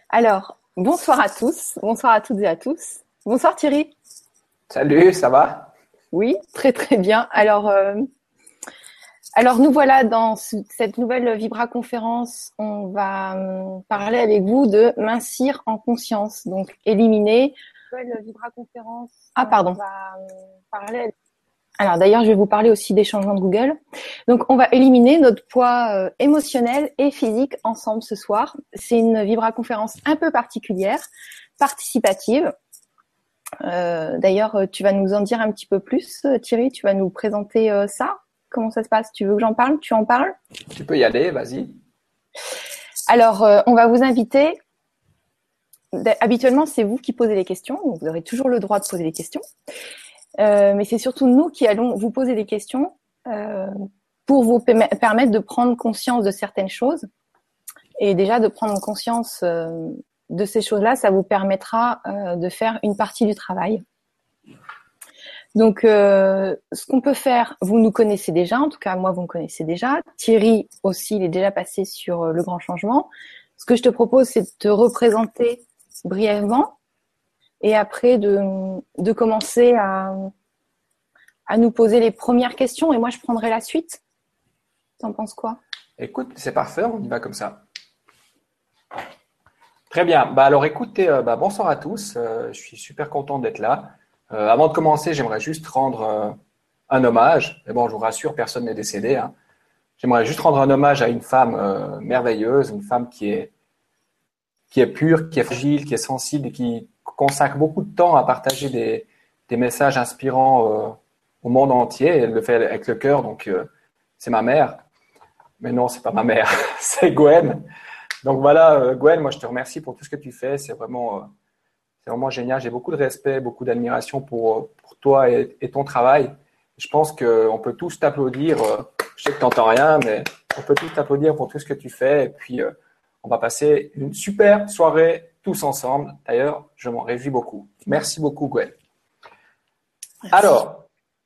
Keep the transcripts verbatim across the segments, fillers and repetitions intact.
Alors, bonsoir à tous, bonsoir à toutes et à tous. Bonsoir Thierry. Salut, ça va? Oui, très très bien. Alors, euh, alors nous voilà dans ce- cette nouvelle Vibra conférence. On va hum, parler avec vous de mincir en conscience, donc éliminer. Nouvelle Vibra conférence. Ah pardon. On va hum, parler. Alors d'ailleurs, je vais vous parler aussi des changements de Google. Donc, on va éliminer notre poids euh, émotionnel et physique ensemble ce soir. C'est une Vibra conférence un peu particulière, participative. Euh, d'ailleurs, euh, tu vas nous en dire un petit peu plus, euh, Thierry. Tu vas nous présenter euh, ça. Comment ça se passe? Tu veux que j'en parle? Tu en parles? Tu peux y aller, vas-y. Alors, euh, on va vous inviter. Habituellement, c'est vous qui posez les questions. Donc, vous aurez toujours le droit de poser les questions. Euh, mais c'est surtout nous qui allons vous poser des questions euh, pour vous permettre de prendre conscience de certaines choses. Et déjà, de prendre conscience euh, de ces choses-là, ça vous permettra euh, de faire une partie du travail. Donc, euh, ce qu'on peut faire, vous nous connaissez déjà, en tout cas, moi, vous me connaissez déjà. Thierry aussi, il est déjà passé sur euh, le grand changement. Ce que je te propose, c'est de te représenter brièvement et après de, de commencer à, à nous poser les premières questions et moi, je prendrai la suite. T'en penses quoi? Écoute, c'est parfait, on y va comme ça. Très bien. Bah alors écoutez, euh, bah, bonsoir à tous. Euh, je suis super content d'être là. Euh, avant de commencer, j'aimerais juste rendre euh, un hommage. Mais bon, je vous rassure, personne n'est décédé, hein. J'aimerais juste rendre un hommage à une femme euh, merveilleuse, une femme qui est qui est pure, qui est fragile, qui est sensible et qui consacre beaucoup de temps à partager des, des messages inspirants euh, au monde entier. Et elle le fait avec le cœur, donc euh, c'est ma mère. Mais non, c'est pas ma mère, c'est Gwen. Donc voilà, euh, Gwen, moi je te remercie pour tout ce que tu fais. C'est vraiment, euh, c'est vraiment génial. J'ai beaucoup de respect, beaucoup d'admiration pour, euh, pour toi et, et ton travail. Je pense qu'on peut tous t'applaudir. Euh, je sais que tu n'entends rien, mais on peut tous t'applaudir pour tout ce que tu fais. Et puis, euh, on va passer une super soirée tous ensemble. D'ailleurs, je m'en réjouis beaucoup. Merci beaucoup, Gwen. Merci. Alors,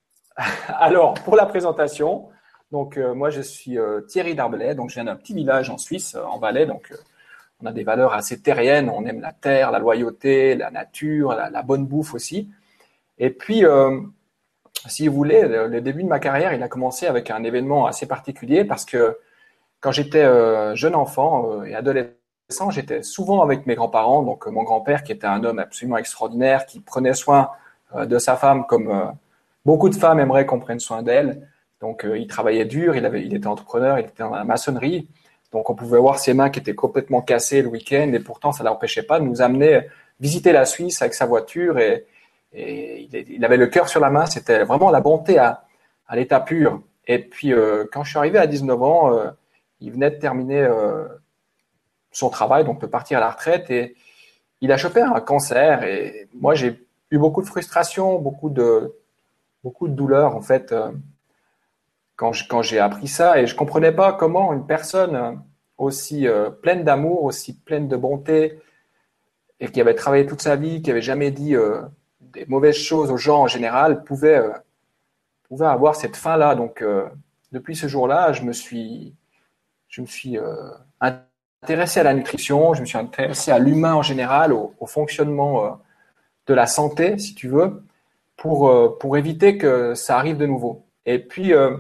alors, pour la présentation, donc euh, moi je suis euh, Thierry Darbelay, donc je viens d'un petit village en Suisse, euh, en Valais, donc euh, on a des valeurs assez terriennes, on aime la terre, la loyauté, la nature, la, la bonne bouffe aussi. Et puis, euh, si vous voulez, le, le début de ma carrière, il a commencé avec un événement assez particulier parce que quand j'étais euh, jeune enfant euh, et adolescent, j'étais souvent avec mes grands-parents, donc euh, mon grand-père qui était un homme absolument extraordinaire, qui prenait soin euh, de sa femme comme euh, beaucoup de femmes aimeraient qu'on prenne soin d'elles. Donc, euh, il travaillait dur, il, avait, il était entrepreneur, il était dans la maçonnerie. Donc, on pouvait voir ses mains qui étaient complètement cassées le week-end et pourtant, ça ne l'empêchait pas de nous amener visiter la Suisse avec sa voiture et, et il, il avait le cœur sur la main. C'était vraiment la bonté à, à l'état pur. Et puis, euh, quand je suis arrivé à dix-neuf ans, euh, il venait de terminer euh, son travail, donc de partir à la retraite et il a chopé un cancer. Et moi, j'ai eu beaucoup de frustration, beaucoup de, beaucoup de douleur en fait. Euh, quand, je, quand j'ai appris ça et je comprenais pas comment une personne aussi euh, pleine d'amour, aussi pleine de bonté et qui avait travaillé toute sa vie, qui avait jamais dit euh, des mauvaises choses aux gens en général, pouvait, euh, pouvait avoir cette fin-là. Donc, euh, depuis ce jour-là, je me suis, je me suis euh, intéressé à la nutrition, je me suis intéressé à l'humain en général, au, au fonctionnement euh, de la santé, si tu veux, pour, euh, pour éviter que ça arrive de nouveau. Et puis, euh,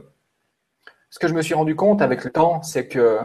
ce que je me suis rendu compte avec le temps, c'est que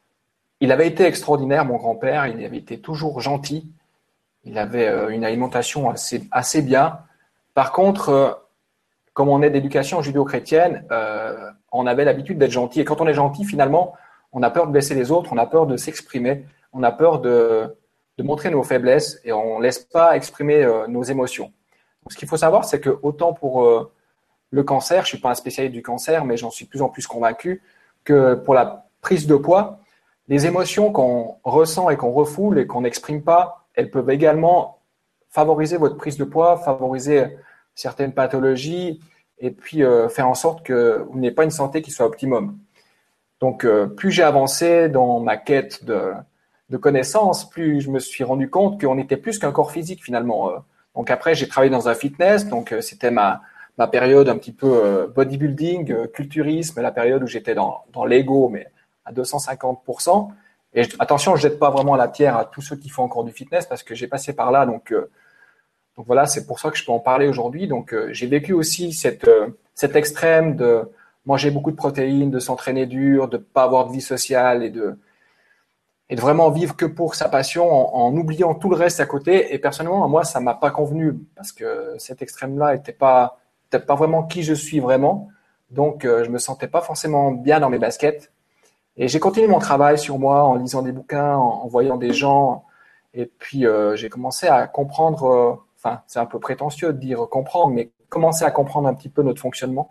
il avait été extraordinaire, mon grand-père. Il avait été toujours gentil. Il avait euh, une alimentation assez, assez bien. Par contre, euh, comme on est d'éducation judéo-chrétienne, euh, on avait l'habitude d'être gentil. Et quand on est gentil, finalement, on a peur de blesser les autres, on a peur de s'exprimer, on a peur de, de montrer nos faiblesses et on ne laisse pas exprimer euh, nos émotions. Donc, ce qu'il faut savoir, c'est que autant pour euh, le cancer, je ne suis pas un spécialiste du cancer, mais j'en suis de plus en plus convaincu que pour la prise de poids, les émotions qu'on ressent et qu'on refoule et qu'on n'exprime pas, elles peuvent également favoriser votre prise de poids, favoriser certaines pathologies et puis euh, faire en sorte que vous n'ayez pas une santé qui soit optimum. Donc, euh, plus j'ai avancé dans ma quête de, de connaissances, plus je me suis rendu compte qu'on était plus qu'un corps physique finalement. Donc après, j'ai travaillé dans un fitness, donc euh, c'était ma ma période un petit peu euh, bodybuilding, euh, culturisme, la période où j'étais dans, dans l'ego, mais à deux cent cinquante pour cent. Et je, attention, je jette pas vraiment la pierre à tous ceux qui font encore du fitness parce que j'ai passé par là. Donc, euh, donc voilà, c'est pour ça que je peux en parler aujourd'hui. Donc, euh, j'ai vécu aussi cette, euh, cet extrême de manger beaucoup de protéines, de s'entraîner dur, de pas avoir de vie sociale et de, et de vraiment vivre que pour sa passion en, en oubliant tout le reste à côté. Et personnellement, à moi, ça m'a pas convenu parce que cet extrême-là était pas, était pas vraiment qui je suis vraiment. Donc, euh, je me sentais pas forcément bien dans mes baskets. Et j'ai continué mon travail sur moi en lisant des bouquins, en, en voyant des gens. Et puis, euh, j'ai commencé à comprendre, euh, enfin, c'est un peu prétentieux de dire comprendre, mais commencer à comprendre un petit peu notre fonctionnement.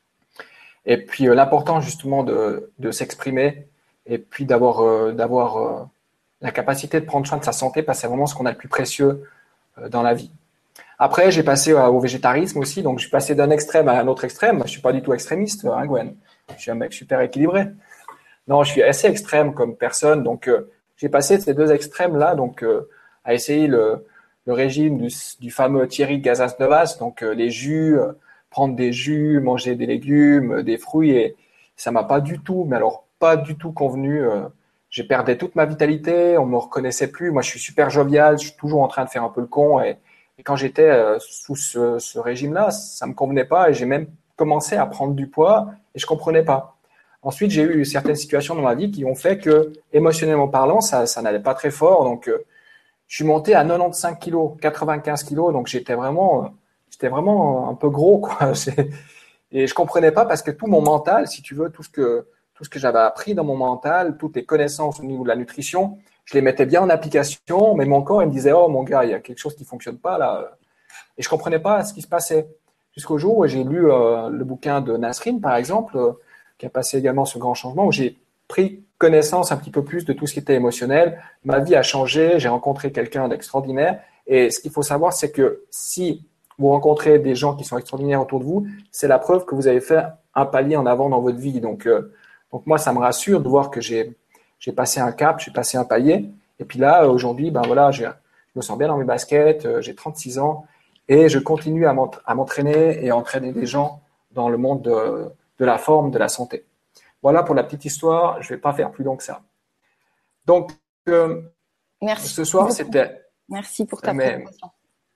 Et puis, euh, l'importance justement de, de s'exprimer et puis d'avoir, euh, d'avoir euh, la capacité de prendre soin de sa santé parce que c'est vraiment ce qu'on a le plus précieux euh, dans la vie. Après, j'ai passé euh, au végétarisme aussi, donc je suis passé d'un extrême à un autre extrême. Je suis pas du tout extrémiste, hein, Gwen. Je suis un mec super équilibré. Non, je suis assez extrême comme personne, donc euh, j'ai passé de ces deux extrêmes-là, donc euh, à essayer le, le régime du, du fameux Thierry Gazas-Novas, donc euh, les jus, euh, prendre des jus, manger des légumes, euh, des fruits, et ça m'a pas du tout, mais alors pas du tout convenu. Euh, j'ai perdu toute ma vitalité, on me reconnaissait plus. Moi, je suis super jovial, je suis toujours en train de faire un peu le con, et, et quand j'étais euh, sous ce, ce régime-là, ça me convenait pas, et j'ai même commencé à prendre du poids, et je comprenais pas. Ensuite, j'ai eu certaines situations dans ma vie qui ont fait que, émotionnellement parlant, ça, ça n'allait pas très fort. Donc, euh, je suis monté à quatre-vingt-quinze kilos, quatre-vingt-quinze kilos. Donc, j'étais vraiment, euh, j'étais vraiment un peu gros, quoi. Et je comprenais pas parce que tout mon mental, si tu veux, tout ce que, tout ce que j'avais appris dans mon mental, toutes les connaissances au niveau de la nutrition, je les mettais bien en application, mais mon corps, il me disait, oh, mon gars, il y a quelque chose qui fonctionne pas, là. Et je comprenais pas ce qui se passait. Jusqu'au jour où j'ai lu euh, le bouquin de Nasrin, par exemple, euh, qui a passé également ce grand changement, où j'ai pris connaissance un petit peu plus de tout ce qui était émotionnel. Ma vie a changé, j'ai rencontré quelqu'un d'extraordinaire. Et ce qu'il faut savoir, c'est que si vous rencontrez des gens qui sont extraordinaires autour de vous, c'est la preuve que vous avez fait un palier en avant dans votre vie. Donc, euh, donc moi, ça me rassure de voir que j'ai j'ai passé un cap, j'ai passé un palier. Et puis là, aujourd'hui, ben voilà, je me sens bien dans mes baskets, euh, j'ai trente-six ans et je continue à m'entraîner et à entraîner des gens dans le monde de de la forme, de la santé. Voilà pour la petite histoire, je ne vais pas faire plus long que ça. Donc, euh, Merci ce soir, beaucoup. c'était… Merci pour ta mais, présentation.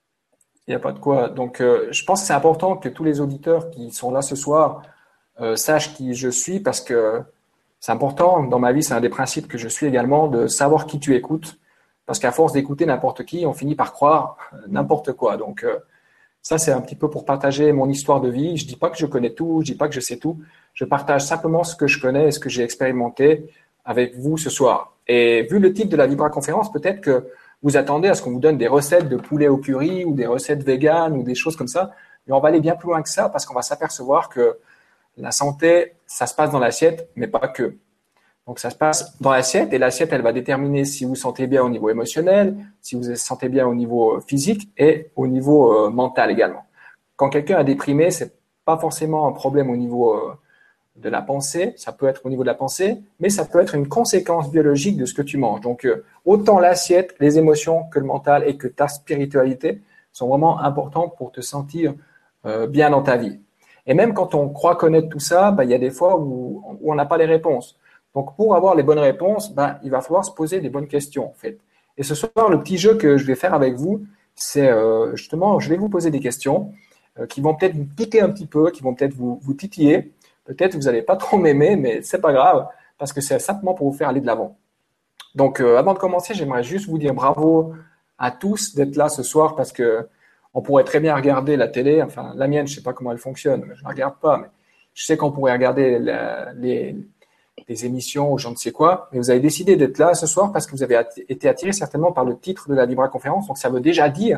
il n'y a pas de quoi. Donc, euh, je pense que c'est important que tous les auditeurs qui sont là ce soir euh, sachent qui je suis parce que c'est important. Dans ma vie, c'est un des principes que je suis également de savoir qui tu écoutes. Parce qu'à force d'écouter n'importe qui, on finit par croire n'importe quoi. Donc, euh, ça, c'est un petit peu pour partager mon histoire de vie. Je dis pas que je connais tout, je dis pas que je sais tout. Je partage simplement ce que je connais et ce que j'ai expérimenté avec vous ce soir. Et vu le titre de la Vibra Conférence, peut-être que vous attendez à ce qu'on vous donne des recettes de poulet au curry ou des recettes véganes ou des choses comme ça. Mais on va aller bien plus loin que ça parce qu'on va s'apercevoir que la santé, ça se passe dans l'assiette, mais pas que. Donc, ça se passe dans l'assiette et l'assiette, elle va déterminer si vous vous sentez bien au niveau émotionnel, si vous vous sentez bien au niveau physique et au niveau euh, mental également. Quand quelqu'un est déprimé, c'est pas forcément un problème au niveau euh, de la pensée, ça peut être au niveau de la pensée, mais ça peut être une conséquence biologique de ce que tu manges. Donc, euh, autant l'assiette, les émotions que le mental et que ta spiritualité sont vraiment importants pour te sentir euh, bien dans ta vie. Et même quand on croit connaître tout ça, bah, il y a des fois où, où on n'a pas les réponses. Donc, pour avoir les bonnes réponses, ben, il va falloir se poser des bonnes questions, en fait. Et ce soir, le petit jeu que je vais faire avec vous, c'est euh, justement, je vais vous poser des questions euh, qui vont peut-être vous piquer un petit peu, qui vont peut-être vous, vous titiller. Peut-être vous n'allez pas trop m'aimer, mais c'est pas grave, parce que c'est simplement pour vous faire aller de l'avant. Donc, euh, avant de commencer, j'aimerais juste vous dire bravo à tous d'être là ce soir, parce que on pourrait très bien regarder la télé. Enfin, la mienne, je sais pas comment elle fonctionne, je ne la regarde pas, mais je sais qu'on pourrait regarder la, les des émissions ou je ne sais quoi, mais vous avez décidé d'être là ce soir parce que vous avez été attiré certainement par le titre de la Vibra Conférence. Donc, ça veut déjà dire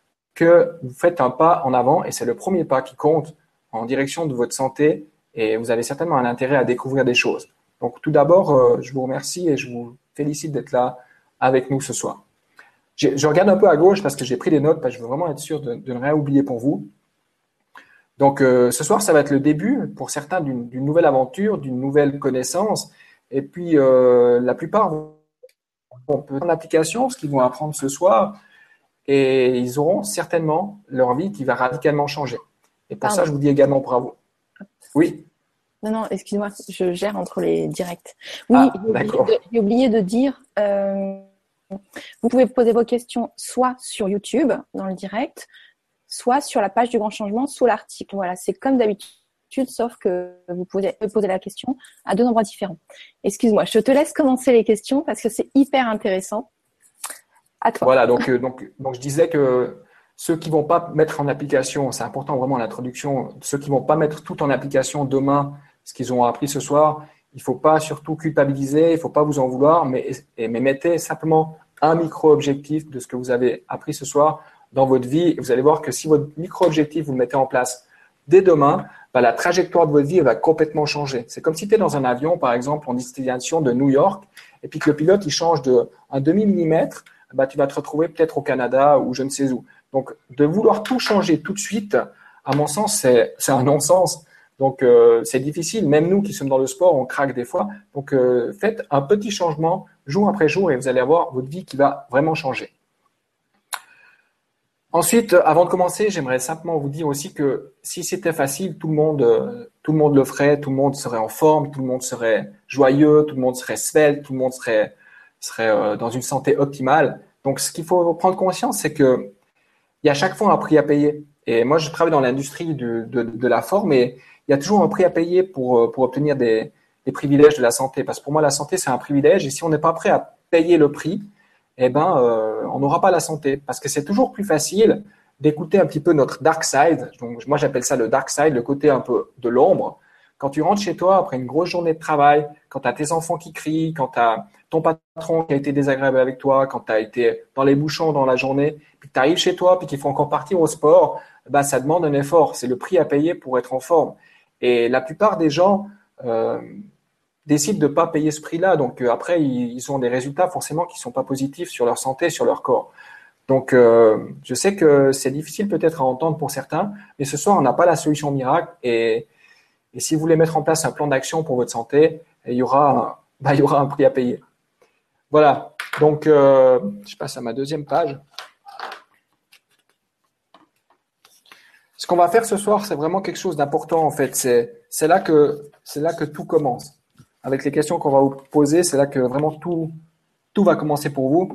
que vous faites un pas en avant et c'est le premier pas qui compte en direction de votre santé et vous avez certainement un intérêt à découvrir des choses. Donc, tout d'abord, euh, je vous remercie et je vous félicite d'être là avec nous ce soir. Je, je regarde un peu à gauche parce que j'ai pris des notes parce que je veux vraiment être sûr de, de ne rien oublier pour vous. Donc, euh, ce soir, ça va être le début, pour certains, d'une, d'une nouvelle aventure, d'une nouvelle connaissance. Et puis, euh, la plupart vont prendre l'application, ce qu'ils vont apprendre ce soir, et ils auront certainement leur vie qui va radicalement changer. Et pour Pardon. ça, je vous dis également bravo. Oui. Non, non, excuse-moi, je gère entre les directs. Oui, Ah, j'ai oublié d'accord. de, j'ai oublié de dire, euh, vous pouvez poser vos questions soit sur YouTube, dans le direct, soit sur la page du Grand Changement, sous l'article. Voilà, c'est comme d'habitude, sauf que vous pouvez poser la question à deux endroits différents. Excuse-moi, je te laisse commencer les questions parce que c'est hyper intéressant. À toi. Voilà, donc, euh, donc, donc je disais que ceux qui vont pas mettre en application, c'est important vraiment l'introduction, ceux qui vont pas mettre tout en application demain, ce qu'ils ont appris ce soir, il faut pas surtout culpabiliser, il faut pas vous en vouloir, mais, et- mais mettez simplement un micro-objectif de ce que vous avez appris ce soir dans votre vie. Et vous allez voir que si votre micro-objectif, vous le mettez en place dès demain, bah, la trajectoire de votre vie elle va complètement changer. C'est comme si tu es dans un avion, par exemple, en destination de New York, et puis que le pilote, il change de un demi-millimètre, bah, tu vas te retrouver peut-être au Canada ou je ne sais où. Donc, de vouloir tout changer tout de suite, à mon sens, c'est, c'est un non-sens. Donc, euh, c'est difficile. Même nous qui sommes dans le sport, on craque des fois. Donc, euh, faites un petit changement jour après jour et vous allez avoir votre vie qui va vraiment changer. Ensuite, avant de commencer, j'aimerais simplement vous dire aussi que si c'était facile, tout le monde, euh, tout le monde le ferait, tout le monde serait en forme, tout le monde serait joyeux, tout le monde serait svelte, tout le monde serait, serait euh, dans une santé optimale. Donc, ce qu'il faut prendre conscience, c'est que il y a chaque fois un prix à payer. Et moi, je travaille dans l'industrie de, de, de la forme et il y a toujours un prix à payer pour, pour obtenir des, des privilèges de la santé. Parce que pour moi, la santé, c'est un privilège et si on n'est pas prêt à payer le prix, eh ben, euh, on n'aura pas la santé. Parce que c'est toujours plus facile d'écouter un petit peu notre dark side. Donc, moi, j'appelle ça le dark side, le côté un peu de l'ombre. Quand tu rentres chez toi après une grosse journée de travail, quand tu as tes enfants qui crient, quand tu as ton patron qui a été désagréable avec toi, quand tu as été dans les bouchons dans la journée, puis que tu arrives chez toi, puis qu'il faut encore partir au sport, bah, ça demande un effort. C'est le prix à payer pour être en forme. Et la plupart des gens euh, décident de ne pas payer ce prix-là. Donc euh, après, ils, ils ont des résultats forcément qui ne sont pas positifs sur leur santé, sur leur corps. Donc euh, je sais que c'est difficile peut-être à entendre pour certains, mais ce soir, on n'a pas la solution miracle. Et, et si vous voulez mettre en place un plan d'action pour votre santé, il y aura un, bah, il y aura un prix à payer. Voilà. Donc, euh, je passe à ma deuxième page. Ce qu'on va faire ce soir, c'est vraiment quelque chose d'important en fait. C'est, c'est là que, c'est là que tout commence. Avec les questions qu'on va vous poser, c'est là que vraiment tout, tout va commencer pour vous.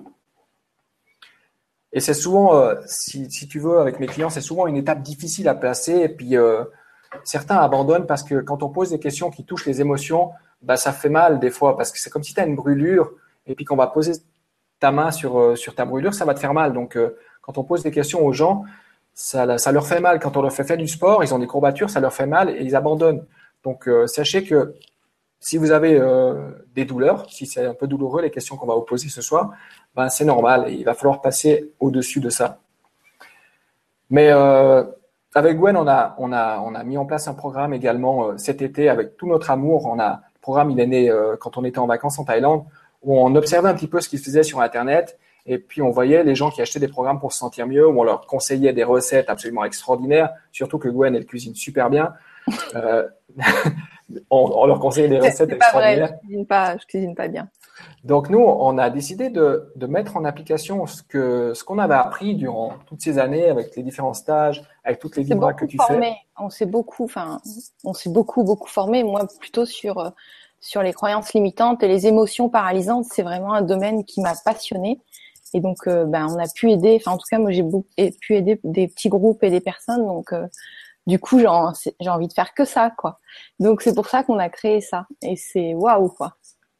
Et c'est souvent, euh, si, si tu veux, avec mes clients, c'est souvent une étape difficile à placer. Et puis, euh, certains abandonnent parce que quand on pose des questions qui touchent les émotions, bah, ça fait mal des fois parce que c'est comme si tu as une brûlure et puis qu'on va poser ta main sur, euh, sur ta brûlure, ça va te faire mal. Donc, euh, quand on pose des questions aux gens, ça, ça leur fait mal. Quand on leur fait faire du sport, ils ont des courbatures, ça leur fait mal et ils abandonnent. Donc, euh, sachez que si vous avez euh, des douleurs, si c'est un peu douloureux, les questions qu'on va vous poser ce soir, ben, c'est normal et il va falloir passer au-dessus de ça. Mais euh, avec Gwen, on a, on, a, on a mis en place un programme également euh, cet été avec tout notre amour. On a, le programme, il est né euh, quand on était en vacances en Thaïlande, où on observait un petit peu ce qu'ils faisaient sur Internet. Et puis, on voyait les gens qui achetaient des programmes pour se sentir mieux, où on leur conseillait des recettes absolument extraordinaires, surtout que Gwen, elle cuisine super bien. Euh, on, on leur conseillait des recettes C'est pas vrai, extraordinaires. je cuisine pas, je cuisine pas bien. Donc, nous, on a décidé de, de mettre en application ce que, ce qu'on avait appris durant toutes ces années avec les différents stages, avec toutes les On s'est vibras que beaucoup tu fais. formé, on s'est beaucoup, enfin, on s'est beaucoup, beaucoup formé. Moi, plutôt sur, euh, sur les croyances limitantes et les émotions paralysantes. C'est vraiment un domaine qui m'a passionnée. Et donc, euh, ben, on a pu aider, enfin, en tout cas, moi, j'ai beaucoup, pu aider des petits groupes et des personnes. Donc, euh, du coup, j'ai, j'ai envie de faire que ça, quoi. Donc, c'est pour ça qu'on a créé ça. Et c'est waouh, quoi.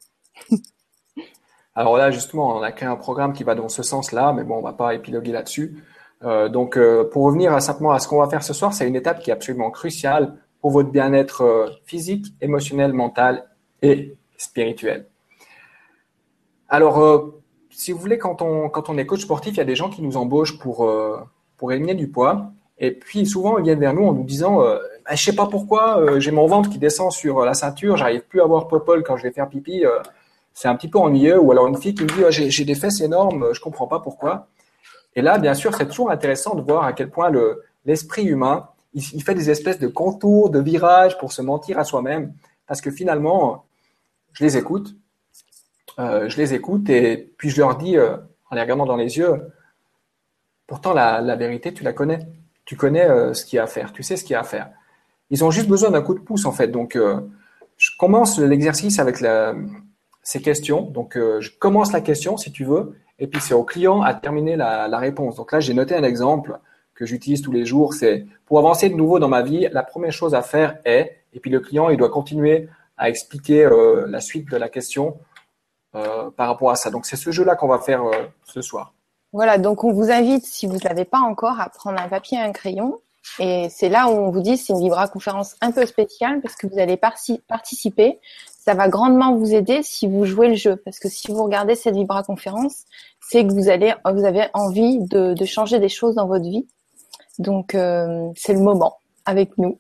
Alors là, justement, on a créé un programme qui va dans ce sens-là, mais bon, on va pas épiloguer là-dessus. Euh, donc, euh, pour revenir à, simplement à ce qu'on va faire ce soir, c'est une étape qui est absolument cruciale pour votre bien-être euh, physique, émotionnel, mental et spirituel. Alors, euh, si vous voulez, quand on, quand on est coach sportif, il y a des gens qui nous embauchent pour, euh, pour éliminer du poids. Et puis, souvent, ils viennent vers nous en nous disant euh, ah, « Je sais pas pourquoi, euh, j'ai mon ventre qui descend sur la ceinture, j'arrive plus à avoir popole quand je vais faire pipi. Euh, c'est un petit peu ennuyeux. » Ou alors une fille qui me dit oh, « J'ai, j'ai des fesses énormes, je comprends pas pourquoi. » Et là, bien sûr, c'est toujours intéressant de voir à quel point le, l'esprit humain, il, il fait des espèces de contours, de virages pour se mentir à soi-même. Parce que finalement, je les écoute. Euh, je les écoute et puis je leur dis, euh, en les regardant dans les yeux, pourtant la, la vérité, tu la connais. Tu connais euh, ce qu'il y a à faire, tu sais ce qu'il y a à faire. Ils ont juste besoin d'un coup de pouce en fait. Donc, euh, je commence l'exercice avec la, ces questions. Donc, euh, je commence la question si tu veux, et puis c'est au client à terminer la, la réponse. Donc là, j'ai noté un exemple que j'utilise tous les jours. C'est pour avancer de nouveau dans ma vie, la première chose à faire est, et puis le client, il doit continuer à expliquer euh, la suite de la question euh, par rapport à ça. Donc, c'est ce jeu-là qu'on va faire euh, ce soir. Voilà, donc on vous invite, si vous ne l'avez pas encore, à prendre un papier et un crayon. Et c'est là où on vous dit c'est une vibra-conférence un peu spéciale parce que vous allez parci- participer. Ça va grandement vous aider si vous jouez le jeu. Parce que si vous regardez cette vibra-conférence, c'est que vous allez, vous avez envie de, de changer des choses dans votre vie. Donc, euh, c'est le moment avec nous.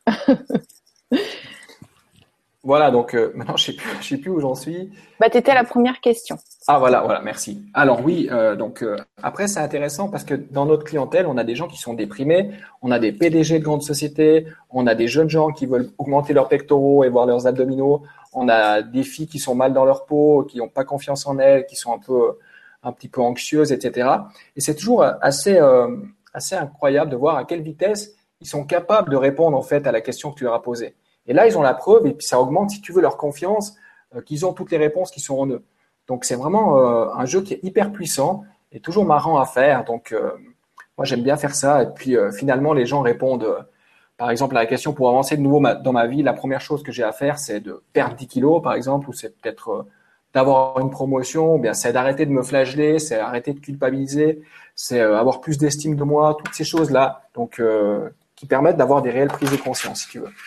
Voilà, donc euh, maintenant, je sais plus, je sais plus où j'en suis. Bah, t'étais à la première question. Ah voilà, voilà, merci. Alors oui, euh, donc euh, après c'est intéressant parce que dans notre clientèle, on a des gens qui sont déprimés, on a des P D G de grandes sociétés, on a des jeunes gens qui veulent augmenter leurs pectoraux et voir leurs abdominaux, on a des filles qui sont mal dans leur peau, qui n'ont pas confiance en elles, qui sont un peu, un petit peu anxieuses, et cetera. Et c'est toujours assez, euh, assez incroyable de voir à quelle vitesse ils sont capables de répondre en fait à la question que tu leur as posée. Et là, ils ont la preuve et puis ça augmente, si tu veux, leur confiance, euh, qu'ils ont toutes les réponses qui sont en eux. Donc, c'est vraiment euh, un jeu qui est hyper puissant et toujours marrant à faire. Donc, euh, moi, j'aime bien faire ça. Et puis, euh, finalement, les gens répondent, euh, par exemple, à la question pour avancer de nouveau ma- dans ma vie, la première chose que j'ai à faire, c'est de perdre dix kilos, par exemple, ou c'est peut-être euh, d'avoir une promotion, ou bien c'est d'arrêter de me flageller, c'est arrêter de culpabiliser, c'est euh, avoir plus d'estime de moi, toutes ces choses-là, donc euh, qui permettent d'avoir des réelles prises de conscience, si tu veux.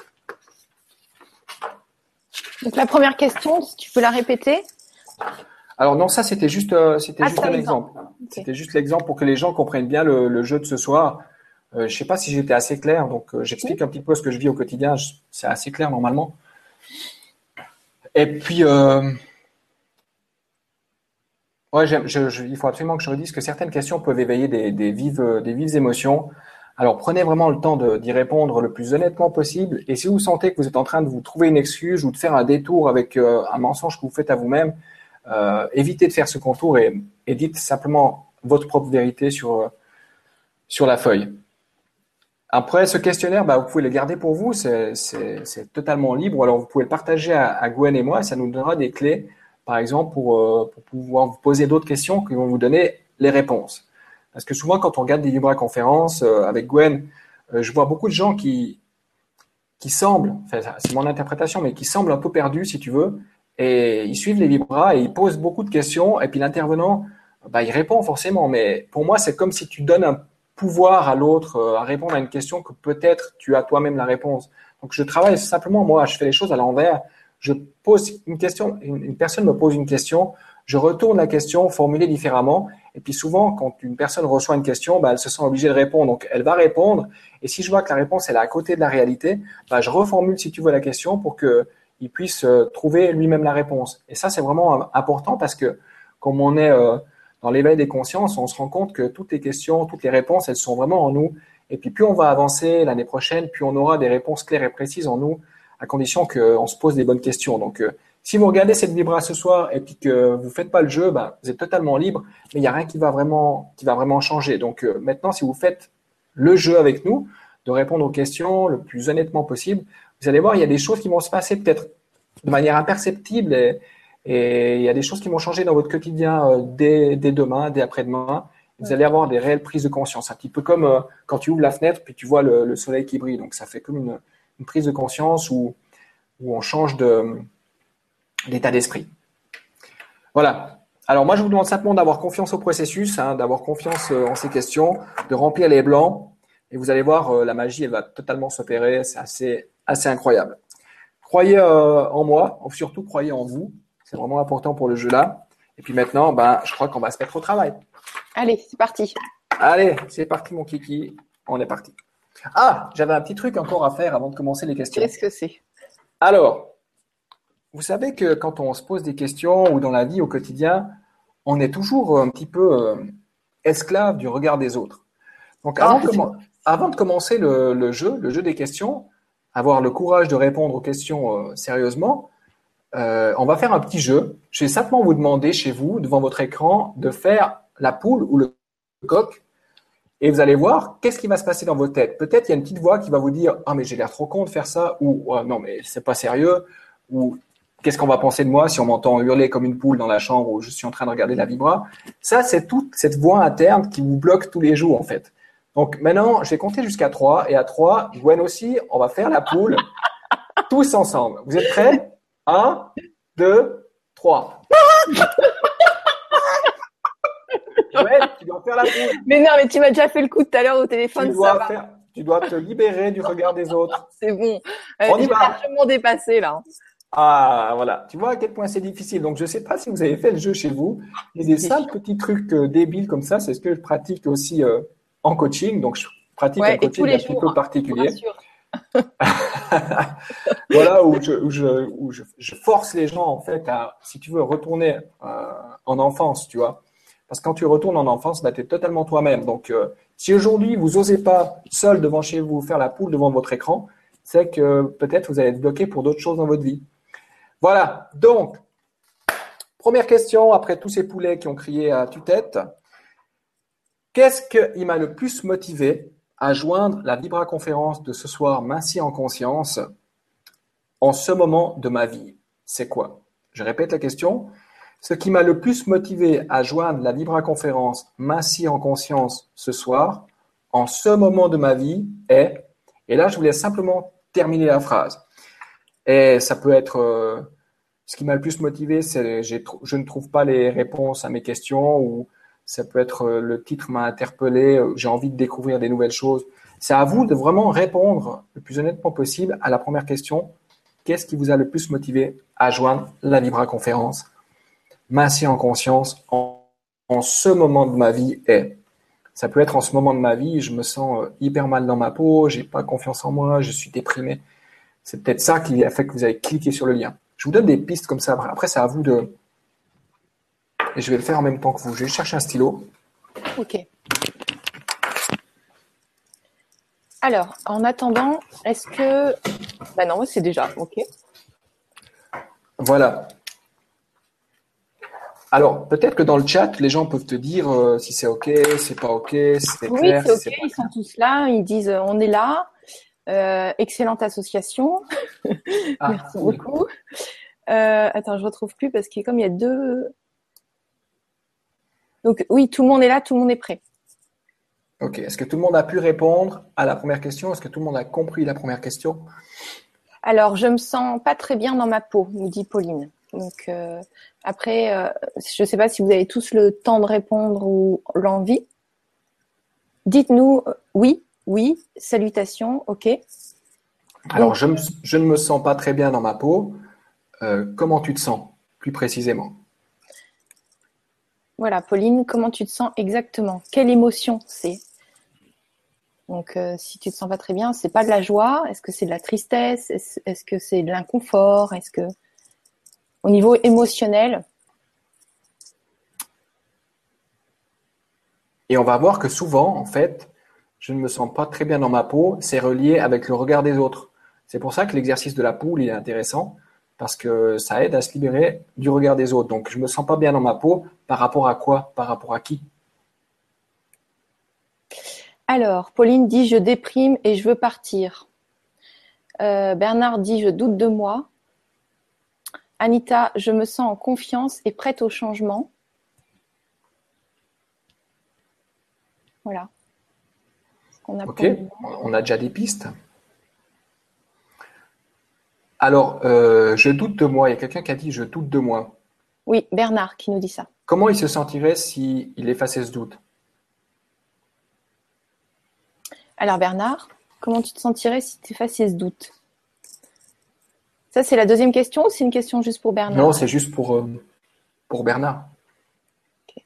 Donc, la première question, si tu peux la répéter. Alors non, ça c'était juste, euh, c'était Ah, juste c'est un un exemple. exemple. Ok. C'était juste l'exemple pour que les gens comprennent bien le, le jeu de ce soir. Euh, je sais pas si j'étais assez clair, donc euh, j'explique un petit peu ce que je vis au quotidien. Je- C'est assez clair normalement. Et puis, euh, ouais, j'aime- je, je- il faut absolument que je redise que certaines questions peuvent éveiller des, des vives, euh, des vives émotions. Alors prenez vraiment le temps de- d'y répondre le plus honnêtement possible. Et si vous sentez que vous êtes en train de vous trouver une excuse ou de faire un détour avec euh, un mensonge que vous faites à vous-même, euh, évitez de faire ce contour et, et dites simplement votre propre vérité sur, euh, sur la feuille. Après, ce questionnaire, bah, vous pouvez le garder pour vous, c'est c'est- c'est totalement libre. Alors, vous pouvez le partager à, à Gwen et moi, ça nous donnera des clés, par exemple, pour, euh, pour pouvoir vous poser d'autres questions qui vont vous donner les réponses. Parce que souvent, quand on regarde des Vibra-conférences euh, avec Gwen, euh, je vois beaucoup de gens qui, qui semblent, enfin, c'est mon interprétation, mais qui semblent un peu perdus, si tu veux, et ils suivent les Vibra et ils posent beaucoup de questions, et puis l'intervenant, bah, il répond forcément. Mais pour moi, c'est comme si tu donnes un pouvoir à l'autre euh, à répondre à une question que peut-être tu as toi-même la réponse. Donc, je travaille simplement, moi, je fais les choses à l'envers. Je pose une question, une, une personne me pose une question, je retourne la question formulée différemment. Et puis souvent, quand une personne reçoit une question, bah, elle se sent obligée de répondre. Donc, elle va répondre. Et si je vois que la réponse elle est à côté de la réalité, bah, je reformule, si tu veux, la question pour qu'il puisse euh, trouver lui-même la réponse. Et ça, c'est vraiment important parce que comme on est euh, dans l'éveil des consciences, on se rend compte que toutes les questions, toutes les réponses, elles sont vraiment en nous. Et puis, plus on va avancer l'année prochaine, plus on aura des réponses claires et précises en nous, à condition qu'on se pose des bonnes questions. Donc, euh, si vous regardez cette vibra ce soir et puis que vous faites pas le jeu, bah, vous êtes totalement libre, mais il n'y a rien qui va vraiment, qui va vraiment changer. Donc, euh, maintenant, si vous faites le jeu avec nous, de répondre aux questions le plus honnêtement possible, vous allez voir, il y a des choses qui vont se passer peut-être de manière imperceptible et, et il y a des choses qui vont changer dans votre quotidien euh, dès, dès demain, dès après-demain. Vous allez avoir des réelles prises de conscience, un petit peu comme euh, quand tu ouvres la fenêtre puis tu vois le, le soleil qui brille. Donc ça fait comme une, une prise de conscience où, où on change de, d'état d'esprit. Voilà. Alors moi je vous demande simplement d'avoir confiance au processus, hein, d'avoir confiance euh, en ces questions, de remplir les blancs et vous allez voir euh, la magie elle va totalement s'opérer. C'est assez, assez incroyable. Croyez euh, en moi, surtout croyez en vous. C'est vraiment important pour le jeu là. Et puis maintenant, ben, je crois qu'on va se mettre au travail. Allez, c'est parti. Allez, c'est parti mon kiki. On est parti. Ah, j'avais un petit truc encore à faire avant de commencer les questions. Qu'est-ce que c'est? Alors, vous savez que quand on se pose des questions ou dans la vie au quotidien, on est toujours un petit peu euh, esclave du regard des autres. Donc avant, Ah, de, commen- avant de commencer le, le jeu, le jeu des questions, avoir le courage de répondre aux questions euh, sérieusement, Euh, on va faire un petit jeu. Je vais simplement vous demander chez vous, devant votre écran, de faire la poule ou le coq. Et vous allez voir, qu'est-ce qui va se passer dans vos têtes? Peut-être il y a une petite voix qui va vous dire « Ah, mais j'ai l'air trop con de faire ça » ou oh, « Non, mais c'est pas sérieux » ou « Qu'est-ce qu'on va penser de moi si on m'entend hurler comme une poule dans la chambre où je suis en train de regarder la vibra ?» Ça, c'est toute cette voix interne qui vous bloque tous les jours, en fait. Donc maintenant, je vais compter jusqu'à trois. Et à trois, Gwen aussi, on va faire la poule tous ensemble. Vous êtes prêts? Un, deux, trois. Ouais, tu dois faire la poule. Mais non, mais tu m'as déjà fait le coup tout à l'heure au téléphone. Tu dois, ça va. faire, tu dois te libérer du regard des autres. C'est bon. Euh, On y j'ai va. largement dépassé là. Ah, voilà. Tu vois à quel point c'est difficile. Donc, je ne sais pas si vous avez fait le jeu chez vous. Il y a des simples petits trucs euh, débiles comme ça. C'est ce que je pratique aussi euh, en coaching. Donc, je pratique Ouais, un et tous coaching les un petit jours, peu hein, je vous particulier. rassure. Voilà, où, je, où, je, où je, je force les gens, en fait, à, si tu veux, retourner euh, en enfance, tu vois. Parce que quand tu retournes en enfance, bah, tu es totalement toi-même. Donc, euh, si aujourd'hui, vous n'osez pas, seul devant chez vous, faire la poule devant votre écran, c'est que peut-être vous allez être bloqué pour d'autres choses dans votre vie. Voilà. Donc, première question, après tous ces poulets qui ont crié à tue-tête. Qu'est-ce qui m'a le plus motivé à joindre la vibra-conférence de ce soir Mincir en conscience en ce moment de ma vie? C'est quoi? Je répète la question. Ce qui m'a le plus motivé à joindre la vibra-conférence Mincir en conscience ce soir, en ce moment de ma vie, est… Et là, je voulais simplement terminer la phrase. Et ça peut être… Euh, ce qui m'a le plus motivé, c'est j'ai, je ne trouve pas les réponses à mes questions, ou ça peut être euh, le titre m'a interpellé, j'ai envie de découvrir des nouvelles choses. C'est à vous de vraiment répondre le plus honnêtement possible à la première question. Qu'est-ce qui vous a le plus motivé à joindre la Vibra Conférence Mincir en conscience en, en ce moment de ma vie est. Ça peut être en ce moment de ma vie, je me sens hyper mal dans ma peau, j'ai pas confiance en moi, je suis déprimé. C'est peut-être ça qui a fait que vous avez cliqué sur le lien. Je vous donne des pistes comme ça. Après, c'est à vous de… Et je vais le faire en même temps que vous. Je vais chercher un stylo. Ok. Alors, en attendant, est-ce que… Bah non, c'est déjà, ok. Voilà. Alors, peut-être que dans le chat, les gens peuvent te dire euh, si c'est ok, c'est pas ok, si c'est Oui, clair, c'est si ok, c'est pas ils sont clair. tous là, ils disent euh, on est là, euh, excellente association, Ah, merci cool. beaucoup. Euh, attends, je retrouve plus parce que comme il y a deux… Donc oui, tout le monde est là, tout le monde est prêt. Ok. Est-ce que tout le monde a pu répondre à la première question? Est-ce que tout le monde a compris la première question? Alors, je me sens pas très bien dans ma peau, nous dit Pauline. Donc euh, après, euh, je ne sais pas si vous avez tous le temps de répondre ou l'envie. Dites-nous euh, oui, oui, salutations, ok. Alors, Donc je, me- je ne me sens pas très bien dans ma peau. Euh, comment tu te sens, plus précisément? voilà, Pauline, comment tu te sens exactement? Quelle émotion c'est? Donc, euh, si tu te sens pas très bien, c'est pas de la joie. Est-ce que c'est de la tristesse? Est-ce, est-ce que c'est de l'inconfort? Est-ce que, au niveau émotionnel, Et on va voir que souvent, en fait, je ne me sens pas très bien dans ma peau, c'est relié avec le regard des autres. C'est pour ça que l'exercice de la poule il est intéressant, parce que ça aide à se libérer du regard des autres. Donc, je me sens pas bien dans ma peau par rapport à quoi? Par rapport à qui? alors, Pauline dit je déprime et je veux partir. Euh, Bernard dit je doute de moi. Anita, je me sens en confiance et prête au changement. Voilà. Ce qu'on a Ok, pour le moment. on a déjà des pistes. Alors, euh, je doute de moi. Il y a quelqu'un qui a dit je doute de moi. Oui, Bernard qui nous dit ça. Comment il se sentirait s'il effaçait ce doute? Alors Bernard, comment tu te sentirais si tu effaçais ce doute? Ça, c'est la deuxième question ou c'est une question juste pour Non, Bernard? c'est juste pour, euh, pour Bernard. Okay.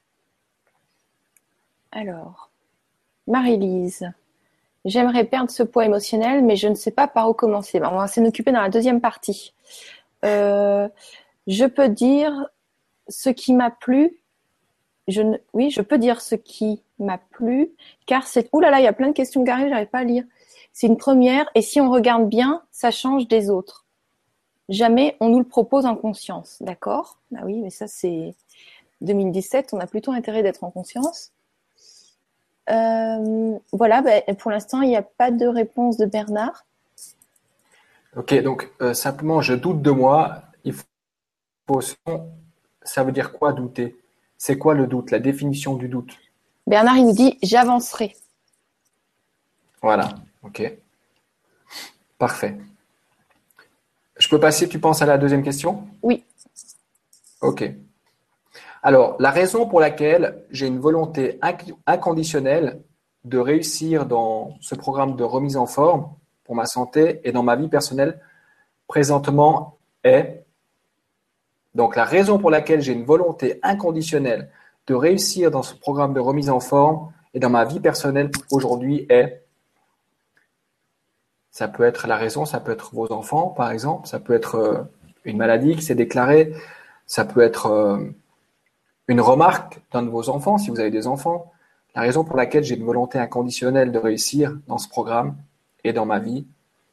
Alors, Marie-Lise, j'aimerais perdre ce poids émotionnel, mais je ne sais pas par où commencer. On va s'en occuper dans la deuxième partie. Euh, je peux dire ce qui m'a plu. Je ne... Oui, je peux dire ce qui m'a plu, car c'est… Ouh là là, il y a plein de questions qui arrivent, j'arrive pas à lire. C'est une première, et si on regarde bien, ça change des autres. Jamais on nous le propose en conscience, d'accord? Ah oui, mais ça c'est deux mille dix-sept, on a plutôt intérêt d'être en conscience. Euh, voilà, bah, pour l'instant, il n'y a pas de réponse de Bernard. Ok, donc euh, simplement, je doute de moi. Il faut, ça veut dire quoi douter? C'est quoi le doute? La définition du doute? Bernard, il nous dit j'avancerai. Voilà, ok, parfait. Je peux passer, tu penses, à la deuxième question? Oui. Ok. Alors, la raison pour laquelle j'ai une volonté inc- inconditionnelle de réussir dans ce programme de remise en forme pour ma santé et dans ma vie personnelle présentement est, donc la raison pour laquelle j'ai une volonté inconditionnelle de réussir dans ce programme de remise en forme et dans ma vie personnelle aujourd'hui est, ça peut être la raison, ça peut être vos enfants par exemple, ça peut être euh, une maladie qui s'est déclarée, ça peut être euh, une remarque d'un de vos enfants, si vous avez des enfants, la raison pour laquelle j'ai une volonté inconditionnelle de réussir dans ce programme et dans ma vie.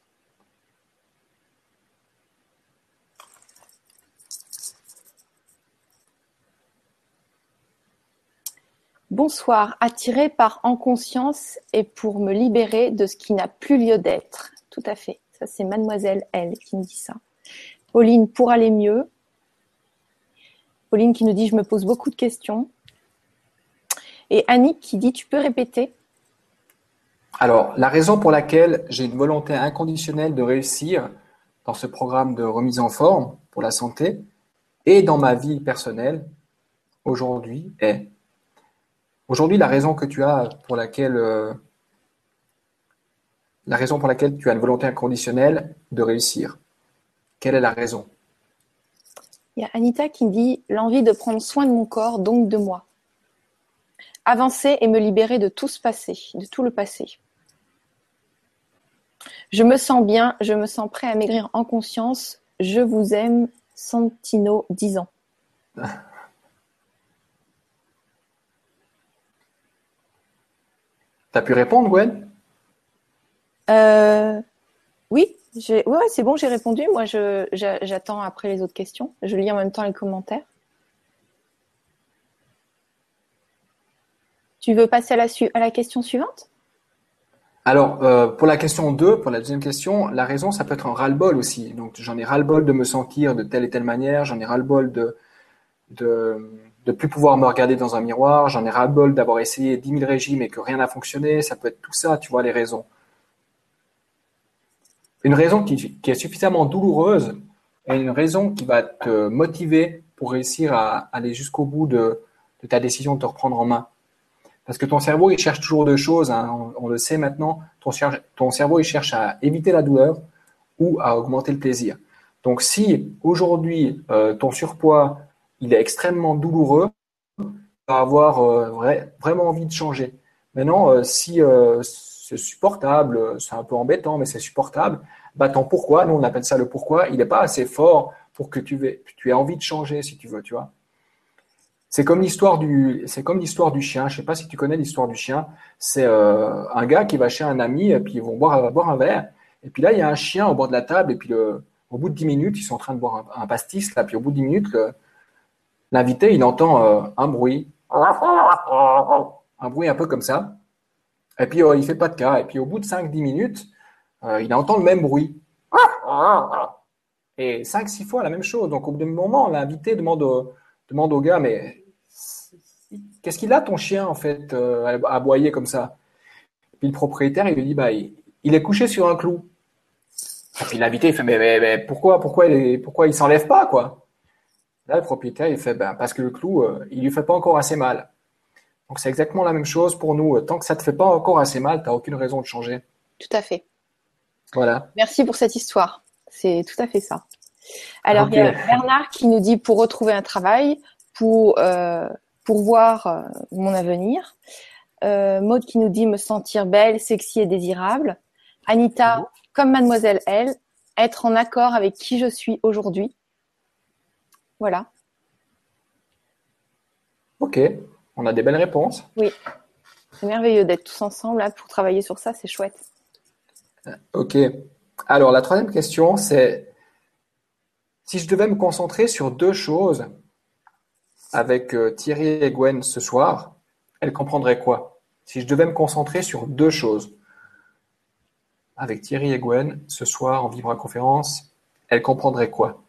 Bonsoir, attiré par en conscience et pour me libérer de ce qui n'a plus lieu d'être. Tout à fait. Ça, c'est Mademoiselle L qui nous dit ça. Pauline, pour aller mieux. Pauline qui nous dit, je me pose beaucoup de questions. Et Annick qui dit, tu peux répéter? Alors, la raison pour laquelle j'ai une volonté inconditionnelle de réussir dans ce programme de remise en forme pour la santé et dans ma vie personnelle aujourd'hui est, aujourd'hui, la raison que tu as pour laquelle, euh, la raison pour laquelle tu as une volonté inconditionnelle de réussir, quelle est la raison? Il y a Anita qui dit, l'envie de prendre soin de mon corps, donc de moi. Avancer et me libérer de tout ce passé, de tout le passé. Je me sens bien, je me sens prêt à maigrir en conscience. Je vous aime, Santino, dix ans. T'as pu répondre, Gwen? Euh, oui, j'ai, ouais, ouais, c'est bon, j'ai répondu. Moi, je, j'a- j'attends après les autres questions. Je lis en même temps les commentaires. Tu veux passer à la, su- à la question suivante? Alors, euh, pour la question deux, pour la deuxième question, la raison, ça peut être un ras-le-bol aussi. Donc, j'en ai ras-le-bol de me sentir de telle et telle manière, j'en ai ras-le-bol de, de, de plus pouvoir me regarder dans un miroir, j'en ai ras-le-bol d'avoir essayé dix mille régimes et que rien n'a fonctionné. Ça peut être tout ça, tu vois, les raisons. Une raison qui, qui est suffisamment douloureuse et une raison qui va te motiver pour réussir à aller jusqu'au bout de, de ta décision de te reprendre en main. Parce que ton cerveau, il cherche toujours deux choses, hein, on, on le sait maintenant, ton, ton cerveau, il cherche à éviter la douleur ou à augmenter le plaisir. Donc si aujourd'hui, euh, ton surpoids, il est extrêmement douloureux, tu vas avoir euh, vrai, vraiment envie de changer. Maintenant, euh, si euh, c'est supportable, c'est un peu embêtant, mais c'est supportable, bah ton pourquoi, nous on appelle ça le pourquoi, il n'est pas assez fort pour que tu, aies, tu aies envie de changer, si tu veux, tu vois. C'est comme l'histoire du, c'est comme l'histoire du chien. Je sais pas si tu connais l'histoire du chien. C'est euh, un gars qui va chez un ami et puis ils vont boire, boire un verre. Et puis là, il y a un chien au bord de la table et puis le, au bout de dix minutes, ils sont en train de boire un, un pastis là. Puis au bout de dix minutes, le- l'invité, il entend euh, un bruit, un bruit un peu comme ça. Et puis euh, il fait pas de cas. Et puis au bout de cinq dix minutes, euh, il entend le même bruit. Et cinq six fois la même chose. Donc au bout d'un moment, l'invité demande au, demande au gars, mais qu'est-ce qu'il a ton chien en fait euh, à aboyer comme ça? Puis le propriétaire il lui dit bah il, il est couché sur un clou. Et puis l'invité il fait mais, mais, mais pourquoi pourquoi il est- pourquoi il s'enlève pas quoi? Là le propriétaire il fait ben parce que le clou euh, il lui fait pas encore assez mal. Donc c'est exactement la même chose pour nous. Tant que ça te fait pas encore assez mal, t'as aucune raison de changer. Tout à fait. Voilà. Merci pour cette histoire. C'est tout à fait ça. Alors, il Ok. y a Bernard qui nous dit pour retrouver un travail, pour, euh, pour voir euh, mon avenir. Euh, Maud qui nous dit me sentir belle, sexy et désirable. Anita, comme Mademoiselle L, être en accord avec qui je suis aujourd'hui. Voilà. Ok. On a des belles réponses. Oui, c'est merveilleux d'être tous ensemble là pour travailler sur ça, c'est chouette. Ok. Alors la troisième question c'est si je devais me concentrer sur deux choses avec euh, Thierry et Gwen ce soir, elles comprendraient quoi? Si je devais me concentrer sur deux choses avec Thierry et Gwen ce soir en vibra-conférence, elles comprendraient quoi?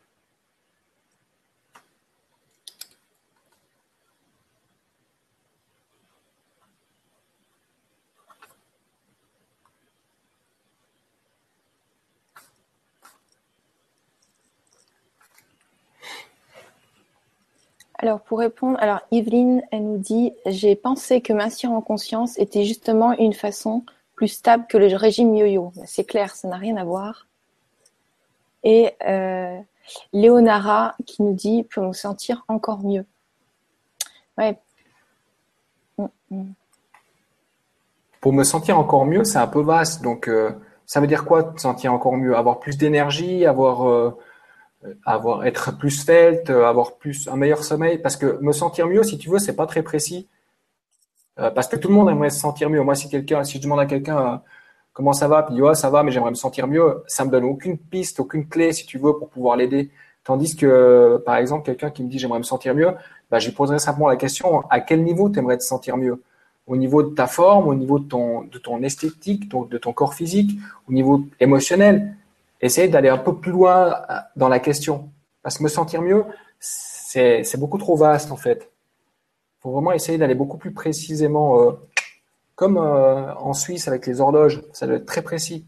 Alors, pour répondre, alors Yveline, elle nous dit « J'ai pensé que mincir en conscience était justement une façon plus stable que le régime yo-yo. » C'est clair, ça n'a rien à voir. Et euh, Léonara qui nous dit « Pour me sentir encore mieux. » Ouais. Mm, mm. Pour me sentir encore mieux, c'est un peu vaste. Donc, euh, ça veut dire quoi, te sentir encore mieux? Avoir plus d'énergie, avoir... Euh, avoir être plus svelte, avoir plus un meilleur sommeil, parce que me sentir mieux, si tu veux, c'est pas très précis, euh, parce que tout le monde aimerait se sentir mieux. Moi, si quelqu'un, si je demande à quelqu'un euh, comment ça va, puis il dit ouais, ça va, mais j'aimerais me sentir mieux, ça me donne aucune piste, aucune clé, si tu veux, pour pouvoir l'aider. Tandis que, par exemple, quelqu'un qui me dit j'aimerais me sentir mieux, bah, je lui poserais simplement la question à quel niveau tu aimerais te sentir mieux? Au niveau de ta forme, au niveau de ton, de ton esthétique, ton, de ton corps physique, au niveau émotionnel. Essayer d'aller un peu plus loin dans la question. Parce que me sentir mieux, c'est, c'est beaucoup trop vaste en fait. Il faut vraiment essayer d'aller beaucoup plus précisément, euh, comme euh, en Suisse avec les horloges, ça doit être très précis.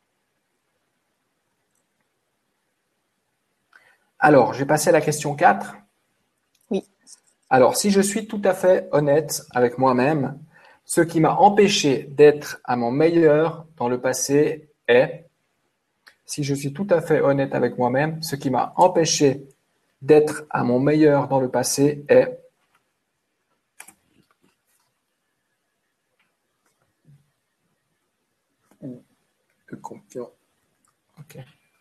Alors, j'ai passé à la question quatre. Oui. Alors, si je suis tout à fait honnête avec moi-même, ce qui m'a empêché d'être à mon meilleur dans le passé est... Si je suis tout à fait honnête avec moi-même, ce qui m'a empêché d'être à mon meilleur dans le passé est le confiant. Ok.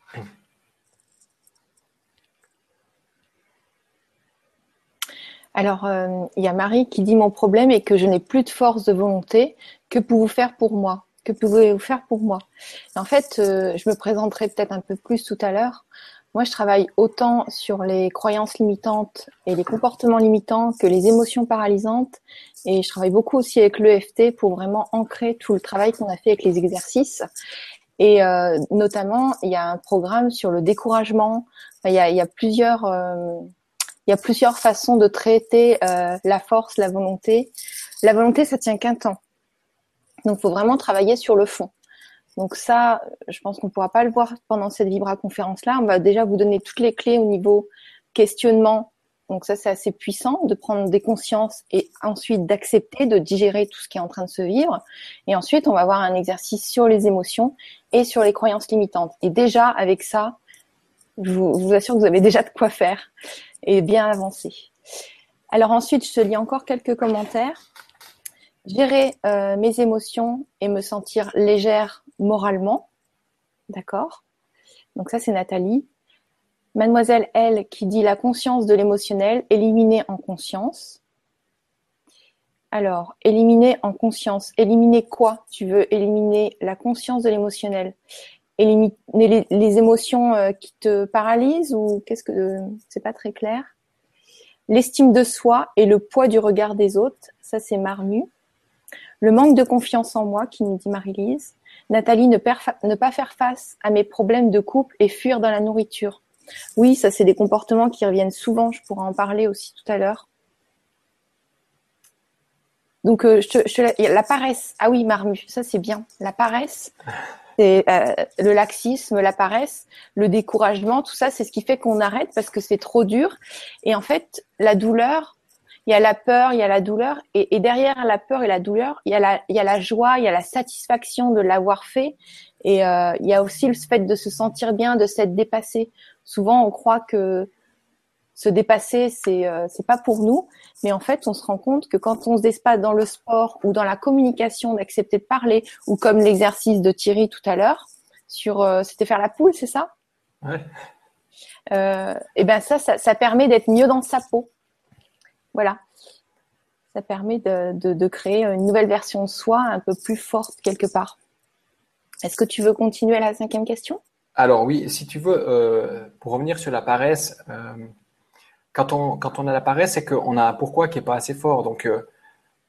Alors, euh, il y a Marie qui dit « Mon problème est que je n'ai plus de force de volonté. Que pouvez-vous faire pour moi ? Que pouvez-vous faire pour moi ?» En fait, euh, je me présenterai peut-être un peu plus tout à l'heure. Moi, je travaille autant sur les croyances limitantes et les comportements limitants que les émotions paralysantes. Et je travaille beaucoup aussi avec l'E F T pour vraiment ancrer tout le travail qu'on a fait avec les exercices. Et euh, notamment, il y a un programme sur le découragement. Enfin, il y a, il y a plusieurs... Euh, Il y a plusieurs façons de traiter euh, la force, la volonté. La volonté, ça tient qu'un temps. Donc, il faut vraiment travailler sur le fond. Donc ça, je pense qu'on ne pourra pas le voir pendant cette vibra-conférence-là. On va déjà vous donner toutes les clés au niveau questionnement. Donc ça, c'est assez puissant de prendre des consciences et ensuite d'accepter, de digérer tout ce qui est en train de se vivre. Et ensuite, on va avoir un exercice sur les émotions et sur les croyances limitantes. Et déjà, avec ça, je vous, je vous assure que vous avez déjà de quoi faire et bien avancé. Alors ensuite, je te lis encore quelques commentaires. Gérer euh, mes émotions et me sentir légère moralement. D'accord. Donc ça, c'est Nathalie. Mademoiselle L qui dit la conscience de l'émotionnel, éliminer en conscience. Alors, éliminer en conscience. Éliminer quoi? Tu veux éliminer la conscience de l'émotionnel? Éliminer les, les émotions euh, qui te paralysent ou qu'est-ce que euh, c'est pas très clair. L'estime de soi et le poids du regard des autres, ça c'est Marmu. Le manque de confiance en moi, qui nous dit Marie-Lise. Nathalie, ne, fa- ne pas faire face à mes problèmes de couple et fuir dans la nourriture. Oui, ça c'est des comportements qui reviennent souvent, je pourrais en parler aussi tout à l'heure. Donc euh, je te, je te la, la paresse, ah oui Marmu, ça c'est bien, la paresse. C'est euh, le laxisme, la paresse, le découragement, tout ça, c'est ce qui fait qu'on arrête parce que c'est trop dur. Et en fait, la douleur, il y a la peur, il y a la douleur, et, et derrière la peur et la douleur, il y a la, il y a la joie, il y a la satisfaction de l'avoir fait, et euh, il y a aussi le fait de se sentir bien, de s'être dépassé. Souvent, on croit que se dépasser, c'est euh, c'est pas pour nous, mais en fait, on se rend compte que quand on se dépasse dans le sport ou dans la communication, d'accepter de parler, ou comme l'exercice de Thierry tout à l'heure, sur euh, c'était faire la poule, c'est ça? Ouais. Euh, et ben ça, ça, ça permet d'être mieux dans sa peau. Voilà. Ça permet de, de, de créer une nouvelle version de soi un peu plus forte quelque part. Est-ce que tu veux continuer à la cinquième question? Alors oui, si tu veux, euh, pour revenir sur la paresse, euh, quand on quand on a la paresse, c'est qu'on a un pourquoi qui est pas assez fort. Donc euh,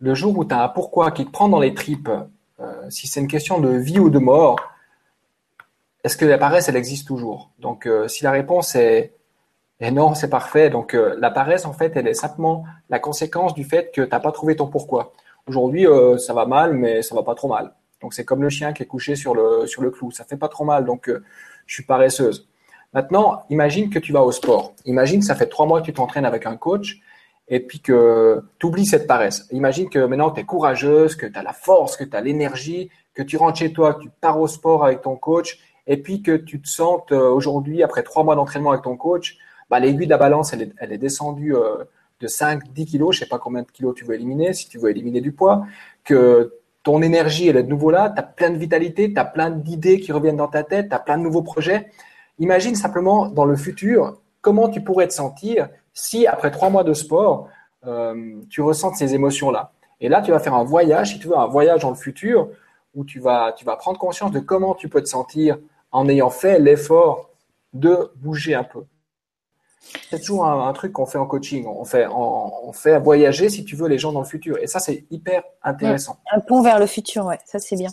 le jour où tu as un pourquoi qui te prend dans les tripes, euh, si c'est une question de vie ou de mort, est-ce que la paresse, elle existe toujours? Donc, euh, si la réponse est, est non, c'est parfait. Donc, euh, la paresse, en fait, elle est simplement la conséquence du fait que tu n'as pas trouvé ton pourquoi. Aujourd'hui, euh, ça va mal, mais ça va pas trop mal. Donc, c'est comme le chien qui est couché sur le, sur le clou. Ça fait pas trop mal, donc euh, je suis paresseuse. Maintenant, imagine que tu vas au sport. Imagine que ça fait trois mois que tu t'entraînes avec un coach et puis que tu oublies cette paresse. Imagine que maintenant, tu es courageuse, que tu as la force, que tu as l'énergie, que tu rentres chez toi, que tu pars au sport avec ton coach et puis que tu te sentes euh, aujourd'hui, après trois mois d'entraînement avec ton coach, bah, l'aiguille de la balance, elle est, elle est descendue euh, de cinq, dix kilos, je sais pas combien de kilos tu veux éliminer, si tu veux éliminer du poids, que ton énergie, elle est de nouveau là, tu as plein de vitalité, tu as plein d'idées qui reviennent dans ta tête, tu as plein de nouveaux projets. Imagine simplement dans le futur, comment tu pourrais te sentir si, après trois mois de sport, euh, tu ressentes ces émotions-là. Et là, tu vas faire un voyage, si tu veux, un voyage dans le futur, où tu vas, tu vas prendre conscience de comment tu peux te sentir en ayant fait l'effort de bouger un peu. C'est toujours un, un truc qu'on fait en coaching. On fait, on, on fait voyager, si tu veux, les gens dans le futur. Et ça, c'est hyper intéressant. Un pont vers le futur, ouais, ça c'est bien.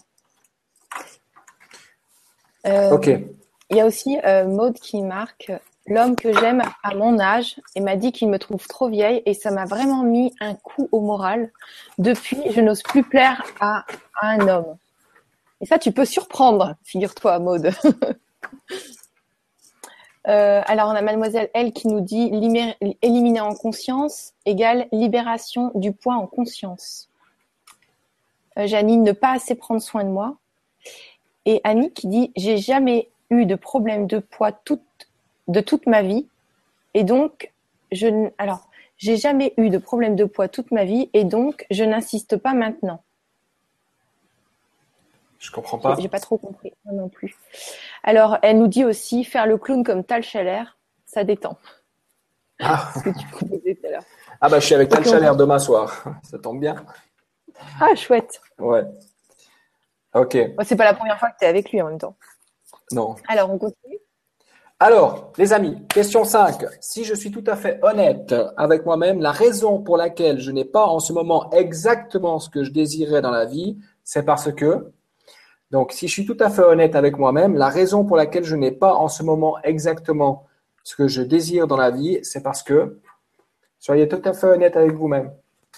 Euh, Ok. Il y a aussi euh, Maud qui marque « L'homme que j'aime à mon âge et m'a dit qu'il me trouve trop vieille et ça m'a vraiment mis un coup au moral. Depuis, je n'ose plus plaire à, à un homme. » Et ça, tu peux surprendre, figure-toi, Maud. Euh, alors, on a Mademoiselle L qui nous dit « Éliminer en conscience égale libération du poids en conscience. Euh, » Janine, ne pas assez prendre soin de moi. Et Annie qui dit « J'ai jamais eu de problème de poids toute, de toute ma vie. Et donc, je, alors, j'ai jamais eu de problème de poids toute ma vie et donc, je n'insiste pas maintenant. » Je comprends pas. J'ai, j'ai pas trop compris, moi non plus. Alors, elle nous dit aussi faire le clown comme Tal Chaler, ça détend. Ah. Ce que tu proposais tout à l'heure. Ah bah je suis avec Tal Okay, Chaler demain soir. Ça tombe bien. Ah, chouette. Ouais. Ok. Bon, c'est pas la première fois que tu es avec lui en même temps. Non. Alors, on continue. Alors, les amis, question cinq. Si je suis tout à fait honnête avec moi-même, la raison pour laquelle je n'ai pas en ce moment exactement ce que je désirais dans la vie, c'est parce que… Donc, si je suis tout à fait honnête avec moi-même, la raison pour laquelle je n'ai pas en ce moment exactement ce que je désire dans la vie, c'est parce que… Soyez tout à fait honnête avec vous-même.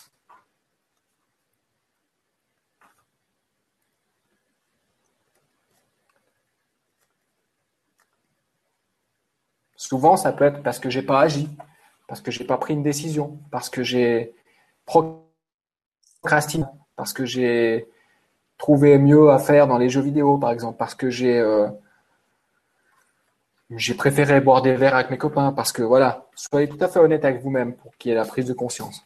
Souvent, ça peut être parce que j'ai pas agi, parce que j'ai pas pris une décision, parce que j'ai procrastiné, parce que j'ai trouvé mieux à faire dans les jeux vidéo, par exemple, parce que j'ai euh, j'ai préféré boire des verres avec mes copains, parce que voilà, soyez tout à fait honnête avec vous-même pour qu'il y ait la prise de conscience.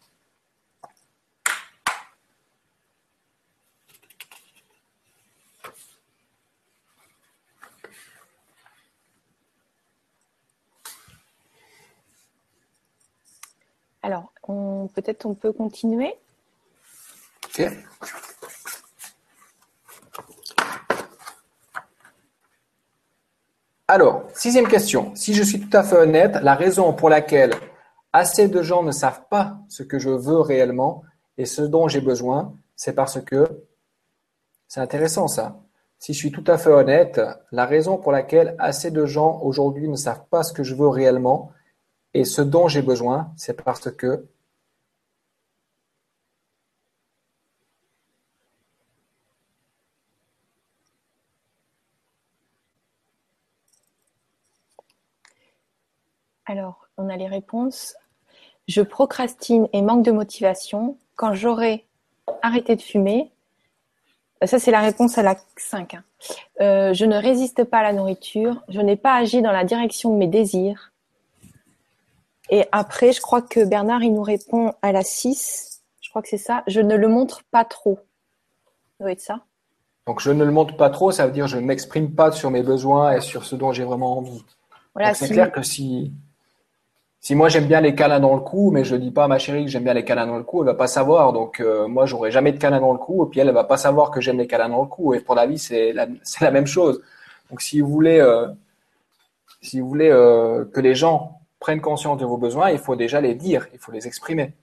Alors, on, peut-être on peut continuer. Ok. Alors, sixième question. Si je suis tout à fait honnête, la raison pour laquelle assez de gens ne savent pas ce que je veux réellement et ce dont j'ai besoin, c'est parce que… C'est intéressant ça. Si je suis tout à fait honnête, la raison pour laquelle assez de gens aujourd'hui ne savent pas ce que je veux réellement et ce dont j'ai besoin, c'est parce que… Alors, on a les réponses. Je procrastine et manque de motivation. Quand j'aurai arrêté de fumer, ça c'est la réponse à la cinq. Hein. Euh, je ne résiste pas à la nourriture. Je n'ai pas agi dans la direction de mes désirs. Et après, je crois que Bernard, il nous répond à la six. Je crois que c'est ça. Je ne le montre pas trop. Ça doit être ça. Donc, je ne le montre pas trop, ça veut dire je ne m'exprime pas sur mes besoins et sur ce dont j'ai vraiment envie. Voilà, Donc, c'est si... clair que si… Si moi j'aime bien les câlins dans le cou, mais je dis pas à ma chérie que j'aime bien les câlins dans le cou, elle va pas savoir. Donc euh, moi j'aurai jamais de câlins dans le cou, et puis elle, elle va pas savoir que j'aime les câlins dans le cou. Et pour la vie c'est la, c'est la même chose. Donc si vous voulez, euh, si vous voulez euh, que les gens prennent conscience de vos besoins, il faut déjà les dire, il faut les exprimer.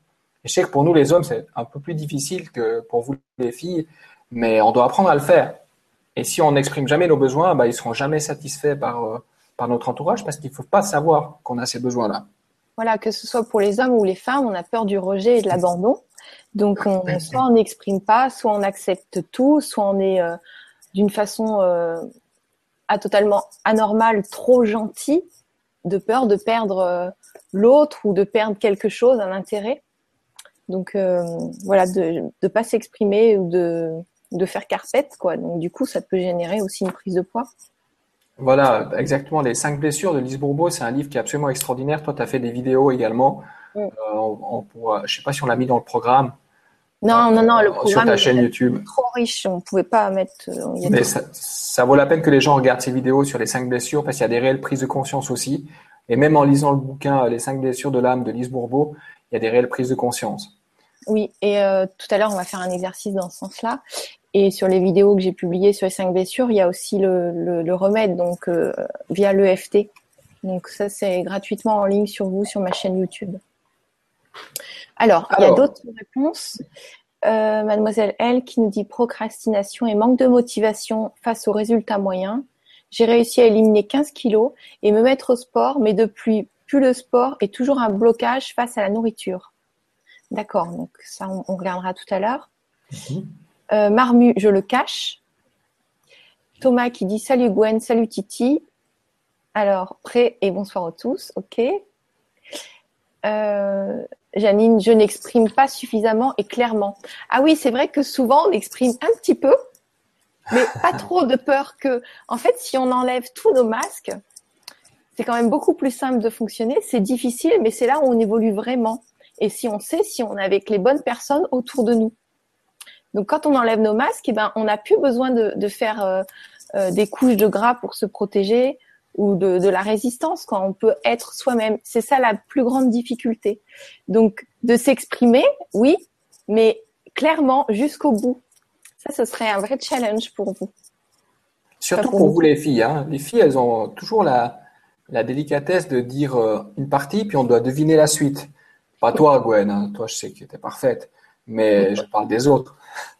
Et je sais que pour nous, les hommes, c'est un peu plus difficile que pour vous, les filles, mais on doit apprendre à le faire. Et si on n'exprime jamais nos besoins, bah, ils seront jamais satisfaits par, euh, par notre entourage parce qu'il ne faut pas savoir qu'on a ces besoins-là. Voilà, que ce soit pour les hommes ou les femmes, on a peur du rejet et de l'abandon. Donc, on, soit on n'exprime pas, soit on accepte tout, soit on est euh, d'une façon euh, à totalement anormale, trop gentil, de peur de perdre euh, l'autre ou de perdre quelque chose, un intérêt. Donc, euh, voilà, de ne pas s'exprimer ou de, de faire carpette, quoi. Donc, du coup, ça peut générer aussi une prise de poids. Voilà, exactement. Les cinq blessures de Lise Bourbeau, c'est un livre qui est absolument extraordinaire. Toi, tu as fait des vidéos également. Mm. Euh, on, on pourra, je sais pas si on l'a mis dans le programme. Non, non, non, le euh, sur programme ta est chaîne YouTube. trop riche. On ne pouvait pas mettre. euh, il y a Mais tout. ça, ça vaut la peine que les gens regardent ces vidéos sur les cinq blessures parce qu'il y a des réelles prises de conscience aussi. Et même en lisant le bouquin euh, Les cinq blessures de l'âme de Lise Bourbeau, il y a des réelles prises de conscience. Oui, et euh, tout à l'heure, on va faire un exercice dans ce sens-là. Et sur les vidéos que j'ai publiées sur les cinq blessures, il y a aussi le, le, le remède, donc euh, via l'E F T. Donc ça, c'est gratuitement en ligne sur vous, sur ma chaîne YouTube. Alors, Alors. il y a d'autres réponses. Euh, Mademoiselle L qui nous dit procrastination et manque de motivation face aux résultats moyens. J'ai réussi à éliminer quinze kilos et me mettre au sport, mais depuis plus le sport est toujours un blocage face à la nourriture. D'accord, donc ça on, on regardera tout à l'heure. Mmh. Euh, Marmu, je le cache. Thomas qui dit salut Gwen, salut Titi. Alors, prêt et bonsoir à tous, ok. Euh, Janine, je n'exprime pas suffisamment et clairement. Ah oui, c'est vrai que souvent on exprime un petit peu, mais pas trop de peur que. En fait, si on enlève tous nos masques, c'est quand même beaucoup plus simple de fonctionner. C'est difficile, mais c'est là où on évolue vraiment. Et si on sait si on est avec les bonnes personnes autour de nous. Donc, quand on enlève nos masques, eh ben, on n'a plus besoin de, de faire euh, euh, des couches de gras pour se protéger ou de, de la résistance quand on peut être soi-même. C'est ça la plus grande difficulté. Donc, de s'exprimer, oui, mais clairement jusqu'au bout. Ça, ce serait un vrai challenge pour vous. Surtout pour, pour vous les filles. Hein. Les filles, elles ont toujours la, la délicatesse de dire euh, une partie, puis on doit deviner la suite. Pas toi, Gwen. Hein. Toi, je sais que tu es parfaite, mais je parle des autres.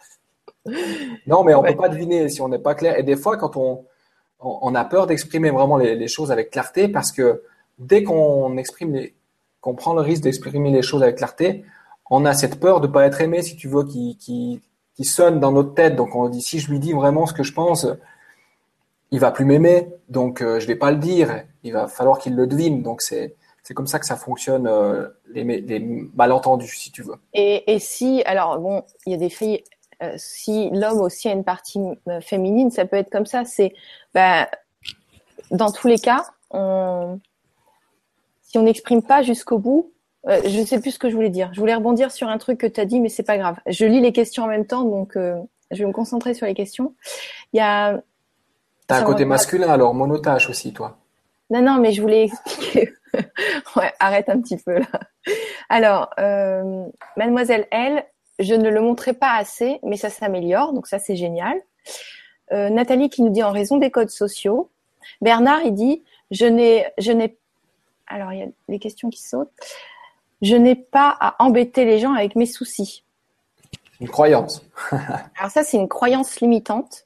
Non, mais on ne ouais. peut pas deviner si on n'est pas clair. Et des fois, quand on, on, on a peur d'exprimer vraiment les, les choses avec clarté, parce que dès qu'on exprime les, qu'on prend le risque d'exprimer les choses avec clarté, on a cette peur de ne pas être aimé, si tu veux, qui, qui, qui sonne dans notre tête. Donc, on dit, si je lui dis vraiment ce que je pense, il va plus m'aimer. Donc, euh, je vais pas le dire. Il va falloir qu'il le devine. Donc, c'est, c'est comme ça que ça fonctionne, euh, les, les malentendus, si tu veux. Et, et si, alors, bon, il y a des filles, euh, si l'homme aussi a une partie euh, féminine, ça peut être comme ça. C'est, bah, dans tous les cas, on, si on n'exprime pas jusqu'au bout, euh, je ne sais plus ce que je voulais dire. Je voulais rebondir sur un truc que tu as dit, mais c'est pas grave. Je lis les questions en même temps, donc euh, je vais me concentrer sur les questions. Il y a. T'as un côté masculin, alors monotache aussi, toi. Non, non, mais je voulais expliquer. Ouais, arrête un petit peu là. Alors, euh, Mademoiselle L, je ne le montrais pas assez, mais ça s'améliore, donc ça c'est génial. Euh, Nathalie qui nous dit en raison des codes sociaux. Bernard, il dit je n'ai, je n'ai. Alors il y a des questions qui sautent. Je n'ai pas à embêter les gens avec mes soucis. Une croyance. Alors ça c'est une croyance limitante.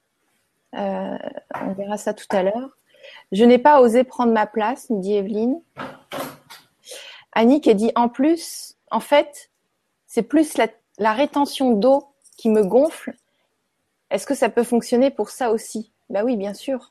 Euh, on verra ça tout à l'heure. Je n'ai pas osé prendre ma place, nous dit Evelyne. Annick a dit en plus, en fait, c'est plus la, la rétention d'eau qui me gonfle. Est-ce que ça peut fonctionner pour ça aussi? Bah oui, bien sûr.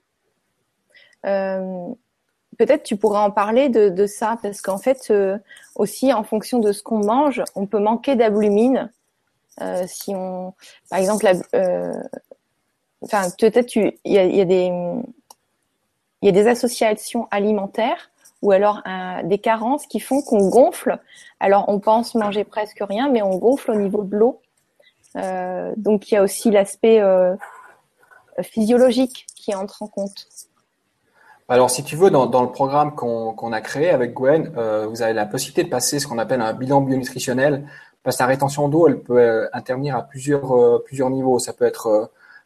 Euh, peut-être tu pourrais en parler de, de ça, parce qu'en fait, euh, aussi, en fonction de ce qu'on mange, on peut manquer d'albumine. Euh, si on, par exemple, la, euh, enfin, peut-être il y a, y a des il y a des associations alimentaires ou alors un, des carences qui font qu'on gonfle. Alors, on pense manger presque rien, mais on gonfle au niveau de l'eau. Euh, donc, il y a aussi l'aspect euh, physiologique qui entre en compte. Alors, si tu veux, dans, dans le programme qu'on, qu'on a créé avec Gwen, euh, vous avez la possibilité de passer ce qu'on appelle un bilan bionutritionnel, parce que la rétention d'eau, elle peut euh, intervenir à plusieurs, euh, plusieurs niveaux. Ça peut être euh,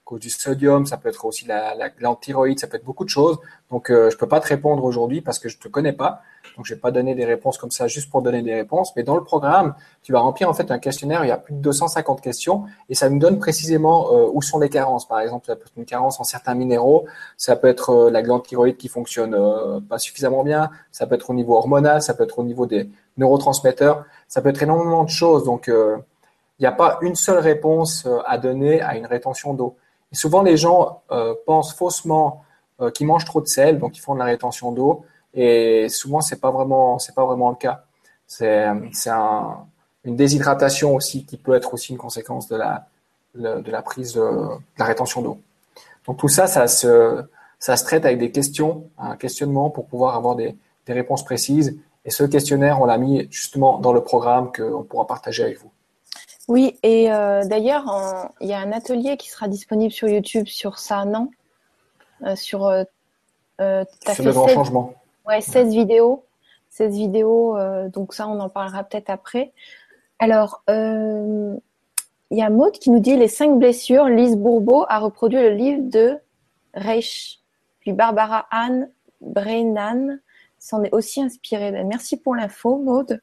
cause du sodium, ça peut être aussi la, la glande thyroïde, ça peut être beaucoup de choses. Donc, euh, je peux pas te répondre aujourd'hui parce que je te connais pas. Donc, je vais pas donner des réponses comme ça juste pour donner des réponses. Mais dans le programme, tu vas remplir en fait un questionnaire. Il y a plus de deux cent cinquante questions et ça nous donne précisément euh, où sont les carences. Par exemple, ça peut être une carence en certains minéraux. Ça peut être euh, la glande thyroïde qui fonctionne euh, pas suffisamment bien. Ça peut être au niveau hormonal. Ça peut être au niveau des neurotransmetteurs. Ça peut être énormément de choses. Donc, euh, il n'y a pas une seule réponse euh, à donner à une rétention d'eau. Et souvent, les gens euh, pensent faussement euh, qu'ils mangent trop de sel, donc ils font de la rétention d'eau. Et souvent, c'est pas vraiment, c'est pas vraiment le cas. C'est, c'est un, une déshydratation aussi qui peut être aussi une conséquence de la, le- de la prise de, de la rétention d'eau. Donc tout ça, ça se, ça se traite avec des questions, un questionnement pour pouvoir avoir des, des réponses précises. Et ce questionnaire, on l'a mis justement dans le programme qu'on pourra partager avec vous. Oui, et euh, d'ailleurs, en- il y a un atelier qui sera disponible sur YouTube sur ça, non? Euh, sur, euh, euh, t'as Sur fait le grand seize, changement. ouais, seize vidéos. seize vidéos, euh, donc ça, on en parlera peut-être après. Alors, euh, il y a Maud qui nous dit les cinq blessures. Lise Bourbeau a reproduit le livre de Reich. Puis Barbara Ann Brennan s'en est aussi inspirée. Merci pour l'info, Maud.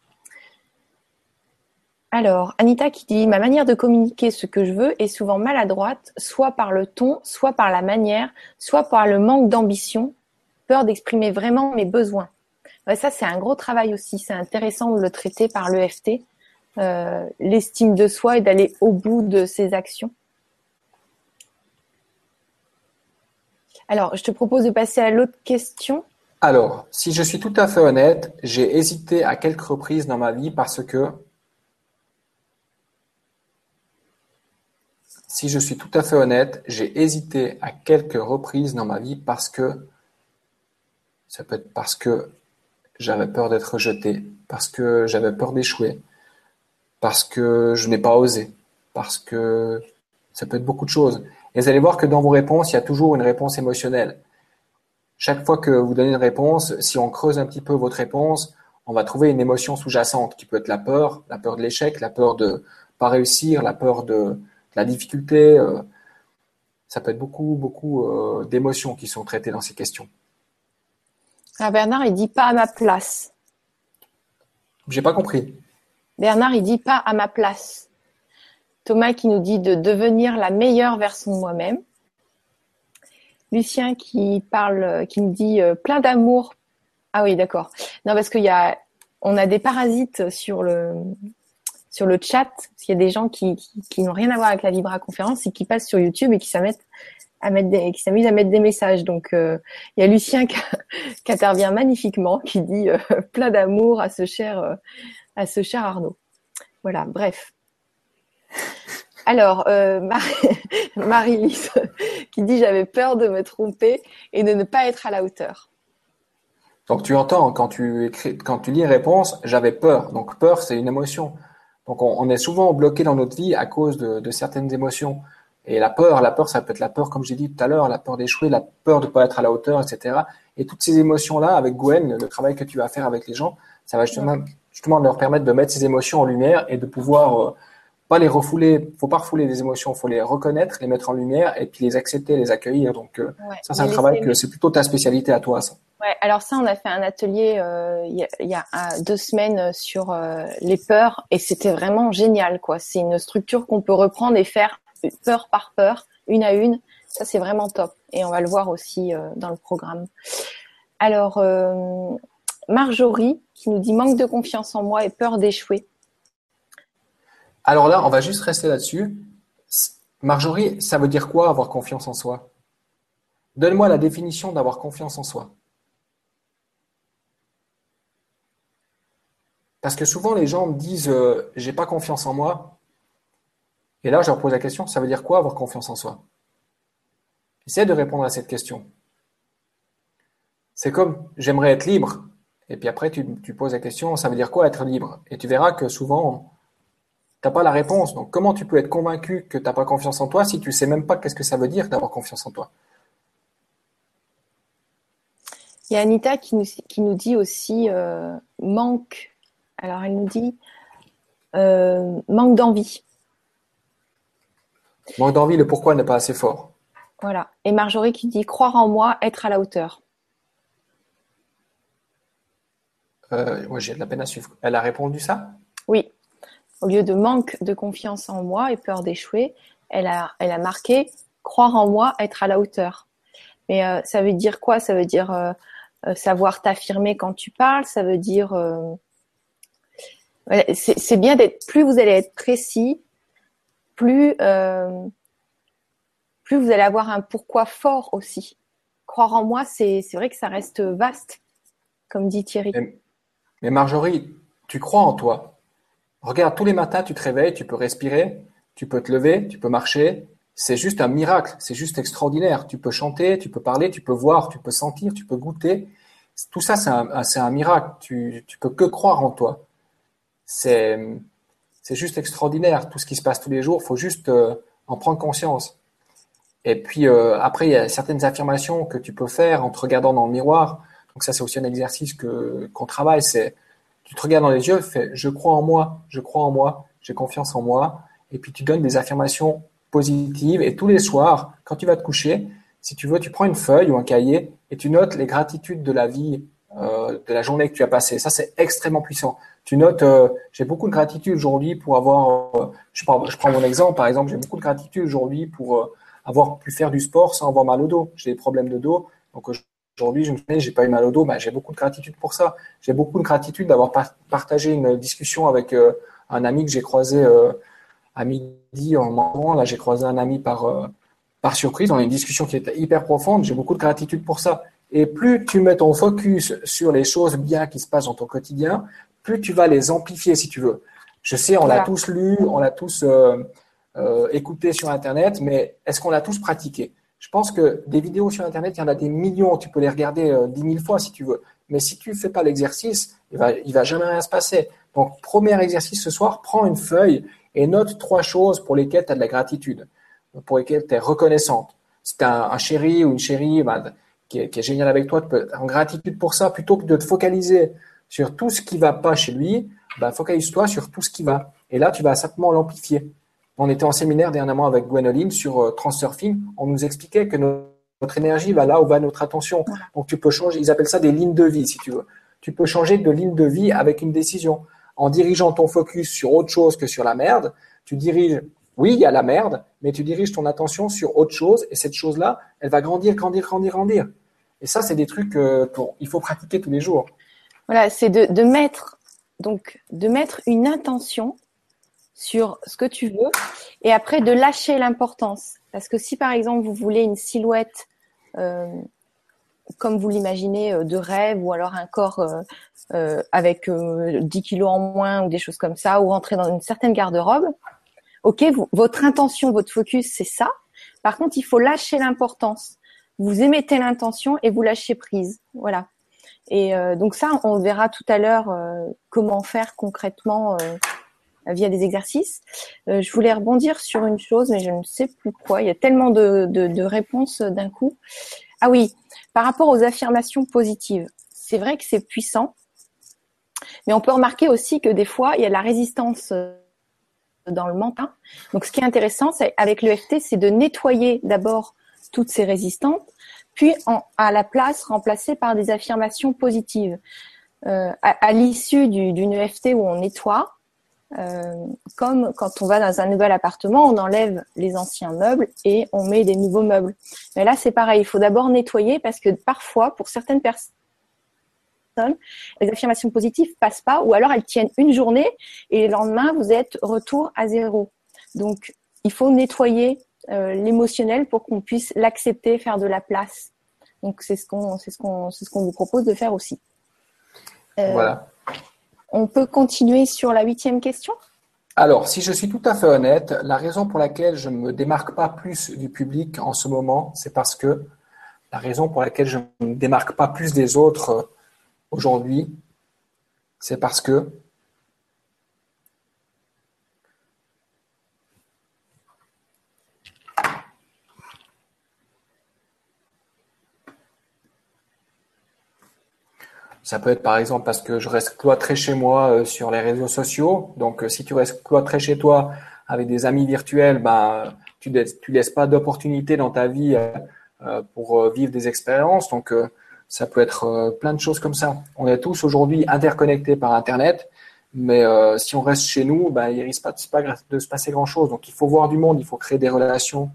Alors, Anita qui dit « Ma manière de communiquer ce que je veux est souvent maladroite, soit par le ton, soit par la manière, soit par le manque d'ambition, peur d'exprimer vraiment mes besoins. » Ouais, ça, c'est un gros travail aussi. C'est intéressant de le traiter par l'E F T, euh, l'estime de soi et d'aller au bout de ses actions. Alors, je te propose de passer à l'autre question. Alors, si je suis tout à fait honnête, j'ai hésité à quelques reprises dans ma vie parce que Si je suis tout à fait honnête, j'ai hésité à quelques reprises dans ma vie parce que ça peut être parce que j'avais peur d'être rejeté, parce que j'avais peur d'échouer, parce que je n'ai pas osé, parce que ça peut être beaucoup de choses. Et vous allez voir que dans vos réponses, il y a toujours une réponse émotionnelle. Chaque fois que vous donnez une réponse, si on creuse un petit peu votre réponse, on va trouver une émotion sous-jacente qui peut être la peur, la peur de l'échec, la peur de pas réussir, la peur de, de la difficulté. euh, Ça peut être beaucoup, beaucoup euh, d'émotions qui sont traitées dans ces questions. Alors Bernard, il dit « pas à ma place ». J'ai pas compris. Bernard, il dit « pas à ma place ». Thomas qui nous dit de devenir la meilleure version de moi-même. Lucien qui parle, qui nous dit euh, plein d'amour. Ah oui, d'accord. Non, parce qu'il y a, on a des parasites sur le, sur le chat, parce qu'il y a des gens qui, qui, qui n'ont rien à voir avec la Vibra conférence et qui passent sur YouTube et qui s'amusent à mettre des, qui s'amusent à mettre des messages. Donc, euh, il y a Lucien qui, qui intervient magnifiquement, qui dit euh, plein d'amour à ce cher, euh, à ce cher Arnaud. Voilà, bref. Alors, euh, Marie- Marie-Lise qui dit « J'avais peur de me tromper et de ne pas être à la hauteur ». Donc tu entends, quand tu écris, quand tu lis une réponse, j'avais peur. Donc peur, c'est une émotion. Donc on, on est souvent bloqué dans notre vie à cause de, de certaines émotions. Et la peur, la peur, ça peut être la peur, comme j'ai dit tout à l'heure, la peur d'échouer, la peur de ne pas être à la hauteur, et cetera. Et toutes ces émotions-là, avec Gwen, le travail que tu vas faire avec les gens, ça va justement, justement leur permettre de mettre ces émotions en lumière et de pouvoir euh, pas les refouler. Faut pas refouler les émotions, faut les reconnaître, les mettre en lumière et puis les accepter, les accueillir. Donc euh, Ouais, ça, c'est un mais travail laissez- que c'est plutôt ta spécialité à toi, ça. Ouais, alors ça, on a fait un atelier euh, il y a, il y a un- deux semaines sur euh, les peurs et c'était vraiment génial, quoi. C'est une structure qu'on peut reprendre et faire peur par peur, une à une. Ça, c'est vraiment top. Et on va le voir aussi euh, dans le programme. Alors, euh, Marjorie qui nous dit manque de confiance en moi et peur d'échouer. Alors là, on va juste rester là-dessus. Marjorie, ça veut dire quoi avoir confiance en soi? Donne-moi la définition d'avoir confiance en soi. Parce que souvent les gens me disent euh, j'ai pas confiance en moi. Et là, je leur pose la question, ça veut dire quoi avoir confiance en soi? Essaie de répondre à cette question. C'est comme j'aimerais être libre. Et puis après, tu, tu poses la question, ça veut dire quoi être libre? Et tu verras que souvent, t'as pas la réponse. Donc comment tu peux être convaincu que t'as pas confiance en toi si tu sais même pas qu'est-ce que ça veut dire d'avoir confiance en toi? Il y a Anita qui nous, qui nous dit aussi euh, manque. Alors, elle nous dit euh, manque d'envie. Manque d'envie, le pourquoi n'est pas assez fort. Voilà. Et Marjorie qui dit croire en moi, être à la hauteur. Euh, moi, j'ai de la peine à suivre. Elle a répondu ça? Oui. Au lieu de manque de confiance en moi et peur d'échouer, elle a, elle a marqué croire en moi, être à la hauteur. Mais euh, ça veut dire quoi? Ça veut dire euh, euh, savoir t'affirmer quand tu parles. Ça veut dire euh, c'est, c'est bien d'être. Plus vous allez être précis, plus euh, plus vous allez avoir un pourquoi fort aussi. Croire en moi, c'est c'est vrai que ça reste vaste, comme dit Thierry. Mais, mais Marjorie, tu crois en toi. Regarde, tous les matins, tu te réveilles, tu peux respirer, tu peux te lever, tu peux marcher. C'est juste un miracle, c'est juste extraordinaire. Tu peux chanter, tu peux parler, tu peux voir, tu peux sentir, tu peux goûter. Tout ça, c'est un, c'est un miracle. Tu, tu peux que croire en toi. C'est, c'est juste extraordinaire. Tout ce qui se passe tous les jours, faut juste euh, en prendre conscience. Et puis euh, après, il y a certaines affirmations que tu peux faire en te regardant dans le miroir. Donc ça, c'est aussi un exercice que qu'on travaille. C'est tu te regardes dans les yeux, fais je crois en moi, je crois en moi, j'ai confiance en moi. Et puis tu donnes des affirmations positives. Et tous les soirs, quand tu vas te coucher, si tu veux, tu prends une feuille ou un cahier et tu notes les gratitudes de la vie, euh, de la journée que tu as passée. Ça, c'est extrêmement puissant. Tu notes, euh, j'ai beaucoup de gratitude aujourd'hui pour avoir, euh, je, prends, je prends mon exemple, par exemple, j'ai beaucoup de gratitude aujourd'hui pour euh, avoir pu faire du sport sans avoir mal au dos. J'ai des problèmes de dos, donc aujourd'hui, je me dis, j'ai pas eu mal au dos, ben, j'ai beaucoup de gratitude pour ça. J'ai beaucoup de gratitude d'avoir par- partagé une discussion avec euh, un ami que j'ai croisé euh, à midi en mangeant. Là, j'ai croisé un ami par euh, par surprise. On a eu une discussion qui était hyper profonde. J'ai beaucoup de gratitude pour ça. Et plus tu mets ton focus sur les choses bien qui se passent dans ton quotidien, plus tu vas les amplifier si tu veux. Je sais, on l'a Voilà. tous lu, on l'a tous euh, euh, écouté sur Internet, mais est-ce qu'on l'a tous pratiqué? Je pense que des vidéos sur Internet, il y en a des millions. Tu peux les regarder euh, dix mille fois si tu veux. Mais si tu ne fais pas l'exercice, il va, il va jamais rien se passer. Donc, premier exercice ce soir, prends une feuille et note trois choses pour lesquelles tu as de la gratitude, pour lesquelles tu es reconnaissante. Si tu as un, un chéri ou une chérie ben, qui, est, qui est génial avec toi, tu peux être en gratitude pour ça, plutôt que de te focaliser sur tout ce qui va pas chez lui, ben, focalise-toi sur tout ce qui va. Et là, tu vas simplement l'amplifier. On était en séminaire dernièrement avec Gwenoline sur euh, Transurfing. On nous expliquait que no- notre énergie va là où va notre attention. Donc, tu peux changer, ils appellent ça des lignes de vie, si tu veux. Tu peux changer de ligne de vie avec une décision. En dirigeant ton focus sur autre chose que sur la merde, tu diriges, oui, il y a la merde, mais tu diriges ton attention sur autre chose et cette chose-là, elle va grandir, grandir, grandir, grandir. Et ça, c'est des trucs euh, qu'il faut pratiquer tous les jours. Voilà, c'est de, de mettre donc de mettre une intention sur ce que tu veux et après de lâcher l'importance. Parce que si par exemple vous voulez une silhouette euh, comme vous l'imaginez euh, de rêve ou alors un corps euh, euh, avec euh, dix kilos en moins ou des choses comme ça ou rentrer dans une certaine garde-robe, ok, vous, votre intention, votre focus c'est ça. Par contre, il faut lâcher l'importance. Vous émettez l'intention et vous lâchez prise. Voilà. Et euh, donc ça, on verra tout à l'heure euh, comment faire concrètement euh, via des exercices. Euh, je voulais rebondir sur une chose, mais je ne sais plus quoi. Il y a tellement de, de, de réponses d'un coup. Ah oui, par rapport aux affirmations positives, c'est vrai que c'est puissant, mais on peut remarquer aussi que des fois, il y a de la résistance dans le mental. Donc ce qui est intéressant, c'est, avec l'E F T, c'est de nettoyer d'abord toutes ces résistances, puis en, à la place remplacer par des affirmations positives. Euh, à, à l'issue du, d'une E F T où on nettoie, euh, comme quand on va dans un nouvel appartement, on enlève les anciens meubles et on met des nouveaux meubles. Mais là, c'est pareil, il faut d'abord nettoyer parce que parfois, pour certaines personnes, les affirmations positives passent pas ou alors elles tiennent une journée et le lendemain, vous êtes retour à zéro. Donc, il faut nettoyer euh, l'émotionnel pour qu'on puisse l'accepter, faire de la place. Donc, c'est ce qu'on, c'est ce qu'on, c'est ce qu'on vous propose de faire aussi. Euh, Voilà. On peut continuer sur la huitième question? Alors, si je suis tout à fait honnête, la raison pour laquelle je ne me démarque pas plus du public en ce moment, c'est parce que la raison pour laquelle je ne me démarque pas plus des autres euh, aujourd'hui, c'est parce que ça peut être par exemple parce que je reste cloîtré chez moi euh, sur les réseaux sociaux. Donc, euh, si tu restes cloîtré chez toi avec des amis virtuels, ben, tu laisses, tu laisses pas d'opportunités dans ta vie euh, pour euh, vivre des expériences. Donc, euh, ça peut être euh, plein de choses comme ça. On est tous aujourd'hui interconnectés par Internet, mais euh, si on reste chez nous, ben, il risque pas, pas de se passer grand-chose. Donc, il faut voir du monde, il faut créer des relations.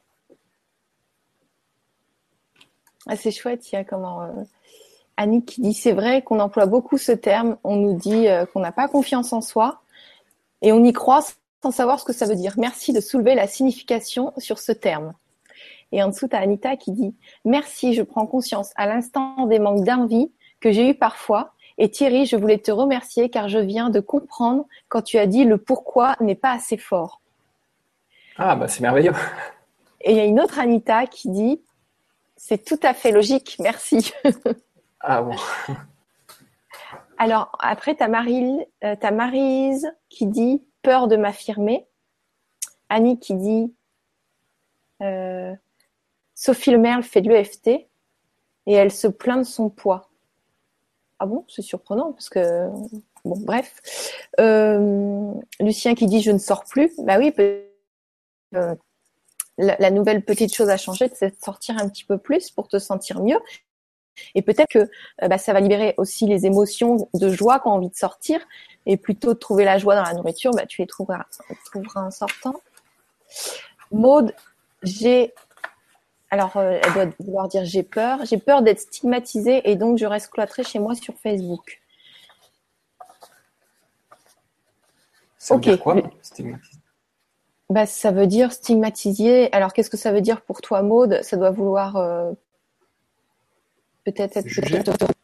Ah, c'est chouette, il y a comment… Euh... Annie qui dit, c'est vrai qu'on emploie beaucoup ce terme, on nous dit euh, qu'on n'a pas confiance en soi et on y croit sans savoir ce que ça veut dire. Merci de soulever la signification sur ce terme. Et en dessous, tu as Anita qui dit, merci, je prends conscience à l'instant des manques d'envie que j'ai eu parfois. Et Thierry, je voulais te remercier car je viens de comprendre quand tu as dit le pourquoi n'est pas assez fort. Ah, bah c'est merveilleux. Et il y a une autre Anita qui dit, c'est tout à fait logique, merci. Ah bon. Alors, après, tu as Marie, euh, t'as Maryse qui dit « peur de m'affirmer ». Annie qui dit euh, « Sophie Lemerle fait de l'E F T et elle se plaint de son poids ». Ah bon, c'est surprenant parce que… Bon, bref. Euh, Lucien qui dit « je ne sors plus ». Bah oui, euh, la, la nouvelle petite chose à changer, c'est de sortir un petit peu plus pour te sentir mieux. Et peut-être que euh, bah, ça va libérer aussi les émotions de joie quand on a envie de sortir. Et plutôt de trouver la joie dans la nourriture, bah, tu les trouveras, trouveras en sortant. Maude, j'ai… Alors, euh, elle doit vouloir dire j'ai peur. J'ai peur d'être stigmatisée et donc je reste cloîtrée chez moi sur Facebook. Ça veut Ok. dire quoi, stigmatisé? Bah, ça veut dire stigmatiser. Alors, qu'est-ce que ça veut dire pour toi, Maude? Ça doit vouloir… Euh, Peut-être être Jugé.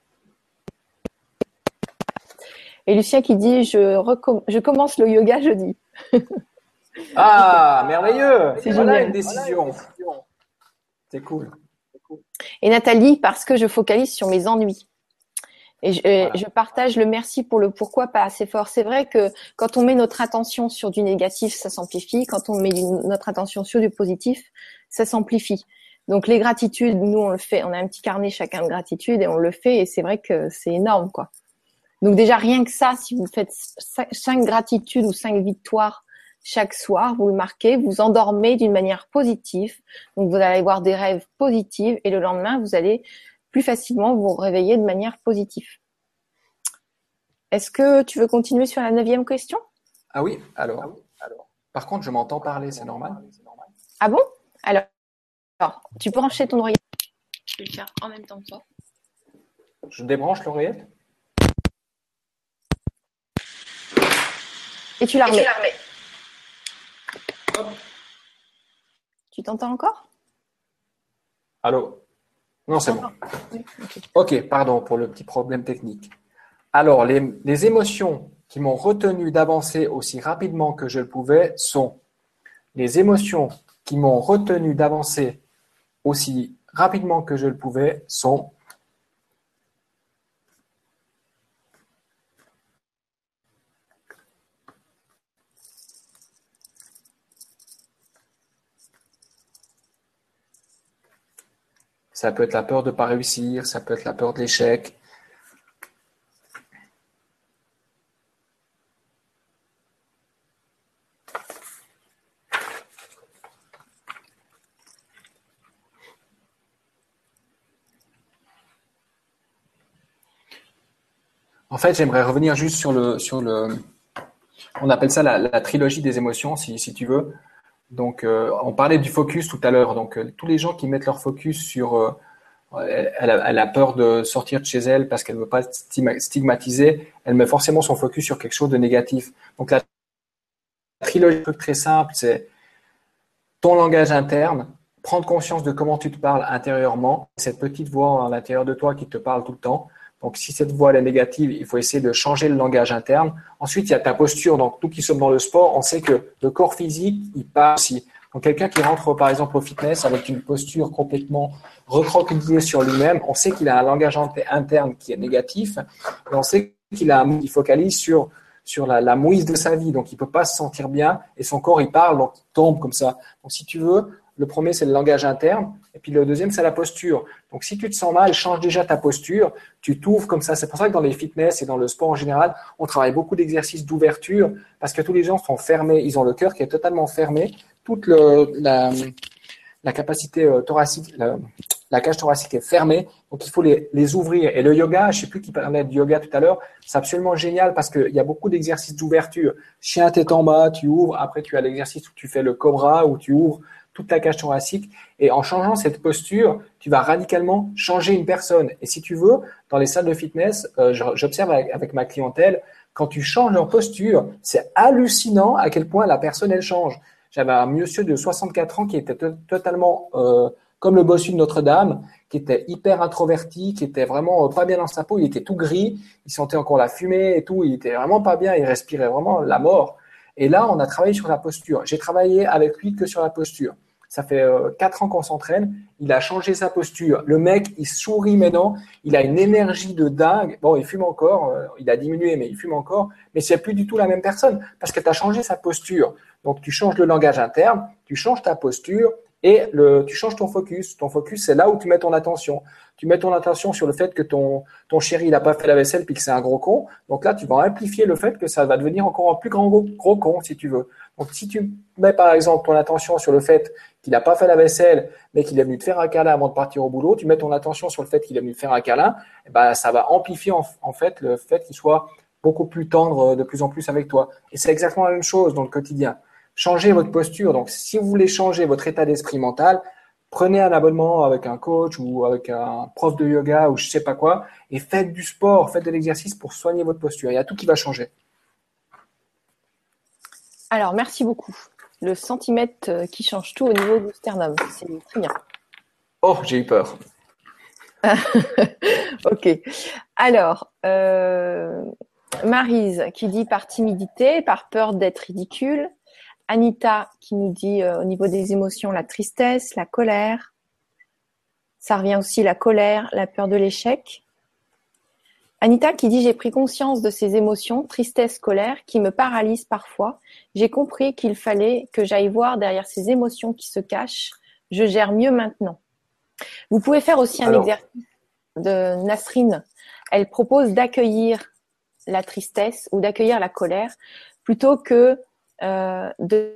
Et Lucien qui dit je, recomm- je commence le yoga jeudi. Ah, merveilleux. C'est voilà génial. une décision. C'est cool. Et Nathalie, parce que je focalise sur mes ennuis. Et je, voilà. je partage le merci pour le pourquoi pas assez fort. C'est vrai que quand on met notre attention sur du négatif, ça s'amplifie. Quand on met du, notre attention sur du positif, ça s'amplifie. Donc les gratitudes, nous on le fait, on a un petit carnet chacun de gratitude et on le fait et c'est vrai que c'est énorme quoi. Donc déjà rien que ça, si vous faites cinq gratitudes ou cinq victoires chaque soir, vous le marquez, vous endormez d'une manière positive. Donc vous allez avoir des rêves positifs et le lendemain vous allez plus facilement vous réveiller de manière positive. Est-ce que tu veux continuer sur la neuvième question? Ah oui, alors. Ah oui, alors. Par contre, je m'entends parler, c'est normal? Ah bon? Alors. Alors, tu peux brancher ton oreillette. Je vais le faire en même temps que toi. Je débranche l'oreillette. Et tu la remets. Et tu la remets. Hop. Tu t'entends encore? Allô? Non, c'est bon. Oui, okay. Ok, pardon pour le petit problème technique. Alors, les, les émotions qui m'ont retenu d'avancer aussi rapidement que je le pouvais sont les émotions qui m'ont retenu d'avancer aussi rapidement que je le pouvais sont ça peut être la peur de ne pas réussir, ça peut être la peur de l'échec. En fait, j'aimerais revenir juste sur le, sur le, on appelle ça la, la trilogie des émotions, si, si tu veux. Donc, euh, on parlait du focus tout à l'heure. Donc, euh, tous les gens qui mettent leur focus sur, euh, elle, a, elle a peur de sortir de chez elle parce qu'elle ne veut pas être stigmatisée, elle met forcément son focus sur quelque chose de négatif. Donc, la trilogie, un truc très simple, c'est ton langage interne, prendre conscience de comment tu te parles intérieurement, cette petite voix à l'intérieur de toi qui te parle tout le temps. Donc, si cette voix elle est négative, il faut essayer de changer le langage interne. Ensuite, il y a ta posture. Donc, nous qui sommes dans le sport, on sait que le corps physique, il part aussi. Donc, quelqu'un qui rentre, par exemple, au fitness avec une posture complètement recroquevillée sur lui-même, on sait qu'il a un langage interne qui est négatif. Et on sait qu'il a, il focalise sur, sur la, la mouise de sa vie. Donc, il peut pas se sentir bien et son corps, il parle, donc il tombe comme ça. Donc, si tu veux, le premier, c'est le langage interne. Et puis, le deuxième, c'est la posture. Donc, si tu te sens mal, change déjà ta posture. Tu t'ouvres comme ça. C'est pour ça que dans les fitness et dans le sport en général, on travaille beaucoup d'exercices d'ouverture parce que tous les gens sont fermés. Ils ont le cœur qui est totalement fermé. toute le, la, la capacité euh, thoracique, la, la cage thoracique est fermée, donc il faut les, les ouvrir. Et le yoga, je sais plus qui parlait de yoga tout à l'heure, c'est absolument génial parce qu'il y a beaucoup d'exercices d'ouverture. Chien tête en bas, tu ouvres. Après, tu as l'exercice où tu fais le cobra, où tu ouvres toute la cage thoracique. Et en changeant cette posture, tu vas radicalement changer une personne. Et si tu veux, dans les salles de fitness, euh, j'observe avec, avec ma clientèle, quand tu changes leur posture, c'est hallucinant à quel point la personne, elle change. J'avais un monsieur de soixante-quatre ans qui était to- totalement euh, comme le bossu de Notre-Dame, qui était hyper introverti, qui était vraiment pas bien dans sa peau. Il était tout gris, il sentait encore la fumée et tout. Il était vraiment pas bien, il respirait vraiment la mort. Et là, on a travaillé sur la posture. J'ai travaillé avec lui que sur la posture. Ça fait euh, quatre ans qu'on s'entraîne. Il a changé sa posture. Le mec, il sourit maintenant. Il a une énergie de dingue. Bon, il fume encore. Euh, il a diminué, mais il fume encore. Mais c'est plus du tout la même personne parce que tu as changé sa posture. Donc, tu changes le langage interne, tu changes ta posture et le, tu changes ton focus. Ton focus, c'est là où tu mets ton attention. Tu mets ton attention sur le fait que ton, ton chéri, il n'a pas fait la vaisselle puis que c'est un gros con. Donc là, tu vas amplifier le fait que ça va devenir encore un plus grand gros, gros con, si tu veux. Donc, si tu mets, par exemple, ton attention sur le fait qu'il n'a pas fait la vaisselle, mais qu'il est venu te faire un câlin avant de partir au boulot, tu mets ton attention sur le fait qu'il est venu te faire un câlin, et ben, ça va amplifier, en, en fait, le fait qu'il soit beaucoup plus tendre de plus en plus avec toi. Et c'est exactement la même chose dans le quotidien. Changez votre posture. Donc, si vous voulez changer votre état d'esprit mental, prenez un abonnement avec un coach ou avec un prof de yoga ou je sais pas quoi et faites du sport, faites de l'exercice pour soigner votre posture. Il y a tout qui va changer. Alors, merci beaucoup. Le centimètre qui change tout au niveau du sternum. C'est très bien. Oh, j'ai eu peur. Ok. Alors, euh, Maryse qui dit par timidité, par peur d'être ridicule. Anita qui nous dit euh, au niveau des émotions, la tristesse, la colère. Ça revient aussi la colère, la peur de l'échec. Anita qui dit « J'ai pris conscience de ces émotions, tristesse, colère, qui me paralysent parfois. J'ai compris qu'il fallait que j'aille voir derrière ces émotions qui se cachent. Je gère mieux maintenant. » Vous pouvez faire aussi un Alors, exercice de Nasrine. Elle propose d'accueillir la tristesse ou d'accueillir la colère plutôt que euh, de,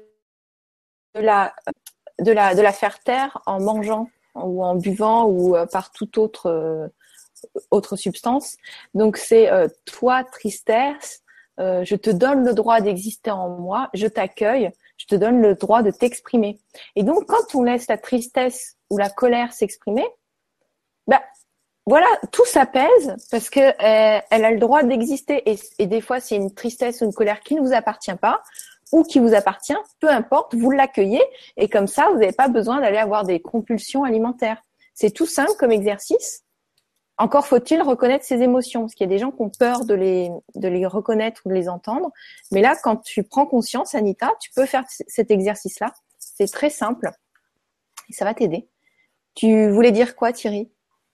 de, la, de, la, de la faire taire en mangeant ou en buvant ou euh, par toute autre... Euh, autre substance. Donc c'est euh, toi tristesse, euh, je te donne le droit d'exister en moi, je t'accueille, je te donne le droit de t'exprimer. Et donc quand on laisse la tristesse ou la colère s'exprimer, bah voilà, tout s'apaise parce que euh, elle a le droit d'exister et, et des fois c'est une tristesse ou une colère qui ne vous appartient pas ou qui vous appartient, peu importe, vous l'accueillez et comme ça vous n'avez pas besoin d'aller avoir des compulsions alimentaires. C'est tout simple comme exercice. Encore faut-il reconnaître ses émotions, parce qu'il y a des gens qui ont peur de les, de les reconnaître ou de les entendre. Mais là, quand tu prends conscience, Anita, tu peux faire c- cet exercice-là. C'est très simple et ça va t'aider. Tu voulais dire quoi, Thierry ?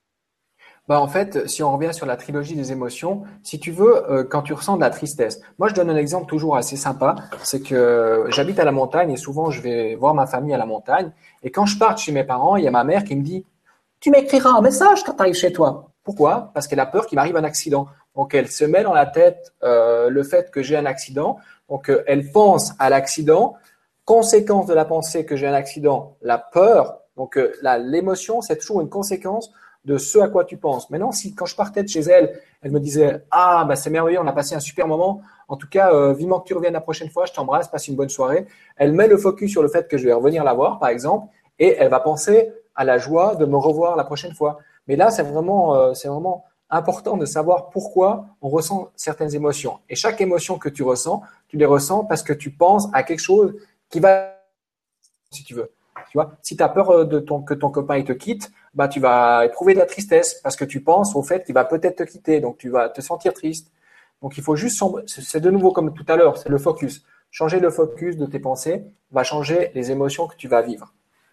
Bah en fait, si on revient sur la trilogie des émotions, si tu veux, euh, quand tu ressens de la tristesse, moi je donne un exemple toujours assez sympa, c'est que j'habite à la montagne et souvent je vais voir ma famille à la montagne. Et quand je pars chez mes parents, il y a ma mère qui me dit « Tu m'écriras un message quand tu arrives chez toi ». Pourquoi ? Parce qu'elle a peur qu'il m'arrive un accident. Donc, elle se met dans la tête euh, le fait que j'ai un accident. Donc, euh, elle pense à l'accident. Conséquence de la pensée que j'ai un accident, la peur. Donc, euh, la, l'émotion, c'est toujours une conséquence de ce à quoi tu penses. Maintenant, si quand je partais de chez elle, elle me disait « Ah, bah, c'est merveilleux, on a passé un super moment. En tout cas, euh, vivement que tu reviennes la prochaine fois, je t'embrasse, passe une bonne soirée. » Elle met le focus sur le fait que je vais revenir la voir, par exemple, et elle va penser à la joie de me revoir la prochaine fois. Mais là, c'est vraiment, euh, c'est vraiment important de savoir pourquoi on ressent certaines émotions. Et chaque émotion que tu ressens, tu les ressens parce que tu penses à quelque chose qui va, si tu veux. Tu vois, si tu as peur de ton, que ton copain il te quitte, bah, tu vas éprouver de la tristesse parce que tu penses au fait qu'il va peut-être te quitter. Donc, tu vas te sentir triste. Donc, il faut juste, c'est de nouveau comme tout à l'heure, c'est le focus. Changer le focus de tes pensées va changer les émotions que tu vas vivre.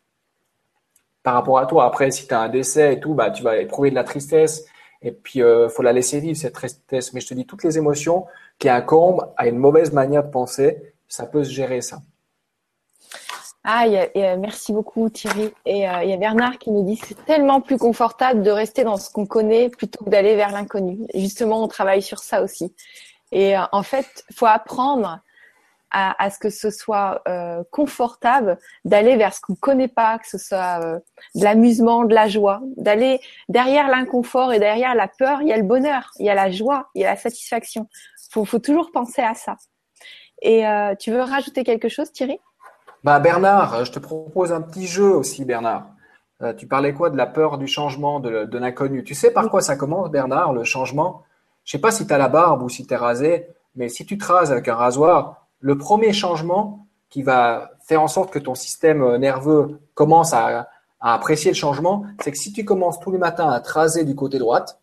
Par rapport à toi. Après, si tu as un décès et tout, bah, tu vas éprouver de la tristesse et puis il euh, faut la laisser vivre, cette tristesse. Mais je te dis, toutes les émotions qui incombent à une mauvaise manière de penser, ça peut se gérer, ça. Ah, y a, y a, merci beaucoup Thierry. Et il euh, y a Bernard qui nous dit c'est tellement plus confortable de rester dans ce qu'on connaît plutôt que d'aller vers l'inconnu. Et justement, on travaille sur ça aussi. Et euh, en fait, faut apprendre à, à ce que ce soit euh, confortable d'aller vers ce qu'on connaît pas, que ce soit euh, de l'amusement, de la joie, d'aller derrière l'inconfort et derrière la peur, il y a le bonheur, il y a la joie, il y a la satisfaction. Faut, faut toujours penser à ça. Et euh, tu veux rajouter quelque chose, Thierry? Bah Bernard, je te propose un petit jeu aussi, Bernard. Euh, tu parlais quoi de la peur du changement, de, de l'inconnu. Tu sais par quoi ça commence, Bernard, le changement? Je sais pas si tu as la barbe ou si tu es rasé, mais si tu te rases avec un rasoir, le premier changement qui va faire en sorte que ton système nerveux commence à, à apprécier le changement, c'est que si tu commences tous les matins à te raser du côté droite,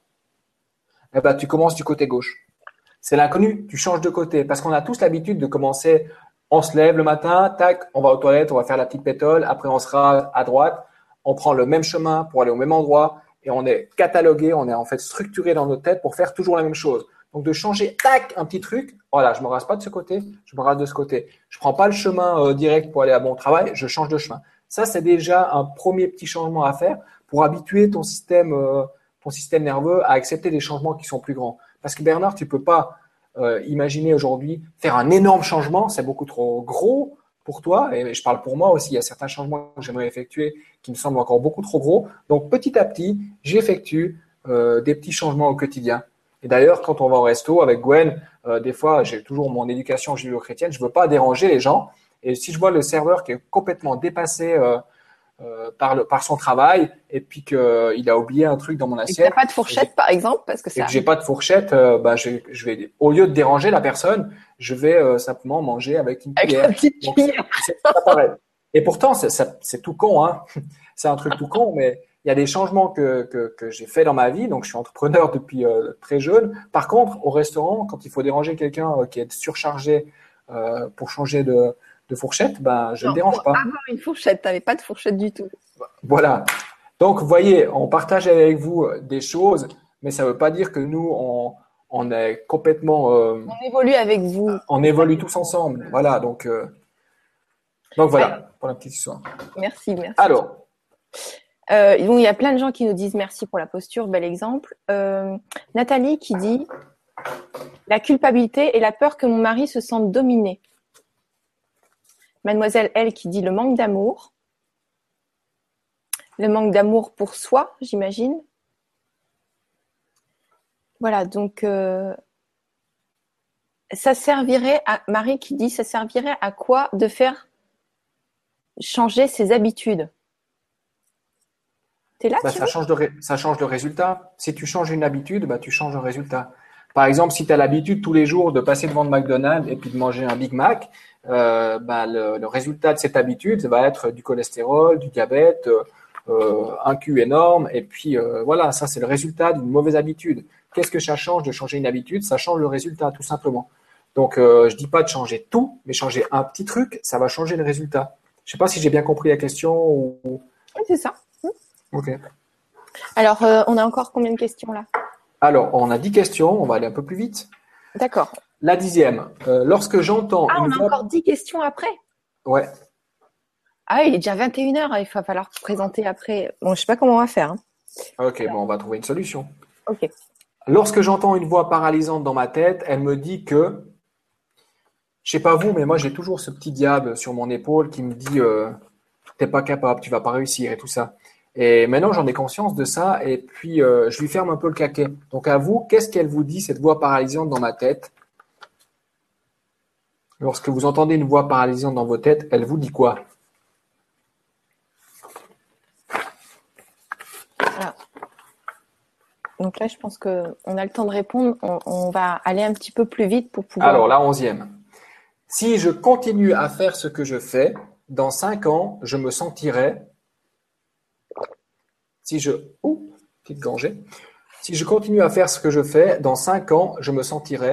eh ben, tu commences du côté gauche. C'est l'inconnu, tu changes de côté. Parce qu'on a tous l'habitude de commencer, on se lève le matin, tac, on va aux toilettes, on va faire la petite pétole, après on sera à droite, on prend le même chemin pour aller au même endroit et on est catalogué, on est en fait structuré dans notre tête pour faire toujours la même chose. Donc de changer, tac, un petit truc, voilà, je me rase pas de ce côté, je me rase de ce côté. Je prends pas le chemin euh, direct pour aller à mon travail, je change de chemin. Ça, c'est déjà un premier petit changement à faire pour habituer ton système, euh, ton système nerveux à accepter des changements qui sont plus grands. Parce que Bernard, tu peux pas euh, imaginer aujourd'hui faire un énorme changement, c'est beaucoup trop gros pour toi, et je parle pour moi aussi, il y a certains changements que j'aimerais effectuer qui me semblent encore beaucoup trop gros. Donc petit à petit, j'effectue euh, des petits changements au quotidien. Et d'ailleurs, quand on va au resto avec Gwen, euh, des fois, j'ai toujours mon éducation judéo-chrétienne, je veux pas déranger les gens. Et si je vois le serveur qui est complètement dépassé euh, euh, par, le, par son travail et puis qu'il euh, a oublié un truc dans mon Et que assiette, t'as pas de fourchette, par exemple, parce que et ça que j'ai arrive. pas de fourchette, euh, bah, je, je vais, au lieu de déranger la personne, je vais euh, simplement manger avec une Avec cuillère. la petite Donc, cuillère. c'est pas pareil. Et pourtant, c'est, ça- c'est tout con, hein. C'est un truc tout con, mais il y a des changements que, que, que j'ai fait dans ma vie. Donc, je suis entrepreneur depuis euh, très jeune. Par contre, au restaurant, quand il faut déranger quelqu'un euh, qui est surchargé euh, pour changer de, de fourchette, ben, je ne Non, le dérange pour pas. avoir une fourchette, t'avais pas de fourchette du tout. Voilà. Donc, vous voyez, on partage avec vous des choses, mais ça ne veut pas dire que nous, on, on est complètement, euh, On évolue avec vous. on évolue tous ensemble. Voilà. Donc, euh, donc Alors, voilà pour la petite histoire. merci, merci. Alors, Euh, bon, il y a plein de gens qui nous disent merci pour la posture, bel exemple. Euh, Nathalie qui dit la culpabilité et la peur que mon mari se sente dominé. Mademoiselle L qui dit le manque d'amour. Le manque d'amour pour soi, j'imagine. Voilà, donc euh, ça servirait à Marie qui dit ça servirait à quoi de faire changer ses habitudes. T'es là, bah, Thierry? ça change de, ré- ça change de résultat. Si tu changes une habitude, bah, tu changes un résultat. Par exemple, si tu as l'habitude tous les jours de passer devant le McDonald's et puis de manger un Big Mac, euh, bah, le, le résultat de cette habitude va être du cholestérol, du diabète, euh, un Q énorme. Et puis euh, voilà, ça c'est le résultat d'une mauvaise habitude. Qu'est-ce que ça change de changer une habitude? Ça change le résultat, tout simplement. Donc, euh, je dis pas de changer tout, mais changer un petit truc, ça va changer le résultat. Je sais pas si j'ai bien compris la question ou. Oui, c'est ça. Ok. Alors, euh, on a encore combien de questions là? Alors, on a dix questions, on va aller un peu plus vite. D'accord. La dixième, euh, lorsque j'entends Ah, une on a voix. encore dix questions après. Ouais. Ah, il est déjà vingt et une heures, il va falloir présenter après. Bon, je sais pas comment on va faire. Hein. Ok, bon, on va trouver une solution. Ok. Lorsque j'entends une voix paralysante dans ma tête, elle me dit que, je sais pas vous, mais moi j'ai toujours ce petit diable sur mon épaule qui me dit euh, t'es pas capable, tu vas pas réussir et tout ça. Et maintenant j'en ai conscience de ça et puis euh, je lui ferme un peu le claquet. Donc à vous, qu'est-ce qu'elle vous dit cette voix paralysante dans ma tête? Lorsque vous entendez une voix paralysante dans vos têtes, elle vous dit quoi? Voilà. Donc là, je pense qu'on a le temps de répondre. On, on va aller un petit peu plus vite pour pouvoir. Alors la onzième. Si je continue à faire ce que je fais, dans cinq ans, je me sentirai. Si je. Ouh, petite gorgée. Si je continue à faire ce que je fais, dans cinq ans, je me sentirai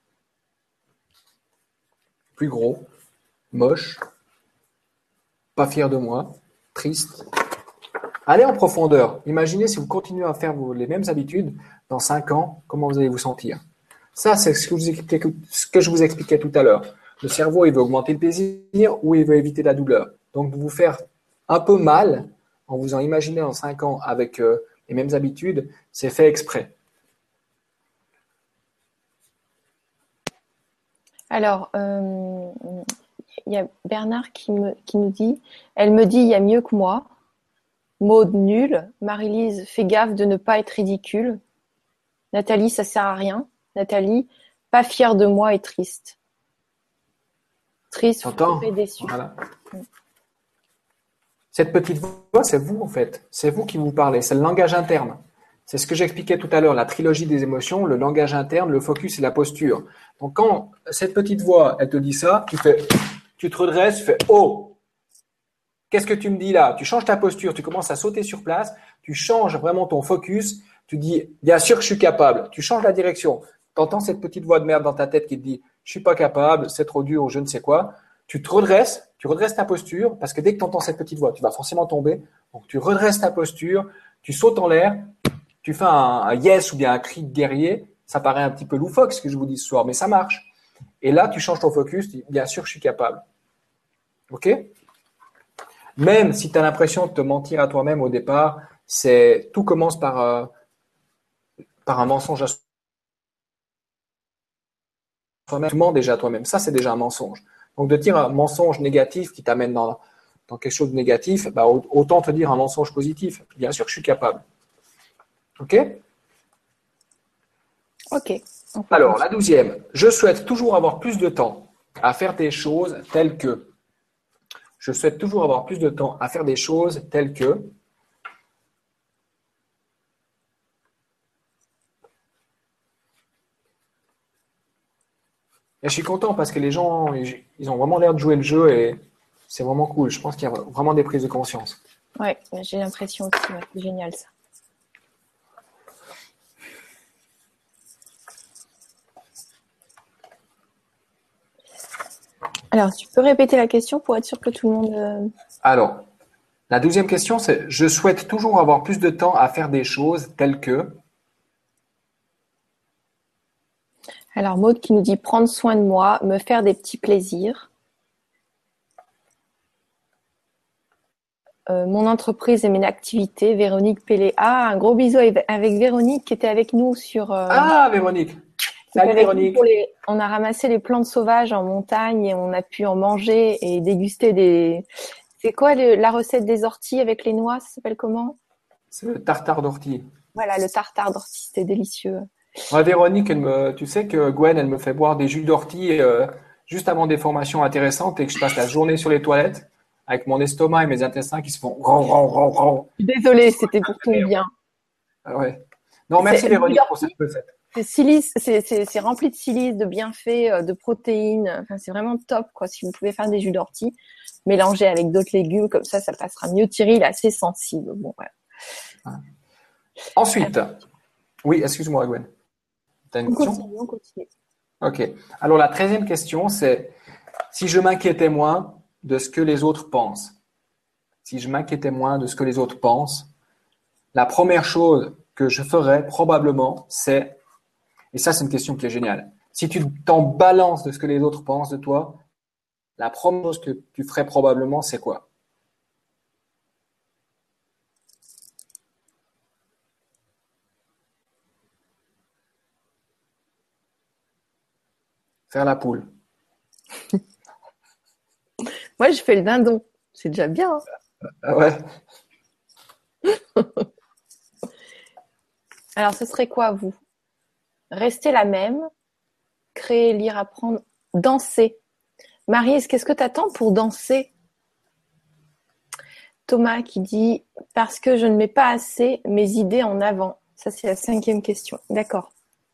plus gros, moche, pas fier de moi, triste. Allez en profondeur. Imaginez si vous continuez à faire vos, les mêmes habitudes, dans cinq ans, comment vous allez vous sentir. Ça, c'est ce que, je vous expliquais, ce que je vous expliquais tout à l'heure. Le cerveau, il veut augmenter le plaisir ou il veut éviter la douleur. Donc, vous faire un peu mal en vous en imaginant dans cinq ans avec euh, les mêmes habitudes, c'est fait exprès. Alors, euh, il y a Bernard qui, me, qui nous dit « Elle me dit, il y a mieux que moi. Maud, nul. Marie-Lise, fais gaffe de ne pas être ridicule. Nathalie, ça sert à rien. Nathalie, pas fière de moi et triste. Triste, frustrée, déçue. Voilà. Cette petite voix, c'est vous en fait. C'est vous qui vous parlez. C'est le langage interne. C'est ce que j'expliquais tout à l'heure, la trilogie des émotions, le langage interne, le focus et la posture. Donc quand cette petite voix, elle te dit ça, tu fais, tu te redresses, tu fais « Oh !» Qu'est-ce que tu me dis là? Tu changes ta posture, tu commences à sauter sur place, tu changes vraiment ton focus, tu dis « Bien sûr que je suis capable ». Tu changes la direction. Tu entends cette petite voix de merde dans ta tête qui te dit « Je suis pas capable, c'est trop dur, je ne sais quoi ». Tu te redresses, tu redresses ta posture parce que dès que tu entends cette petite voix, tu vas forcément tomber. Donc tu redresses ta posture, tu sautes en l'air, tu fais un, un yes ou bien un cri de guerrier. Ça paraît un petit peu loufoque ce que je vous dis ce soir, mais ça marche. Et là, tu changes ton focus, tu dis « Bien sûr, je suis capable ». Ok? Même si tu as l'impression de te mentir à toi-même au départ, c'est tout commence par, euh, par un mensonge à soi-même. Tu mens déjà à toi-même. Ça, c'est déjà un mensonge. Donc, de dire un mensonge négatif qui t'amène dans, dans quelque chose de négatif, bah, autant te dire un mensonge positif. Bien sûr que je suis capable. OK? Ok. Alors, la douzième. Je souhaite toujours avoir plus de temps à faire des choses telles que. Je souhaite toujours avoir plus de temps à faire des choses telles que. Et je suis content parce que les gens, ils ont vraiment l'air de jouer le jeu et c'est vraiment cool. Je pense qu'il y a vraiment des prises de conscience. Ouais, j'ai l'impression aussi. Ouais, c'est génial ça. Alors, tu peux répéter la question pour être sûr que tout le monde… Euh... Alors, la douzième question, c'est « Je souhaite toujours avoir plus de temps à faire des choses telles que… » Alors, Maud qui nous dit « Prendre soin de moi, me faire des petits plaisirs. Euh, mon entreprise et mes activités. » Véronique Pellet. Ah, un gros bisou avec Véronique qui était avec nous sur… Euh... Ah, Véronique. Salut Véronique. Les... On a ramassé les plantes sauvages en montagne et on a pu en manger et déguster des… C'est quoi le, la recette des orties avec les noix? Ça s'appelle comment? C'est le tartare d'ortie. Voilà, le tartare d'ortie, c'était délicieux. Ouais, Véronique, elle me, tu sais que Gwen, elle me fait boire des jus d'ortie euh, juste avant des formations intéressantes et que je passe la journée sur les toilettes avec mon estomac et mes intestins qui se font ron, ron, ron, ron. Désolée, c'était pour ton bien. Ah ouais. Non, merci Véronique pour cette recette. C'est silice, c'est, c'est, c'est rempli de silice, de bienfaits, de protéines. Enfin, c'est vraiment top, quoi. Si vous pouvez faire des jus d'ortie, mélanger avec d'autres légumes, comme ça, ça passera mieux. Thierry, il est assez sensible. Bon, voilà. Ah. Ensuite, oui, excuse-moi, Gwen. T'as une on question? continue, on continue. Ok. Alors, la treizième question, c'est si je m'inquiétais moins de ce que les autres pensent. Si je m'inquiétais moins de ce que les autres pensent, la première chose que je ferais probablement, c'est et ça, c'est une question qui est géniale. Si tu t'en balances de ce que les autres pensent de toi, la première chose que tu ferais probablement, c'est quoi? Faire la poule. Moi, je fais le dindon. C'est déjà bien. Hein. Ah ouais. Alors, ce serait quoi, vous? Rester la même, créer, lire, apprendre, danser. Maryse, qu'est-ce que tu attends pour danser? Thomas qui dit « Parce que je ne mets pas assez mes idées en avant ». Ça, c'est la cinquième question. D'accord.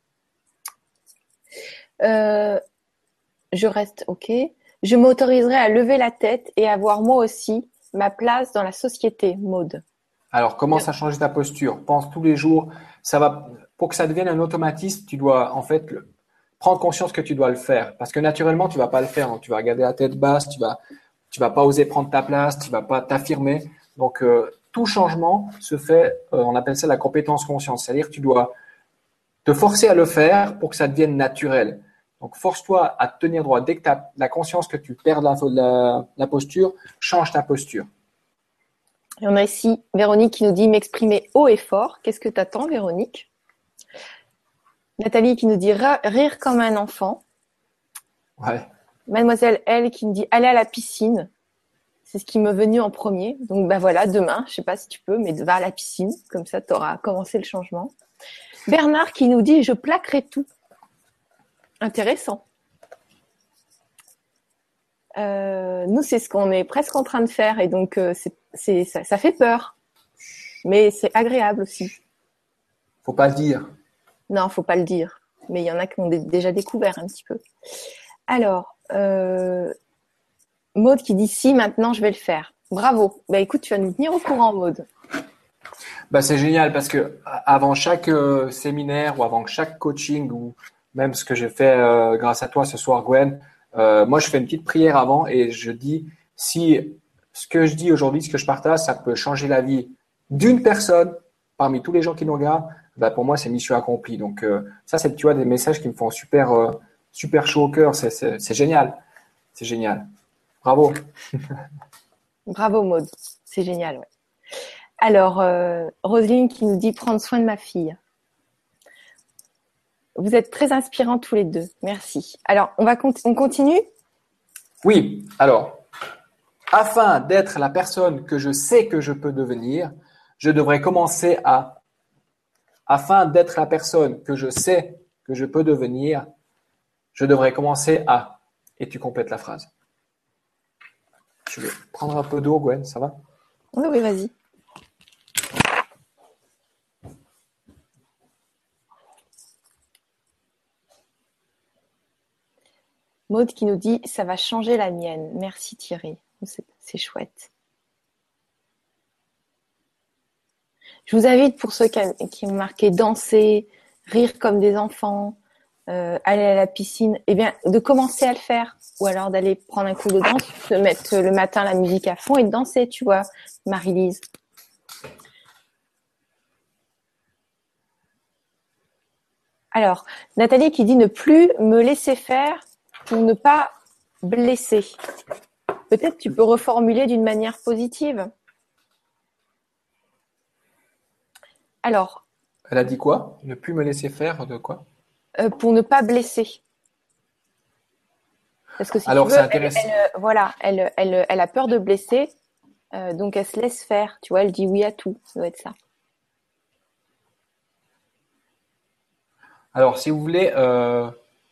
Euh, je reste OK. Je m'autoriserai à lever la tête et avoir moi aussi ma place dans la société, Maud. Alors, commence à changer ta posture. Pense tous les jours. Ça va, pour que ça devienne un automatisme, tu dois en fait le, prendre conscience que tu dois le faire. Parce que naturellement, tu vas pas le faire. Donc, tu vas garder la tête basse, tu vas, tu vas pas oser prendre ta place, tu vas pas t'affirmer. Donc, euh, tout changement se fait, euh, on appelle ça la compétence conscience. C'est-à-dire que tu dois te forcer à le faire pour que ça devienne naturel. Donc, force-toi à te tenir droit. Dès que tu as la conscience que tu perds la, la, la posture, change ta posture. Et on a ici Véronique qui nous dit « M'exprimer haut et fort ». Qu'est-ce que tu attends, Véronique? Nathalie qui nous dit « Rire comme un enfant ». Ouais. Mademoiselle L qui me dit aller à la piscine. C'est ce qui m'est venu en premier. Donc, bah voilà, demain, je sais pas si tu peux, mais va à la piscine. Comme ça, tu auras commencé le changement. Bernard qui nous dit, je plaquerai tout. Intéressant. Euh, nous, c'est ce qu'on est presque en train de faire. Et donc, euh, c'est, c'est, ça, ça fait peur. Mais c'est agréable aussi. Faut pas le dire. Non, faut pas le dire. Mais il y en a qui ont déjà découvert un petit peu. Alors, euh, Maud qui dit si, maintenant je vais le faire. Bravo. Bah écoute, tu vas nous tenir au courant, Maud. Bah c'est génial parce que avant chaque euh, séminaire ou avant chaque coaching ou même ce que j'ai fait euh, grâce à toi ce soir, Gwen, euh, moi je fais une petite prière avant et je dis si ce que je dis aujourd'hui, ce que je partage, ça peut changer la vie d'une personne parmi tous les gens qui nous regardent, bah pour moi c'est mission accomplie. Donc euh, ça c'est tu vois des messages qui me font super euh, super chaud au cœur. C'est c'est, c'est génial, c'est génial. Bravo. Bravo, Maud. C'est génial, ouais. Alors, euh, Roselyne qui nous dit prendre soin de ma fille. Vous êtes très inspirants tous les deux. Merci. Alors, on va cont- on continue? Oui. Alors, afin d'être la personne que je sais que je peux devenir, je devrais commencer à. Afin d'être la personne que je sais que je peux devenir, je devrais commencer à. Et tu complètes la phrase. Je vais prendre un peu d'eau, Gwen, ça va? Oui, oui, vas-y. Maud qui nous dit ça va changer la mienne. Merci Thierry. C'est, c'est chouette. Je vous invite pour ceux qui, a, qui ont marqué danser, rire comme des enfants, euh, aller à la piscine, eh bien de commencer à le faire, ou alors d'aller prendre un cours de danse, se mettre le matin la musique à fond et de danser, tu vois, Marie-Lise. Alors, Nathalie qui dit ne plus me laisser faire pour ne pas blesser. Peut-être tu peux reformuler d'une manière positive. Alors. Elle a dit quoi? Ne plus me laisser faire de quoi? euh, Pour ne pas blesser. Parce que si Alors, tu veux, c'est elle, intéressant. elle, voilà, elle, elle, elle a peur de blesser, euh, donc elle se laisse faire. Tu vois, elle dit oui à tout. Ça doit être ça. Alors, si vous voulez, euh,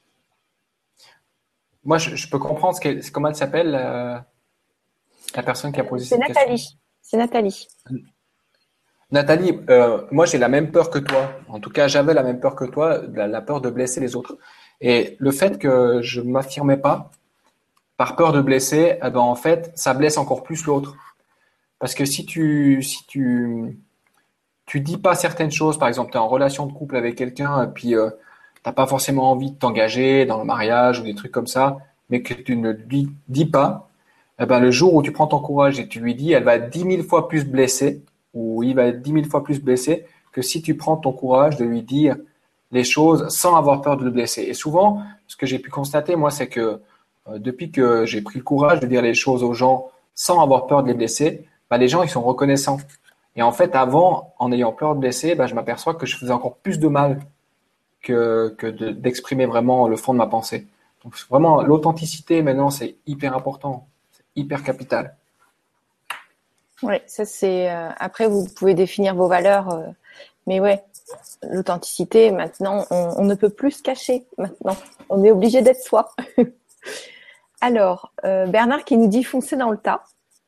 moi, je, je peux comprendre ce qu'elle, comment elle s'appelle, euh, la personne qui a posé C'est cette question. Nathalie. C'est Nathalie. Nathalie, euh, moi, j'ai la même peur que toi. En tout cas, j'avais la même peur que toi, la, la peur de blesser les autres. Et le fait que je ne m'affirmais pas, par peur de blesser, eh ben, en fait, ça blesse encore plus l'autre. Parce que si tu, si tu, tu dis pas certaines choses, par exemple, tu es en relation de couple avec quelqu'un, et puis euh, t'as pas forcément envie de t'engager dans le mariage ou des trucs comme ça, mais que tu ne lui dis pas, eh ben, le jour où tu prends ton courage et tu lui dis, elle va être dix mille fois plus blessée, ou il va être dix mille fois plus blessé que si tu prends ton courage de lui dire les choses sans avoir peur de le blesser. Et souvent, ce que j'ai pu constater, moi, c'est que euh, depuis que j'ai pris le courage de dire les choses aux gens sans avoir peur de les blesser, bah, les gens, ils sont reconnaissants. Et en fait, avant, en ayant peur de blesser, bah, je m'aperçois que je faisais encore plus de mal que, que de, d'exprimer vraiment le fond de ma pensée. Donc, vraiment, l'authenticité, maintenant, c'est hyper important. C'est hyper capital. Oui, ça c'est. Euh, après, vous pouvez définir vos valeurs, euh, mais ouais, l'authenticité. Maintenant, on, on ne peut plus se cacher. Maintenant, on est obligé d'être soi. Alors, euh, Bernard qui nous dit foncer dans le tas.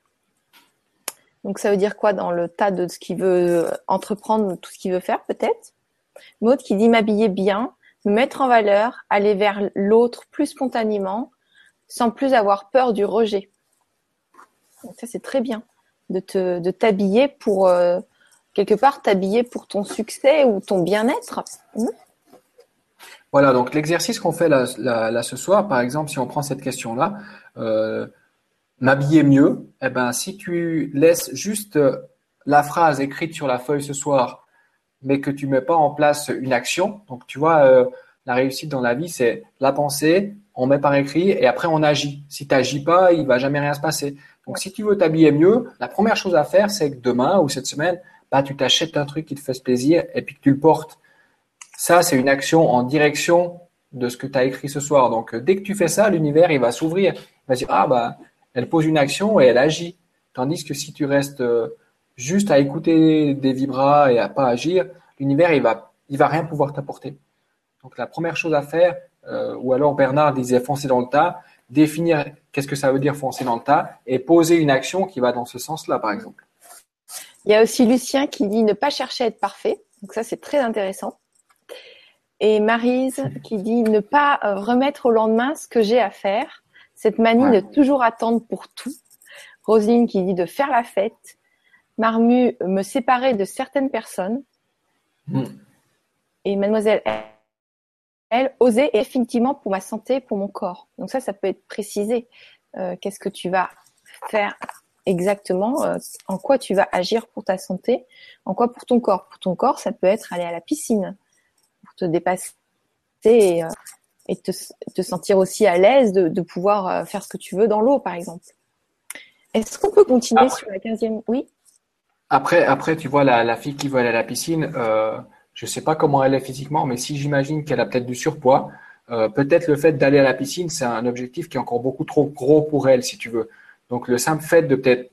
Donc, ça veut dire quoi dans le tas de ce qu'il veut entreprendre, tout ce qu'il veut faire, peut-être. Maud qui dit m'habiller bien, me mettre en valeur, aller vers l'autre plus spontanément, sans plus avoir peur du rejet. Donc, ça, c'est très bien. De, te, de t'habiller pour, euh, quelque part, t'habiller pour ton succès ou ton bien-être. Mmh. Voilà, donc l'exercice qu'on fait là, là, là ce soir, par exemple, si on prend cette question-là, euh, m'habiller mieux, eh ben, si tu laisses juste la phrase écrite sur la feuille ce soir, mais que tu mets pas en place une action, donc tu vois, euh, la réussite dans la vie, c'est la pensée, on met par écrit et après on agit. Si tu n'agis pas, il va jamais rien se passer. Donc, si tu veux t'habiller mieux, la première chose à faire, c'est que demain ou cette semaine, bah, tu t'achètes un truc qui te fasse plaisir et puis que tu le portes. Ça, c'est une action en direction de ce que tu as écrit ce soir. Donc, dès que tu fais ça, l'univers, il va s'ouvrir. Il va se dire, ah, bah, elle pose une action et elle agit. Tandis que si tu restes euh, juste à écouter des vibras et à pas agir, l'univers, il va, il va rien pouvoir t'apporter. Donc, la première chose à faire, euh, ou alors Bernard disait foncer dans le tas, définir qu'est-ce que ça veut dire foncer dans le tas et poser une action qui va dans ce sens-là, par exemple. Il y a aussi Lucien qui dit ne pas chercher à être parfait. Donc ça, c'est très intéressant. Et Maryse qui dit ne pas remettre au lendemain ce que j'ai à faire. Cette manie Ouais. de toujours attendre pour tout. Roselyne qui dit de faire la fête. Marmu, me séparer de certaines personnes. Mm. Et mademoiselle, elle, oser effectivement pour ma santé, pour mon corps. Donc ça, ça peut être précisé. Euh, qu'est-ce que tu vas faire exactement, euh, en quoi tu vas agir pour ta santé, en quoi pour ton corps. Pour ton corps, ça peut être aller à la piscine, pour te dépasser et, euh, et te, te sentir aussi à l'aise de, de pouvoir euh, faire ce que tu veux dans l'eau, par exemple. Est-ce qu'on peut continuer Après, sur la quinzième? Oui. après, après, tu vois, la, la fille qui veut aller à la piscine, euh, je sais pas comment elle est physiquement, mais si j'imagine qu'elle a peut-être du surpoids, euh, peut-être le fait d'aller à la piscine, c'est un objectif qui est encore beaucoup trop gros pour elle, si tu veux. Donc, le simple fait de peut-être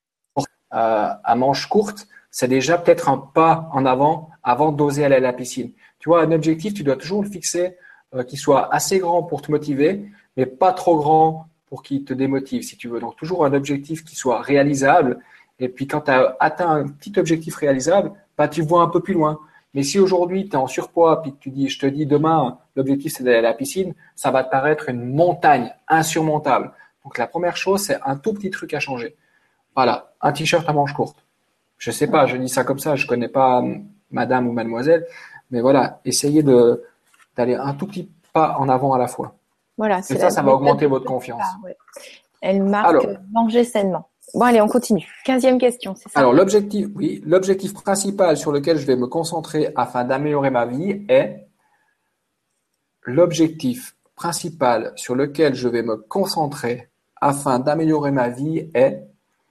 euh, à manches courtes, c'est déjà peut-être un pas en avant avant d'oser aller à la piscine. Tu vois, un objectif, tu dois toujours le fixer euh, qui soit assez grand pour te motiver, mais pas trop grand pour qu'il te démotive, si tu veux. Donc, toujours un objectif qui soit réalisable. Et puis, quand tu as atteint un petit objectif réalisable, bah, tu vois un peu plus loin. Mais si aujourd'hui, tu es en surpoids, puis que tu dis, je te dis demain, l'objectif, c'est d'aller à la piscine, ça va te paraître une montagne insurmontable. Donc, la première chose, c'est un tout petit truc à changer. Voilà, un t-shirt à manches courtes. Je sais pas, je dis ça comme ça, je connais pas madame ou mademoiselle, mais voilà, essayez de d'aller un tout petit pas en avant à la fois. Voilà, Et c'est ça, la ça va méthode augmenter des votre petits confiance. pas, ouais. Elle marque Alors, manger sainement. Bon, allez, on continue. Quinzième question, c'est ça? alors l'objectif, oui, l'objectif principal sur lequel je vais me concentrer afin d'améliorer ma vie est l'objectif principal sur lequel je vais me concentrer afin d'améliorer ma vie est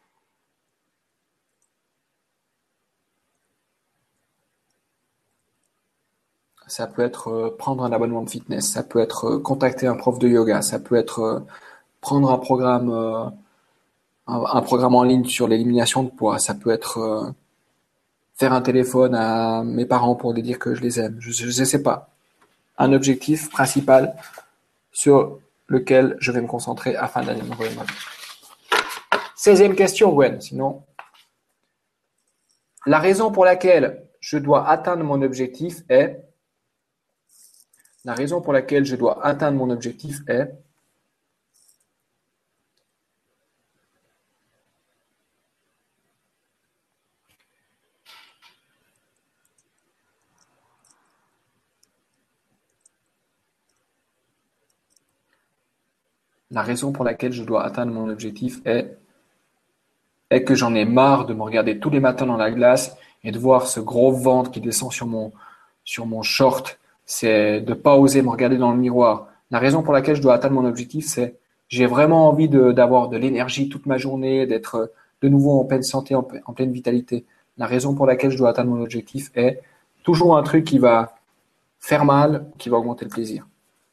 ça peut être euh, prendre un abonnement de fitness, ça peut être euh, contacter un prof de yoga, ça peut être euh, prendre un programme, euh, un, un programme en ligne sur l'élimination de poids, ça peut être euh, faire un téléphone à mes parents pour les dire que je les aime. Je ne sais pas. Un objectif principal sur lequel je vais me concentrer afin d'améliorer ma vie. seizième question, Gwen. Sinon, la raison pour laquelle je dois atteindre mon objectif est la raison pour laquelle je dois atteindre mon objectif est la raison pour laquelle je dois atteindre mon objectif est est que j'en ai marre de me regarder tous les matins dans la glace et de voir ce gros ventre qui descend sur mon, sur mon short. C'est de pas oser me regarder dans le miroir. La raison pour laquelle je dois atteindre mon objectif, c'est j'ai vraiment envie de, d'avoir de l'énergie toute ma journée, d'être de nouveau en pleine santé, en, en pleine vitalité. La raison pour laquelle je dois atteindre mon objectif est toujours un truc qui va faire mal, qui va augmenter le plaisir.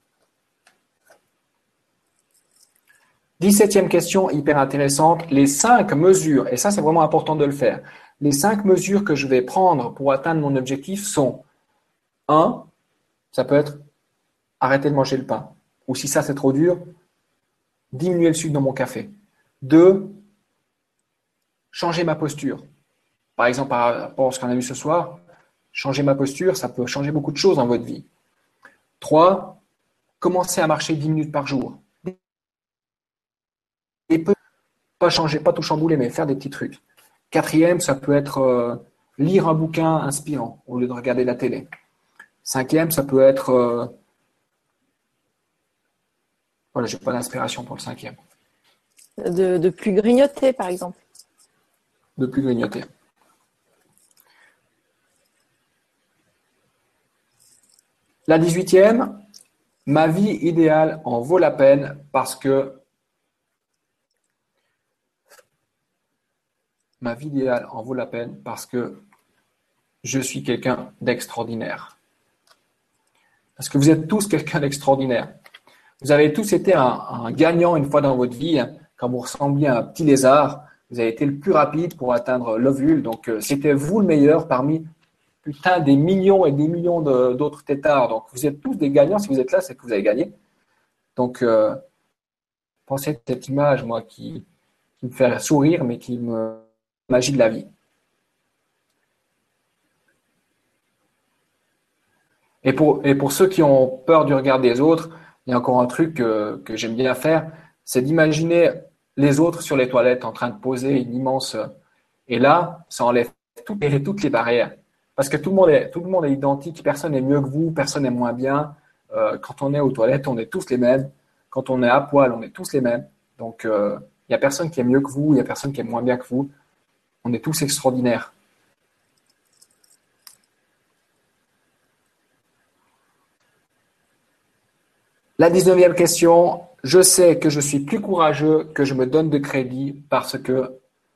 dix-septième question, hyper intéressante. Les cinq mesures, et ça c'est vraiment important de le faire, les cinq mesures que je vais prendre pour atteindre mon objectif sont un, ça peut être arrêter de manger le pain. Ou si ça c'est trop dur, diminuer le sucre dans mon café. deux, changer ma posture. Par exemple, par rapport à ce qu'on a vu ce soir, changer ma posture, ça peut changer beaucoup de choses dans votre vie. trois, commencer à marcher dix minutes par jour. Et peut pas changer, pas tout chambouler, mais faire des petits trucs. Quatrième, ça peut être euh, lire un bouquin inspirant au lieu de regarder la télé. Cinquième, ça peut être euh, voilà, j'ai pas d'inspiration pour le cinquième. De, de plus grignoter, par exemple. De plus grignoter. La dix-huitième, ma vie idéale en vaut la peine parce que ma vie idéale en vaut la peine parce que je suis quelqu'un d'extraordinaire. Parce que vous êtes tous quelqu'un d'extraordinaire. Vous avez tous été un, un gagnant une fois dans votre vie, quand vous ressembliez à un petit lézard. Vous avez été le plus rapide pour atteindre l'ovule. Donc, euh, c'était vous le meilleur parmi putain des millions et des millions de, d'autres têtards. Donc, vous êtes tous des gagnants. Si vous êtes là, c'est que vous avez gagné. Donc, euh, pensez à cette image, moi, qui, qui me fait sourire, mais qui me magie de la vie. Et pour, et pour ceux qui ont peur du regard des autres, il y a encore un truc que, que j'aime bien faire, c'est d'imaginer les autres sur les toilettes en train de poser une immense… Et là, ça enlève toutes les, toutes les barrières. Parce que tout le monde est, tout le monde est identique, personne n'est mieux que vous, personne n'est moins bien. Euh, quand on est aux toilettes, on est tous les mêmes. Quand on est à poil, on est tous les mêmes. Donc, euh, il n'y a personne qui est mieux que vous, il n'y a personne qui est moins bien que vous. On est tous extraordinaires. La dix-neuvième question, je sais que je suis plus courageux que je me donne de crédit parce que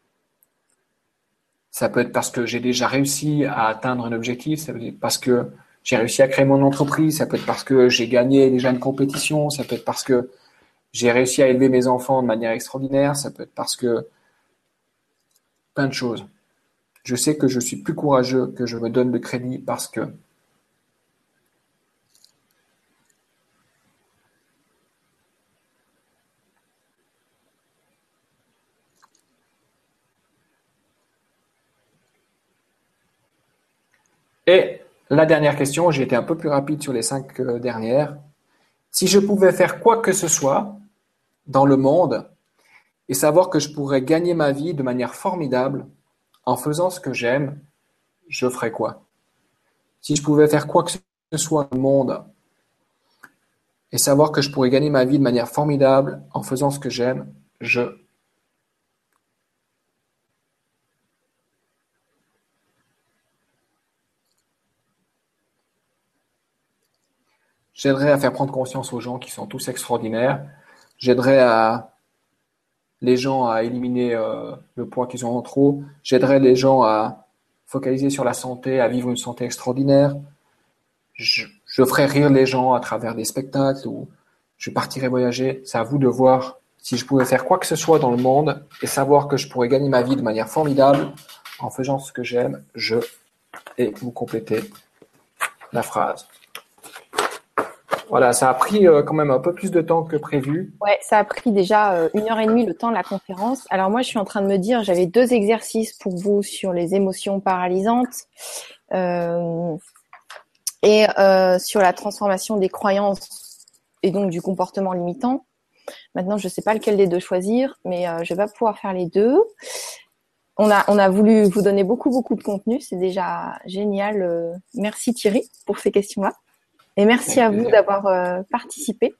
ça peut être parce que j'ai déjà réussi à atteindre un objectif, ça peut être parce que j'ai réussi à créer mon entreprise, ça peut être parce que j'ai gagné déjà une compétition, ça peut être parce que j'ai réussi à élever mes enfants de manière extraordinaire, ça peut être parce que plein de choses. Je sais que je suis plus courageux que je me donne de crédit parce que… Et la dernière question, j'ai été un peu plus rapide sur les cinq dernières. Si je pouvais faire quoi que ce soit dans le monde et savoir que je pourrais gagner ma vie de manière formidable en faisant ce que j'aime, je ferais quoi? Si je pouvais faire quoi que ce soit dans le monde et savoir que je pourrais gagner ma vie de manière formidable en faisant ce que j'aime, je… J'aiderais à faire prendre conscience aux gens qui sont tous extraordinaires. J'aiderais à les gens à éliminer euh, le poids qu'ils ont en trop. J'aiderais les gens à focaliser sur la santé, à vivre une santé extraordinaire. Je, je ferais rire les gens à travers des spectacles ou je partirais voyager. C'est à vous de voir si je pouvais faire quoi que ce soit dans le monde et savoir que je pourrais gagner ma vie de manière formidable en faisant ce que j'aime, je… Et vous complétez la phrase. Voilà, ça a pris euh, quand même un peu plus de temps que prévu. Ouais, ça a pris déjà euh, une heure et demie le temps de la conférence. Alors moi, je suis en train de me dire, j'avais deux exercices pour vous sur les émotions paralysantes euh, et euh, sur la transformation des croyances et donc du comportement limitant. Maintenant, je ne sais pas lequel des deux choisir, mais euh, je vais pas pouvoir faire les deux. On a, on a voulu vous donner beaucoup, beaucoup de contenu. C'est déjà génial. Euh, merci Thierry pour ces questions-là. Et merci à vous d'avoir euh, participé.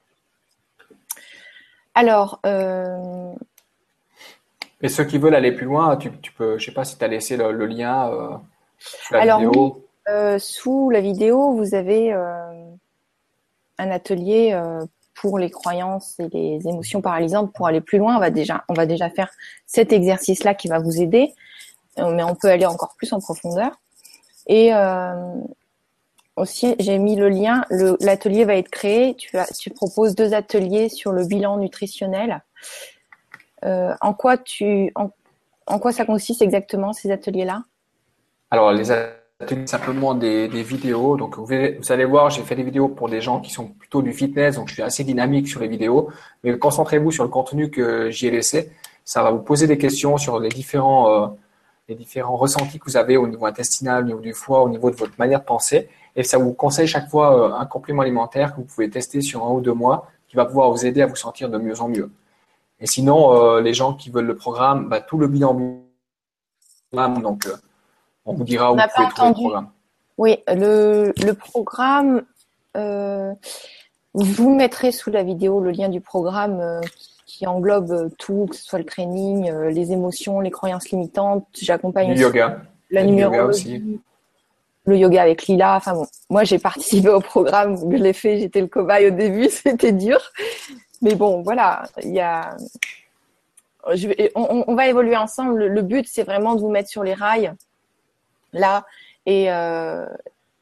Alors, euh... et ceux qui veulent aller plus loin, tu, tu peux, je sais pas si tu as laissé le, le lien euh, sous la Alors, vidéo. Oui, euh, sous la vidéo, vous avez euh, un atelier euh, pour les croyances et les émotions paralysantes. Pour aller plus loin, on va déjà, on va déjà faire cet exercice-là qui va vous aider, mais on peut aller encore plus en profondeur. Et euh, aussi, j'ai mis le lien. Le, l'atelier va être créé. Tu, as, tu proposes deux ateliers sur le bilan nutritionnel. Euh, en quoi tu, en, en quoi ça consiste exactement ces ateliers-là? Alors les ateliers, simplement des, des vidéos. Donc vous, verrez, vous allez voir, j'ai fait des vidéos pour des gens qui sont plutôt du fitness, donc je suis assez dynamique sur les vidéos. Mais concentrez-vous sur le contenu que j'y ai laissé. Ça va vous poser des questions sur les différents, euh, les différents ressentis que vous avez au niveau intestinal, au niveau du foie, au niveau de votre manière de penser. Et ça vous conseille chaque fois un complément alimentaire que vous pouvez tester sur un ou deux mois, qui va pouvoir vous aider à vous sentir de mieux en mieux. Et sinon, euh, les gens qui veulent le programme, bah, tout le bilan donc euh, on vous dira où vous pouvez trouver le programme. Oui, le, le programme, euh, vous mettrez sous la vidéo le lien du programme euh, qui englobe tout, que ce soit le training, euh, les émotions, les croyances limitantes. J'accompagne du aussi yoga, la numérologie. Yoga aussi. Le yoga avec Lila, enfin bon, moi j'ai participé au programme, je l'ai fait, j'étais le cobaye au début, c'était dur, mais bon, voilà, il y a, je vais, on, on va évoluer ensemble. Le, le but, c'est vraiment de vous mettre sur les rails, là, et, euh,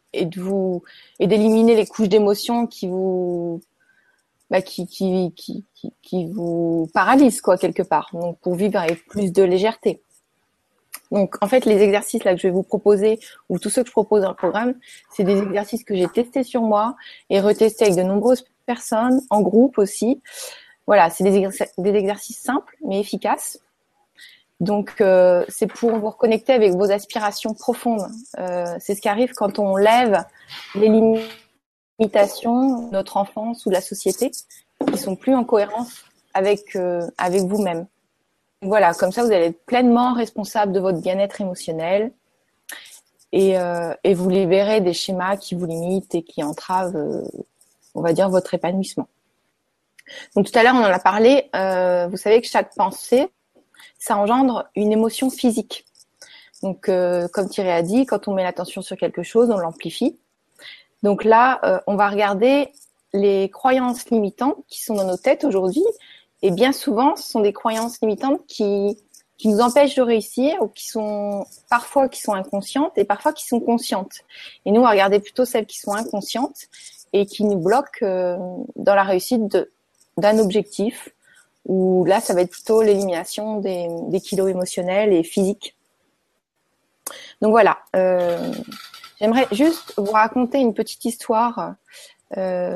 et de vous et d'éliminer les couches d'émotions qui vous bah, qui, qui qui qui qui vous paralysent quoi quelque part. Donc pour vivre avec plus de légèreté. Donc en fait les exercices là que je vais vous proposer ou tous ceux que je propose dans le programme, c'est des exercices que j'ai testés sur moi et retestés avec de nombreuses personnes en groupe aussi. Voilà, c'est des, exerc- des exercices simples mais efficaces. Donc, euh, c'est pour vous reconnecter avec vos aspirations profondes. Euh, c'est ce qui arrive quand on lève les limitations de notre enfance ou de la société qui sont plus en cohérence avec euh, avec vous-même. Voilà, comme ça, vous allez être pleinement responsable de votre bien-être émotionnel et, euh, et vous libérer des schémas qui vous limitent et qui entravent, euh, on va dire, votre épanouissement. Donc, tout à l'heure, on en a parlé. Euh, vous savez que chaque pensée, ça engendre une émotion physique. Donc, euh, comme Thierry a dit, quand on met l'attention sur quelque chose, on l'amplifie. Donc là, euh, on va regarder les croyances limitantes qui sont dans nos têtes aujourd'hui. Et bien souvent, ce sont des croyances limitantes qui qui nous empêchent de réussir ou qui sont parfois qui sont inconscientes et parfois qui sont conscientes. Et nous, on va regarder plutôt celles qui sont inconscientes et qui nous bloquent euh, dans la réussite de, d'un objectif. Où là, ça va être plutôt l'élimination des, des kilos émotionnels et physiques. Donc voilà, euh, j'aimerais juste vous raconter une petite histoire, euh,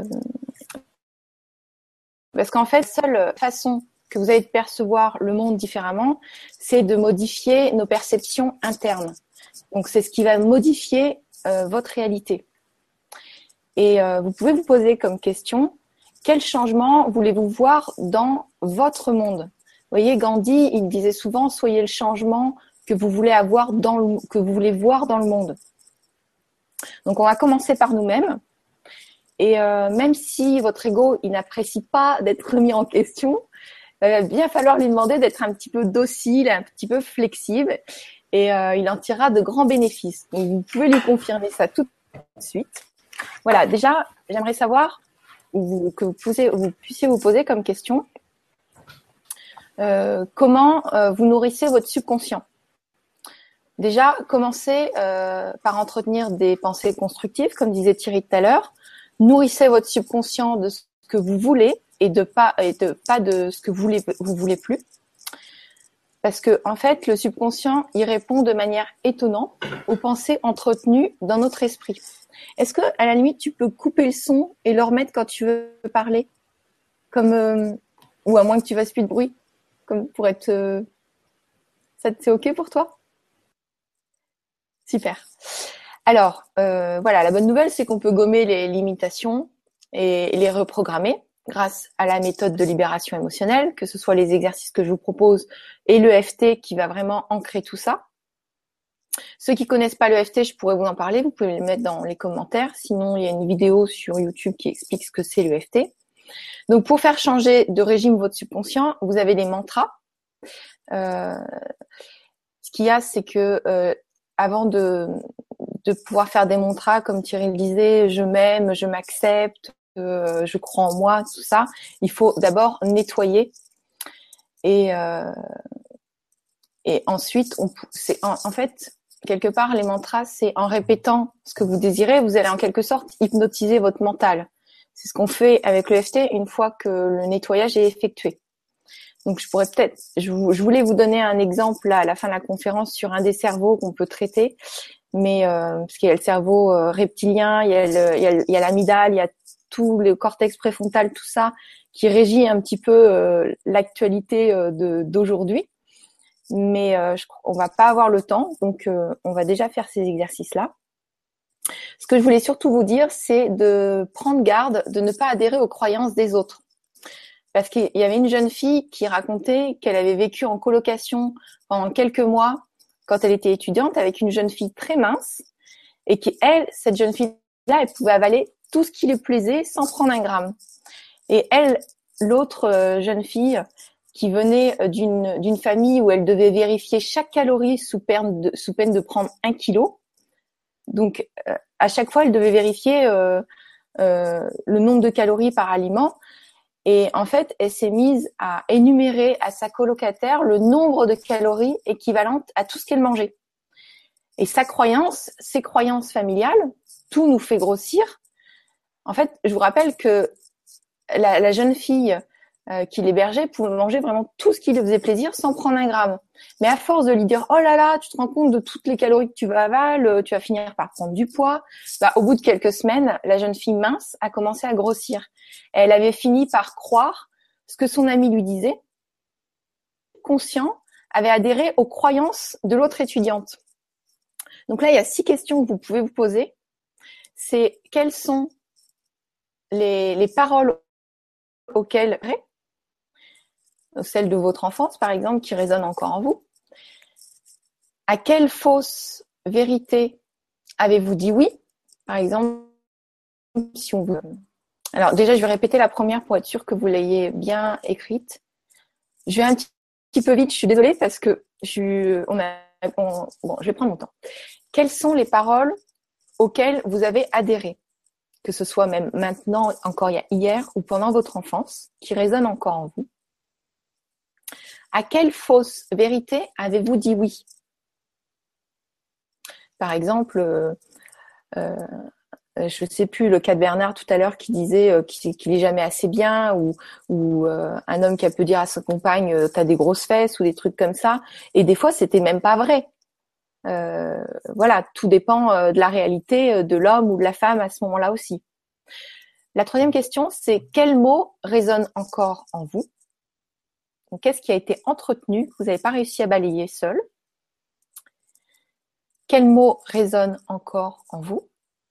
parce qu'en fait, seule façon que vous avez de percevoir le monde différemment, c'est de modifier nos perceptions internes. Donc c'est ce qui va modifier euh, votre réalité. Et euh, vous pouvez vous poser comme question, quel changement voulez-vous voir dans votre monde ? Vous voyez, Gandhi, il disait souvent, soyez le changement que vous voulez avoir dans le, que vous voulez voir dans le monde. Donc, on va commencer par nous-mêmes. Et euh, même si votre ego, il n'apprécie pas d'être remis en question, il va bien falloir lui demander d'être un petit peu docile, un petit peu flexible, et euh, il en tirera de grands bénéfices. Donc, vous pouvez lui confirmer ça tout de suite. Voilà, déjà, j'aimerais savoir ou que vous puissiez, vous puissiez vous poser comme question euh, comment euh, vous nourrissez votre subconscient. Déjà, commencez euh, par entretenir des pensées constructives, comme disait Thierry tout à l'heure. Nourrissez votre subconscient de ce que vous voulez et de pas et de pas de ce que vous voulez vous voulez plus. Parce que en fait, le subconscient, il répond de manière étonnante aux pensées entretenues dans notre esprit. Est-ce que, à la limite, tu peux couper le son et le remettre quand tu veux parler, comme euh, ou à moins que tu fasses plus de bruit, comme pour être, euh, ça c'est ok pour toi? Super. Alors, euh, voilà, la bonne nouvelle, c'est qu'on peut gommer les limitations et les reprogrammer grâce à la méthode de libération émotionnelle, que ce soit les exercices que je vous propose et le F T qui va vraiment ancrer tout ça. Ceux qui connaissent pas le F T, je pourrais vous en parler, vous pouvez le mettre dans les commentaires. Sinon, il y a une vidéo sur YouTube qui explique ce que c'est le F T. Donc, pour faire changer de régime votre subconscient, vous avez des mantras. Euh, ce qu'il y a, c'est que euh, avant de, de pouvoir faire des mantras, comme Thierry le disait, je m'aime, je m'accepte, euh, je crois en moi, tout ça, il faut d'abord nettoyer. Et, euh, et ensuite, on, c'est en, en fait, quelque part, les mantras, c'est en répétant ce que vous désirez, vous allez en quelque sorte hypnotiser votre mental. C'est ce qu'on fait avec le F T une fois que le nettoyage est effectué. Donc, je pourrais peut-être, je, vous, je voulais vous donner un exemple là, à la fin de la conférence sur un des cerveaux qu'on peut traiter, mais euh, parce qu'il y a le cerveau euh, reptilien, il y a le, il y a, il y a l'amygdale, il y a tout le cortex préfrontal, tout ça qui régit un petit peu euh, l'actualité euh, de, d'aujourd'hui. Mais euh, je, on va pas avoir le temps, donc euh, on va déjà faire ces exercices-là. Ce que je voulais surtout vous dire, c'est de prendre garde, de ne pas adhérer aux croyances des autres. Parce qu'il y avait une jeune fille qui racontait qu'elle avait vécu en colocation pendant quelques mois quand elle était étudiante avec une jeune fille très mince et qu'elle, cette jeune fille-là, elle pouvait avaler tout ce qui lui plaisait sans prendre un gramme. Et elle, l'autre jeune fille qui venait d'une, d'une famille où elle devait vérifier chaque calorie sous peine de, sous peine de prendre un kilo. Donc, euh, à chaque fois, elle devait vérifier euh, euh, le nombre de calories par aliment. Et en fait, elle s'est mise à énumérer à sa colocataire le nombre de calories équivalentes à tout ce qu'elle mangeait. Et sa croyance, ses croyances familiales, tout nous fait grossir. En fait, je vous rappelle que la, la jeune fille euh, qui l'hébergeait pouvait manger vraiment tout ce qui lui faisait plaisir sans prendre un gramme. Mais à force de lui dire « Oh là là, tu te rends compte de toutes les calories que tu vas avaler, tu vas finir par prendre du poids. » Bah, au bout de quelques semaines, la jeune fille mince a commencé à grossir. Elle avait fini par croire ce que son ami lui disait. Conscient, avait adhéré aux croyances de l'autre étudiante. Donc là, il y a six questions que vous pouvez vous poser. C'est quelles sont les, les paroles auxquelles, celles de votre enfance par exemple, qui résonnent encore en vous. À quelle fausse vérité avez-vous dit oui? Par exemple, si on vous... Alors déjà, je vais répéter la première pour être sûr que vous l'ayez bien écrite. Je vais un petit, petit peu vite, je suis désolée parce que je, on a, on, bon, je vais prendre mon temps. Quelles sont les paroles auxquelles vous avez adhéré, que ce soit même maintenant, encore il y a hier ou pendant votre enfance, qui résonnent encore en vous? À quelle fausse vérité avez-vous dit oui? Par exemple, euh, euh, je ne sais plus, le cas de Bernard tout à l'heure qui disait euh, qu'il, qu'il est jamais assez bien, ou, ou euh, un homme qui a pu dire à sa compagne euh, t'as des grosses fesses, ou des trucs comme ça. Et des fois, c'était même pas vrai. Euh, voilà, tout dépend euh, de la réalité de l'homme ou de la femme à ce moment-là aussi. La troisième question, c'est quel mot résonne encore en vous? Donc, qu'est-ce qui a été entretenu, que vous n'avez pas réussi à balayer seul? Quel mot résonne encore en vous?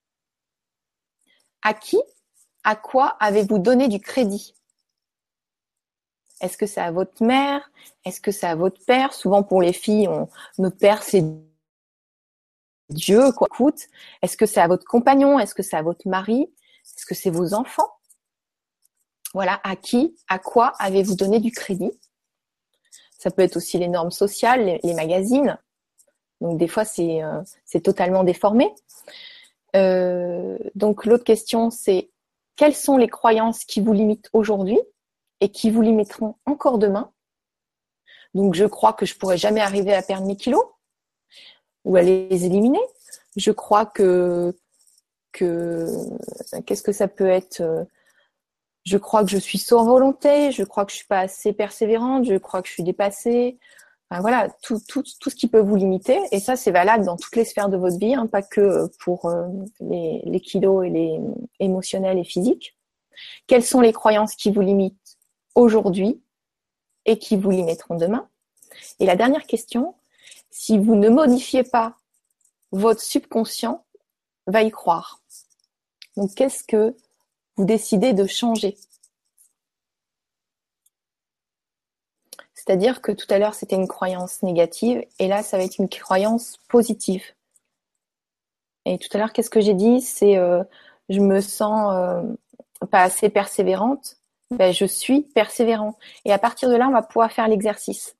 À qui, à quoi avez-vous donné du crédit? Est-ce que c'est à votre mère? Est-ce que c'est à votre père? Souvent pour les filles, on, notre père c'est Dieu, quoi. Écoute, est-ce que c'est à votre compagnon? Est-ce que c'est à votre mari? Est-ce que c'est vos enfants? Voilà, à qui, à quoi avez-vous donné du crédit? Ça peut être aussi les normes sociales, les, les magazines. Donc des fois, c'est, euh, c'est totalement déformé. Euh, donc l'autre question, c'est quelles sont les croyances qui vous limitent aujourd'hui et qui vous limiteront encore demain? Donc je crois que je pourrai jamais arriver à perdre mes kilos ou à les éliminer. Je crois que que qu'est-ce que ça peut être? Je crois que je suis sans volonté, je crois que je suis pas assez persévérante, je crois que je suis dépassée. Enfin, voilà, tout, tout, tout ce qui peut vous limiter. Et ça, c'est valable dans toutes les sphères de votre vie, hein, pas que pour euh, les, les kilos et les émotionnels et physiques. Quelles sont les croyances qui vous limitent aujourd'hui et qui vous limiteront demain? Et la dernière question, si vous ne modifiez pas, votre subconscient va y croire. Donc, qu'est-ce que vous décidez de changer? C'est-à-dire que tout à l'heure, c'était une croyance négative et là, ça va être une croyance positive. Et tout à l'heure, qu'est-ce que j'ai dit? C'est euh, je me sens euh, pas assez persévérante. Ben, je suis persévérant. Et à partir de là, on va pouvoir faire l'exercice.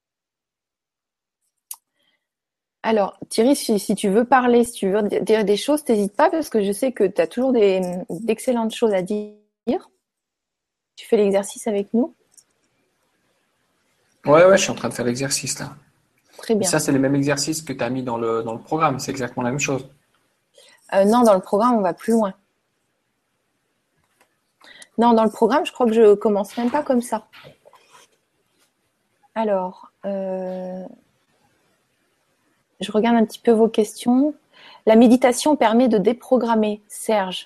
Alors, Thierry, si, si tu veux parler, si tu veux dire des choses, t'hésites pas parce que je sais que tu as toujours des, d'excellentes choses à dire. Tu fais l'exercice avec nous? Ouais, ouais, je suis en train de faire l'exercice là. Très Et bien. ça, c'est les mêmes exercices que tu as mis dans le, dans le programme. C'est exactement la même chose. Euh, non, dans le programme, on va plus loin. Non, dans le programme, je crois que je commence même pas comme ça. Alors, euh, je regarde un petit peu vos questions. La méditation permet de déprogrammer, Serge.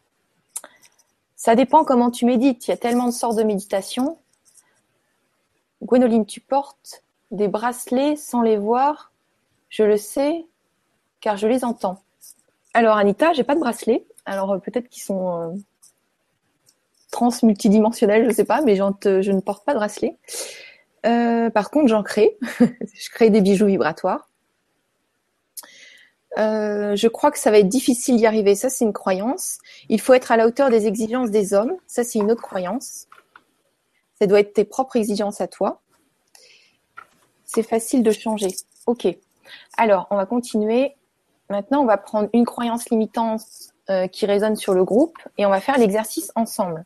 Ça dépend comment tu médites. Il y a tellement de sortes de méditation. Gwénoline, tu portes des bracelets sans les voir. Je le sais, car je les entends. Alors, Anita, j'ai pas de bracelets. Alors, peut-être qu'ils sont euh, trans multidimensionnels, je sais pas, mais te, je ne porte pas de bracelet. Euh, par contre, j'en crée. Je crée des bijoux vibratoires. Euh, je crois que ça va être difficile d'y arriver. Ça, c'est une croyance. Il faut être à la hauteur des exigences des hommes. Ça, c'est une autre croyance. Ça doit être tes propres exigences à toi. C'est facile de changer. Ok. Alors, on va continuer. Maintenant, on va prendre une croyance limitante euh, qui résonne sur le groupe et on va faire l'exercice ensemble.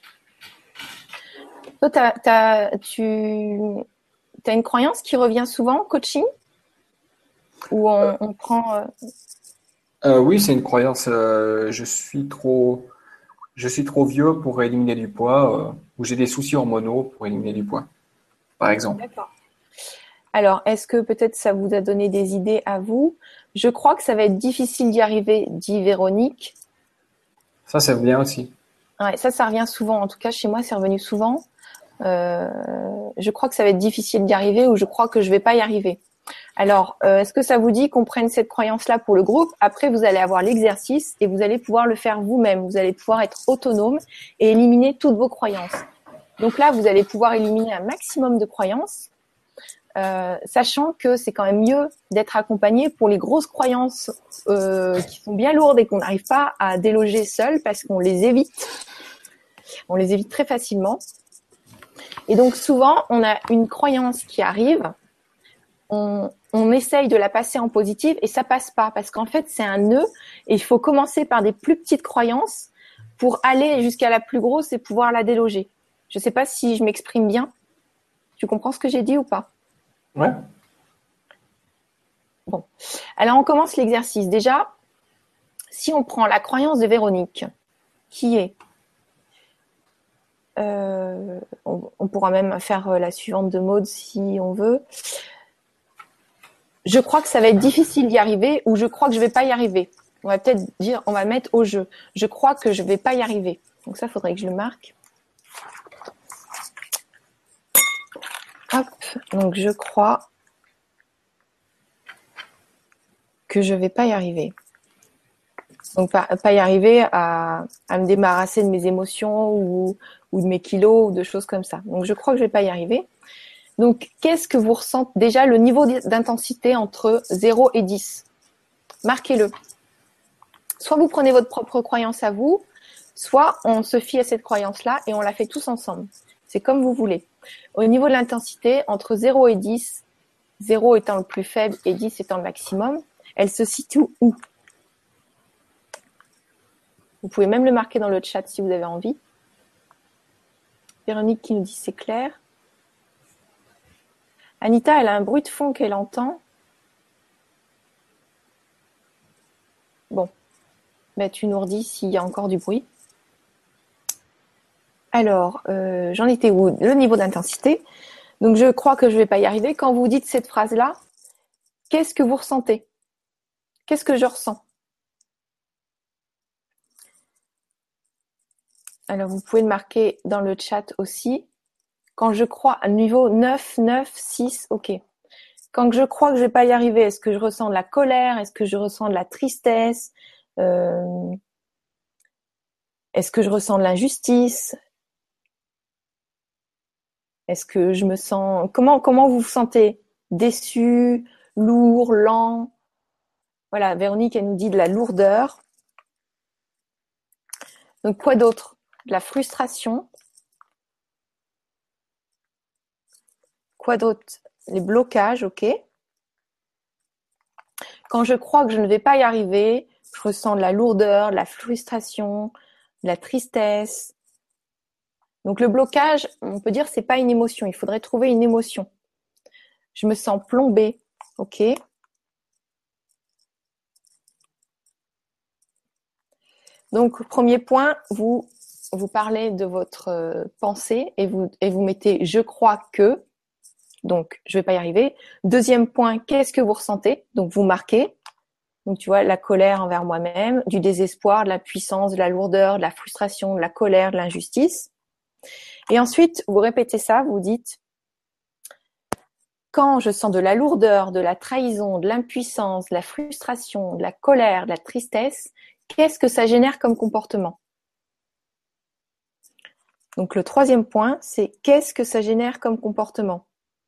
Toi, t'as, t'as, tu as une croyance qui revient souvent, coaching? Ou on, on prend… euh, Euh, oui, c'est une croyance. Euh, je suis trop, je suis trop vieux pour éliminer du poids, euh, ou j'ai des soucis hormonaux pour éliminer du poids, par exemple. D'accord. Alors, est-ce que peut-être ça vous a donné des idées à vous? Je crois que ça va être difficile d'y arriver, dit Véronique. Ça, c'est bien aussi. Ouais, ça, ça revient souvent. En tout cas, chez moi, c'est revenu souvent. Euh, je crois que ça va être difficile d'y arriver ou je crois que je vais pas y arriver. Alors, euh, est-ce que ça vous dit qu'on prenne cette croyance-là pour le groupe? Après, vous allez avoir l'exercice et vous allez pouvoir le faire vous-même. Vous allez pouvoir être autonome et éliminer toutes vos croyances. Donc là, vous allez pouvoir éliminer un maximum de croyances, euh, sachant que c'est quand même mieux d'être accompagné pour les grosses croyances euh, qui sont bien lourdes et qu'on n'arrive pas à déloger seul parce qu'on les évite. On les évite très facilement. Et donc souvent, on a une croyance qui arrive, on, on essaye de la passer en positive et ça passe pas parce qu'en fait, c'est un nœud et il faut commencer par des plus petites croyances pour aller jusqu'à la plus grosse et pouvoir la déloger. Je sais pas si je m'exprime bien. Tu comprends ce que j'ai dit ou pas? Ouais. Bon. Alors, on commence l'exercice. Déjà, si on prend la croyance de Véronique, qui est… Euh, on, on pourra même faire la suivante de Maud si on veut. Je crois que ça va être difficile d'y arriver ou je crois que je vais pas y arriver. On va peut-être dire, on va mettre au jeu. Je crois que je vais pas y arriver. Donc ça, faudrait que je le marque. Hop. Donc je crois que je vais pas y arriver. Donc pas, pas y arriver à, à me débarrasser de mes émotions ou, ou de mes kilos ou de choses comme ça. Donc je crois que je vais pas y arriver. Donc qu'est-ce que vous ressentez déjà le niveau d'intensité entre zéro et dix? Marquez-le. Soit vous prenez votre propre croyance à vous, soit on se fie à cette croyance-là et on la fait tous ensemble. C'est comme vous voulez. Au niveau de l'intensité, entre zéro et dix, zéro étant le plus faible et dix étant le maximum, elle se situe où? Vous pouvez même le marquer dans le chat si vous avez envie. Véronique qui nous dit c'est clair. Anita, elle a un bruit de fond qu'elle entend. Bon, ben, tu nous redis s'il y a encore du bruit. Alors, euh, j'en étais où? Le niveau d'intensité. Donc, je crois que je ne vais pas y arriver. Quand vous dites cette phrase-là, qu'est-ce que vous ressentez? Qu'est-ce que je ressens? Alors, vous pouvez le marquer dans le chat aussi. Quand je crois à niveau neuf, neuf, six, ok. Quand je crois que je ne vais pas y arriver, est-ce que je ressens de la colère? Est-ce que je ressens de la tristesse? euh, Est-ce que je ressens de l'injustice? Est-ce que je me sens… Comment, comment vous vous sentez? Déçu, lourd, lent? Voilà, Véronique, elle nous dit de la lourdeur. Donc, quoi d'autre? De la frustration. Quoi d'autre? Les blocages, ok. Quand je crois que je ne vais pas y arriver, je ressens de la lourdeur, de la frustration, de la tristesse. Donc, le blocage, on peut dire, c'est pas une émotion. Il faudrait trouver une émotion. Je me sens plombée, ok. Donc, premier point, vous vous parlez de votre euh, pensée et vous et vous mettez je crois que, donc je vais pas y arriver. Deuxième point, qu'est-ce que vous ressentez? Donc vous marquez. Donc tu vois la colère envers moi-même, du désespoir, de la puissance, de la lourdeur, de la frustration, de la colère, de l'injustice. Et ensuite, vous répétez ça, vous dites quand je sens de la lourdeur, de la trahison, de l'impuissance, de la frustration, de la colère, de la tristesse, qu'est-ce que ça génère comme comportement? Donc le troisième point, c'est qu'est-ce que ça génère comme comportement?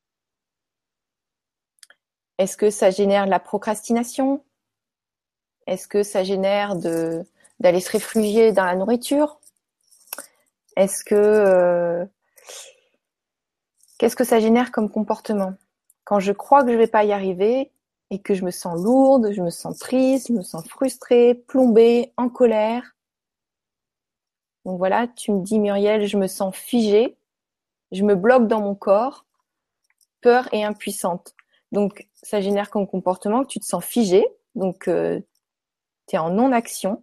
Est-ce que ça génère de la procrastination? Est-ce que ça génère de d'aller se réfugier dans la nourriture? Est-ce que euh, qu'est-ce que ça génère comme comportement? Quand je crois que je vais pas y arriver et que je me sens lourde, je me sens triste, je me sens frustrée, plombée, en colère. Donc voilà, tu me dis Muriel, je me sens figée, je me bloque dans mon corps, peur et impuissante. Donc, ça génère comme comportement que tu te sens figé. Donc, euh, tu es en non-action.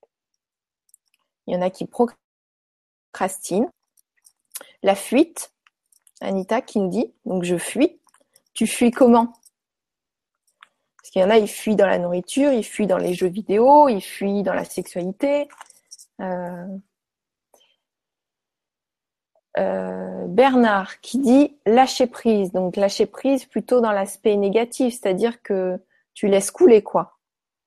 Il y en a qui procrastinent. La fuite, Anita qui nous dit, donc je fuis. Tu fuis comment? Parce qu'il y en a, ils fuient dans la nourriture, ils fuient dans les jeux vidéo, ils fuient dans la sexualité. Euh, euh, Bernard qui dit lâcher prise. Donc lâcher prise plutôt dans l'aspect négatif, c'est-à-dire que tu laisses couler, quoi.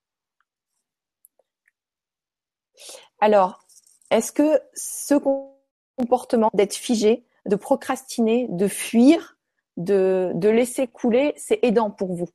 Alors, est-ce que ce comportement d'être figé, de procrastiner, de fuir, de, de laisser couler, c'est aidant pour vous?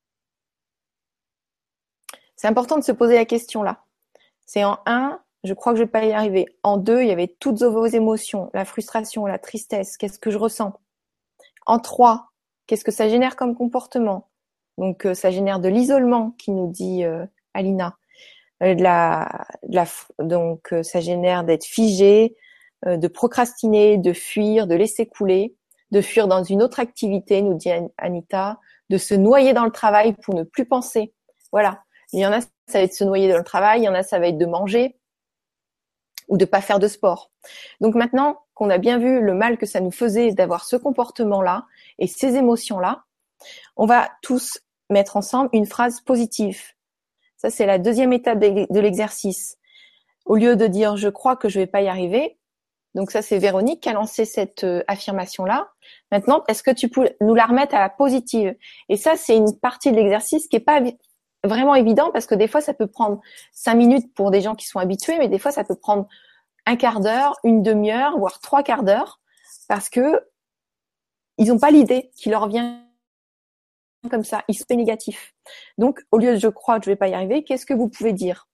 C'est important de se poser la question là. C'est en un, je crois que je vais pas y arriver. En deux, il y avait toutes vos émotions, la frustration, la tristesse, qu'est-ce que je ressens? En trois, qu'est-ce que ça génère comme comportement? Donc, euh, ça génère de l'isolement, qui nous dit euh, Alina. Euh, de la, de la, donc, euh, ça génère d'être figé, euh, de procrastiner, de fuir, de laisser couler, de fuir dans une autre activité, nous dit Anita, de se noyer dans le travail pour ne plus penser. Voilà. Il y en a, ça va être se noyer dans le travail, il y en a, ça va être de manger ou de pas faire de sport. Donc maintenant qu'on a bien vu le mal que ça nous faisait d'avoir ce comportement-là et ces émotions-là, on va tous mettre ensemble une phrase positive. Ça, c'est la deuxième étape de l'exercice. Au lieu de dire « je crois que je vais pas y arriver », donc ça, c'est Véronique qui a lancé cette euh, affirmation-là. Maintenant, est-ce que tu peux nous la remettre à la positive? Et ça, c'est une partie de l'exercice qui est pas vraiment évident parce que des fois, ça peut prendre cinq minutes pour des gens qui sont habitués, mais des fois, ça peut prendre un quart d'heure, une demi-heure, voire trois quarts d'heure parce que ils n'ont pas l'idée qui leur vient comme ça, ils sont négatifs. Donc, au lieu de je crois que je vais pas y arriver, qu'est-ce que vous pouvez dire?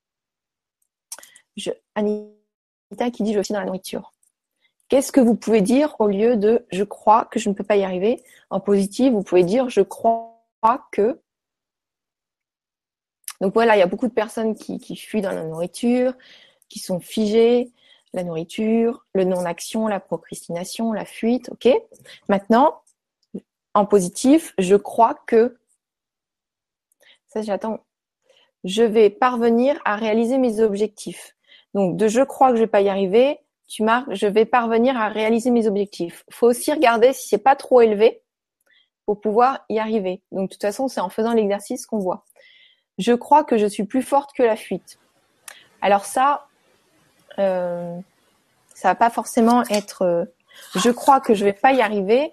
Je, Anita qui dit je suis dans la nourriture. Qu'est-ce que vous pouvez dire au lieu de je crois que je ne peux pas y arriver? En positif, vous pouvez dire je crois que. Donc voilà, il y a beaucoup de personnes qui, qui fuient dans la nourriture, qui sont figées, la nourriture, le non-action, la procrastination, la fuite, ok? Maintenant, en positif, je crois que, ça j'attends, je vais parvenir à réaliser mes objectifs. Donc de je crois que je vais pas y arriver, tu marques, je vais parvenir à réaliser mes objectifs. Il faut aussi regarder si c'est pas trop élevé pour pouvoir y arriver. Donc de toute façon, c'est en faisant l'exercice qu'on voit. Je crois que je suis plus forte que la fuite. Alors ça, euh, ça va pas forcément être euh, je crois que je vais pas y arriver.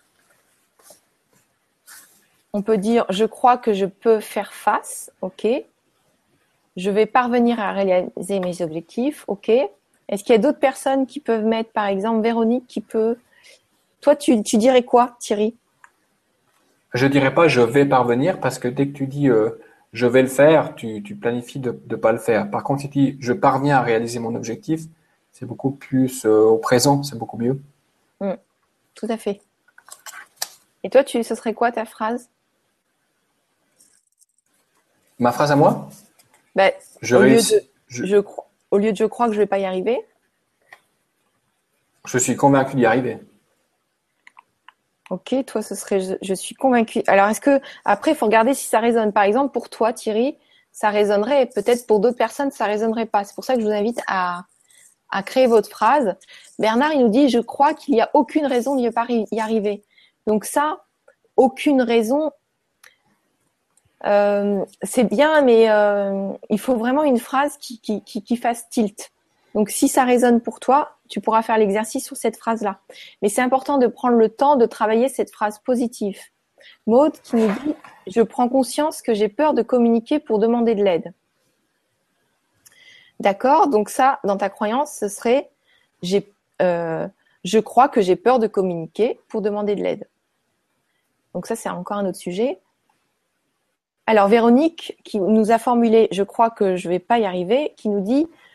On peut dire je crois que je peux faire face, ok. Je vais parvenir à réaliser mes objectifs, ok. Est-ce qu'il y a d'autres personnes qui peuvent mettre, par exemple, Véronique qui peut. Toi, tu, tu dirais quoi, Thierry? Je dirais pas je vais parvenir parce que dès que tu dis euh, je vais le faire, tu, tu planifies de ne pas le faire. Par contre, si tu dis je parviens à réaliser mon objectif, c'est beaucoup plus euh, au présent, c'est beaucoup mieux. Mmh, tout à fait. Et toi, tu, ce serait quoi ta phrase? Ma phrase à moi? Ben, Je au, lieu réussis. de, Je, je, au lieu de je crois que je vais pas y arriver. je suis convaincu d'y arriver. Ok, toi, ce serait je, je suis convaincue. Alors, est-ce que après, il faut regarder si ça résonne. Par exemple, pour toi, Thierry, ça résonnerait. Peut-être pour d'autres personnes, ça résonnerait pas. C'est pour ça que je vous invite à, à créer votre phrase. Bernard, il nous dit, je crois qu'il n'y a aucune raison d'y y arriver. Donc ça, aucune raison, euh, c'est bien, mais euh, il faut vraiment une phrase qui, qui, qui, qui fasse tilt. Donc, si ça résonne pour toi, tu pourras faire l'exercice sur cette phrase-là. Mais c'est important de prendre le temps de travailler cette phrase positive. Maud qui nous dit « Je prends conscience que j'ai peur de communiquer pour demander de l'aide. » D'accord? Donc ça, dans ta croyance, ce serait j'ai, euh, « Je crois que j'ai peur de communiquer pour demander de l'aide. » Donc ça, c'est encore un autre sujet. Alors, Véronique qui nous a formulé « Je crois que je ne vais pas y arriver » qui nous dit «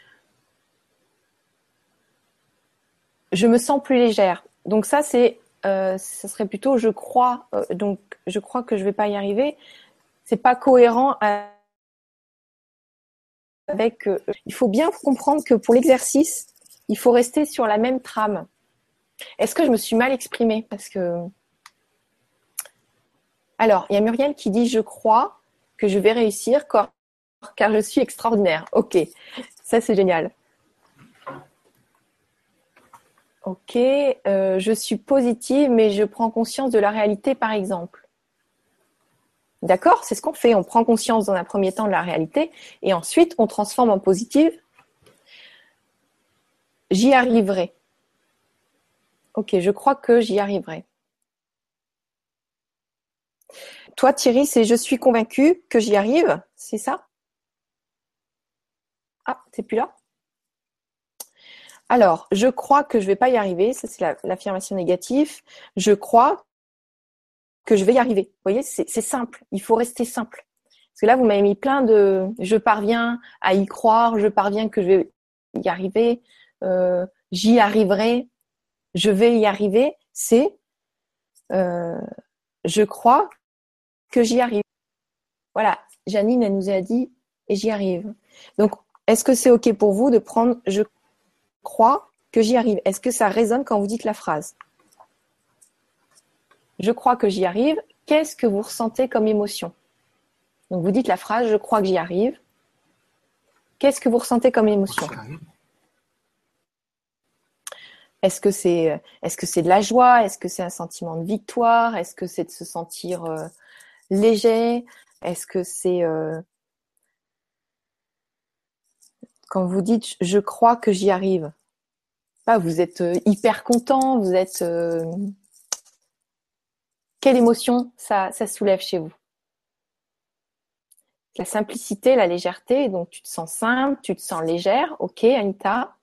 Je me sens plus légère. » Donc ça, c'est, euh, ça serait plutôt je crois. Euh, donc je crois que je vais pas y arriver. C'est pas cohérent avec. Euh, il faut bien comprendre que pour l'exercice, il faut rester sur la même trame. Est-ce que je me suis mal exprimée? Parce que Alors, il y a Muriel qui dit « Je crois que je vais réussir car, car je suis extraordinaire. » Ok, ça c'est génial. Ok, euh, je suis positive mais je prends conscience de la réalité par exemple. D'accord, c'est ce qu'on fait. On prend conscience dans un premier temps de la réalité et ensuite on transforme en positive. J'y arriverai. Ok, je crois que j'y arriverai. Toi, Thierry, c'est je suis convaincue que j'y arrive, c'est ça? Ah, t'es plus là? Alors, je crois que je vais pas y arriver, ça c'est la, l'affirmation négative. Je crois que je vais y arriver. Vous voyez, c'est, c'est simple, il faut rester simple. Parce que là, vous m'avez mis plein de je parviens à y croire, je parviens que je vais y arriver, euh, j'y arriverai, je vais y arriver. C'est euh, je crois que j'y arrive. Voilà, Janine, elle nous a dit et j'y arrive. Donc, est-ce que c'est OK pour vous de prendre je crois que j'y arrive? Est-ce que ça résonne quand vous dites la phrase? Je crois que j'y arrive. Qu'est-ce que vous ressentez comme émotion? Donc, vous dites la phrase je crois que j'y arrive. Qu'est-ce que vous ressentez comme émotion? Est-ce que c'est, est-ce que c'est de la joie? Est-ce que c'est un sentiment de victoire? Est-ce que c'est de se sentir euh, léger? Est-ce que c'est euh, quand vous dites je crois que j'y arrive? Pas, vous êtes euh, hyper content, vous êtes euh, quelle émotion ça, ça soulève chez vous? La simplicité, la légèreté, donc tu te sens simple, tu te sens légère. Ok, Anita.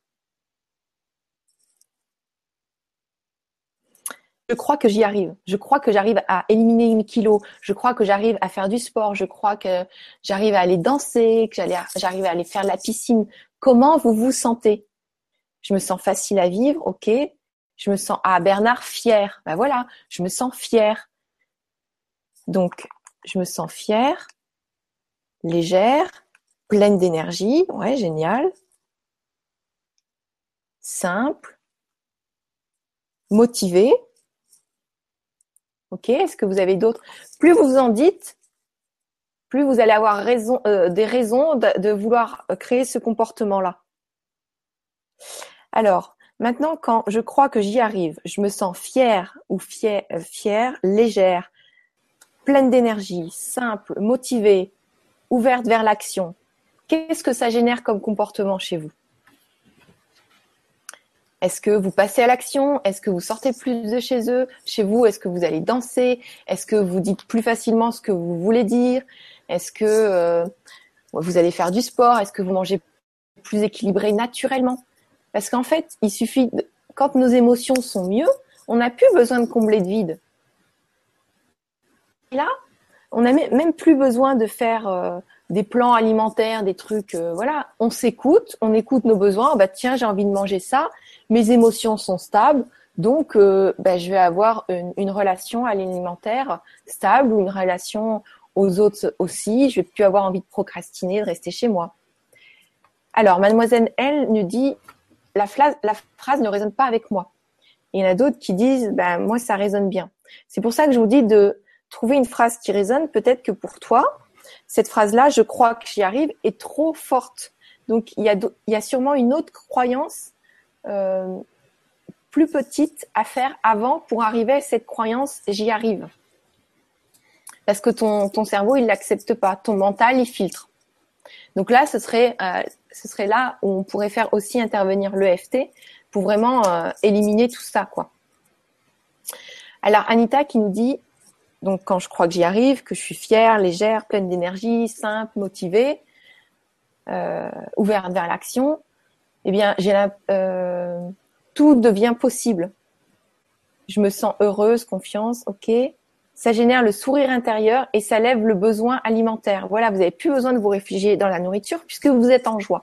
Je crois que j'y arrive. Je crois que j'arrive à éliminer mes kilos. Je crois que j'arrive à faire du sport. Je crois que j'arrive à aller danser, que j'arrive à aller faire de la piscine. Comment vous vous sentez? Je me sens facile à vivre, ok. Je me sens, ah Bernard, fier. Ben voilà, je me sens fière. Donc, je me sens fière, légère, pleine d'énergie. Ouais, génial. Simple. Motivée. Ok, est-ce que vous avez d'autres? Plus vous en dites, plus vous allez avoir raison, euh, des raisons de, de vouloir créer ce comportement-là. Alors, maintenant, quand je crois que j'y arrive, je me sens fière ou fière, euh, fière, légère, pleine d'énergie, simple, motivée, ouverte vers l'action. Qu'est-ce que ça génère comme comportement chez vous? Est-ce que vous passez à l'action? Est-ce que vous sortez plus de chez eux, chez vous? Est-ce que vous allez danser? Est-ce que vous dites plus facilement ce que vous voulez dire? Est-ce que euh, vous allez faire du sport? Est-ce que vous mangez plus équilibré naturellement? Parce qu'en fait, il suffit, de, quand nos émotions sont mieux, on n'a plus besoin de combler de vide. Et là, on n'a même plus besoin de faire euh, des plans alimentaires, des trucs, euh, voilà. On s'écoute, on écoute nos besoins. Bah tiens, j'ai envie de manger ça. Mes émotions sont stables, donc euh, bah, je vais avoir une, une relation à l'alimentaire stable ou une relation aux autres aussi. Je vais plus avoir envie de procrastiner, de rester chez moi. Alors, Mademoiselle L nous dit la, phrase, la phrase ne résonne pas avec moi. Il y en a d'autres qui disent ben moi ça résonne bien. C'est pour ça que je vous dis de trouver une phrase qui résonne. Peut-être que pour toi, cette phrase-là, je crois que j'y arrive, est trop forte. Donc il y a, il y a sûrement une autre croyance euh, plus petite à faire avant pour arriver à cette croyance j'y arrive. Parce que ton, ton cerveau, il l'accepte pas. Ton mental, il filtre. Donc là, ce serait, euh, ce serait là où on pourrait faire aussi intervenir l'E F T pour vraiment euh, éliminer tout ça, quoi. Alors Anita qui nous dit, donc quand je crois que j'y arrive, que je suis fière, légère, pleine d'énergie, simple, motivée, euh, ouverte vers l'action, eh bien, j'ai la, euh, tout devient possible. Je me sens heureuse, confiance, ok. Ça génère le sourire intérieur et ça lève le besoin alimentaire. Voilà, vous n'avez plus besoin de vous réfugier dans la nourriture puisque vous êtes en joie.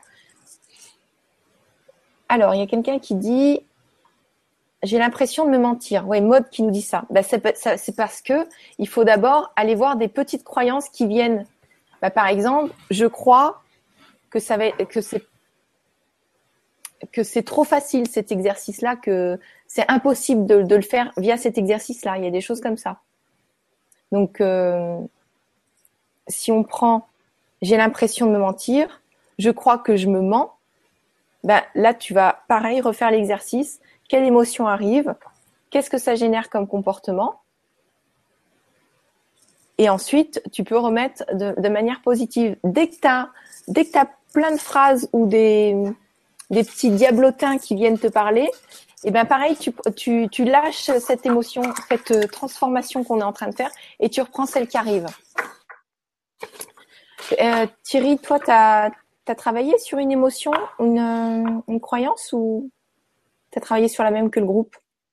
Alors, il y a quelqu'un qui dit « J'ai l'impression de me mentir ». Oui, Maud qui nous dit ça. Ben, c'est, ça, c'est parce que il faut d'abord aller voir des petites croyances qui viennent. Ben, par exemple, je crois que ça va, que c'est que c'est trop facile cet exercice-là, que c'est impossible de, de le faire via cet exercice-là. Il y a des choses comme ça. Donc, euh, si on prend « j'ai l'impression de me mentir »,« je crois que je me mens », ben, là, tu vas, pareil, refaire l'exercice. Quelle émotion arrive? Qu'est-ce que ça génère comme comportement? Et ensuite, tu peux remettre de, de manière positive. Dès que tu as dès que tu as plein de phrases ou des, des petits diablotins qui viennent te parler, et ben pareil, tu, tu, tu lâches cette émotion, cette transformation qu'on est en train de faire et tu reprends celle qui arrive. Euh, Thierry, toi, tu as travaillé sur une émotion, une, une croyance ou tu as travaillé sur la même que le groupe?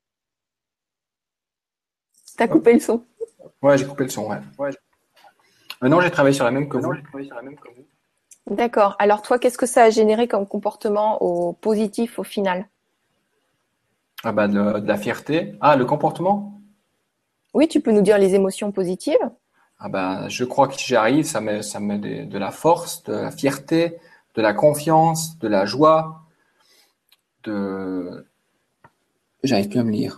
Tu as coupé le son? Ouais, j'ai coupé le son, ouais. ouais. Euh, non, j'ai travaillé sur la même que vous. D'accord. Alors toi, qu'est-ce que ça a généré comme comportement au positif au final? Ah bah de, de la fierté. Ah, le comportement? Oui, tu peux nous dire les émotions positives? Ah bah, je crois que si j'y arrive, ça met, ça met de, de la force, de la fierté, de la confiance, de la joie, de... J'arrive plus à me lire.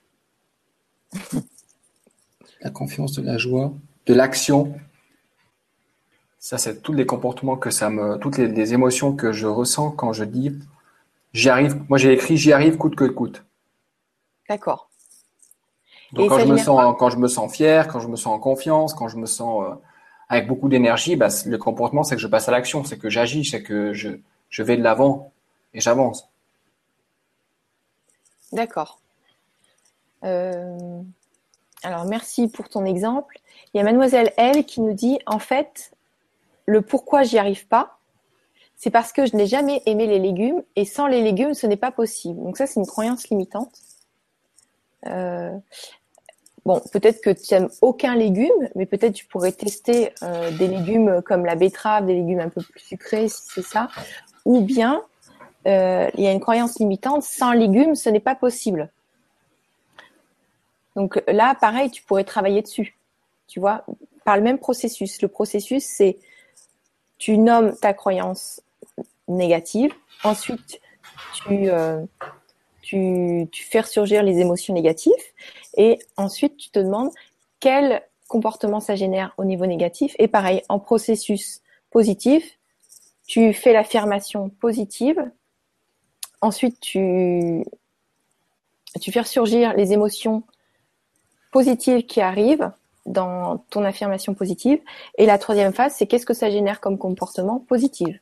La confiance, de la joie, de l'action. Ça, c'est tous les comportements que ça me, toutes les, les émotions que je ressens quand je dis j'y arrive. Moi, j'ai écrit j'y arrive coûte que coûte. D'accord. Donc, Et quand ça je me génère quoi? sens, quand je me sens fier, quand je me sens en confiance, quand je me sens euh, avec beaucoup d'énergie, bah, le comportement, c'est que je passe à l'action, c'est que j'agis, c'est que je, je vais de l'avant et j'avance. D'accord. Euh, alors, merci pour ton exemple. Il y a mademoiselle L qui nous dit, en fait, le pourquoi j'y arrive pas, c'est parce que je n'ai jamais aimé les légumes et sans les légumes, ce n'est pas possible. Donc ça, c'est une croyance limitante. Euh, bon, peut-être que tu n'aimes aucun légume, mais peut-être tu pourrais tester euh, des légumes comme la betterave, des légumes un peu plus sucrés, si c'est ça. Ou bien, euh, il y a une croyance limitante, sans légumes, ce n'est pas possible. Donc là, pareil, tu pourrais travailler dessus, tu vois, par le même processus. Le processus, c'est tu nommes ta croyance négative, ensuite tu, euh, tu, tu fais ressurgir les émotions négatives et ensuite tu te demandes quel comportement ça génère au niveau négatif. Et pareil, en processus positif, tu fais l'affirmation positive, ensuite tu, tu fais ressurgir les émotions positives qui arrivent dans ton affirmation positive. Et la troisième phase, c'est qu'est-ce que ça génère comme comportement positif.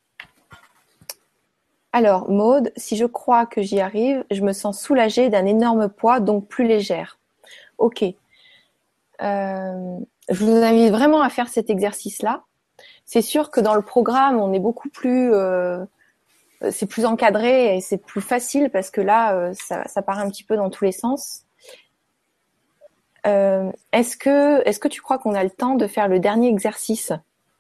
Alors, Maude, si je crois que j'y arrive, je me sens soulagée d'un énorme poids, donc plus légère. Ok. Euh, je vous invite vraiment à faire cet exercice-là. C'est sûr que dans le programme, on est beaucoup plus... Euh, c'est plus encadré et c'est plus facile parce que là, euh, ça, ça part un petit peu dans tous les sens. Euh, est-ce que, est-ce que tu crois qu'on a le temps de faire le dernier exercice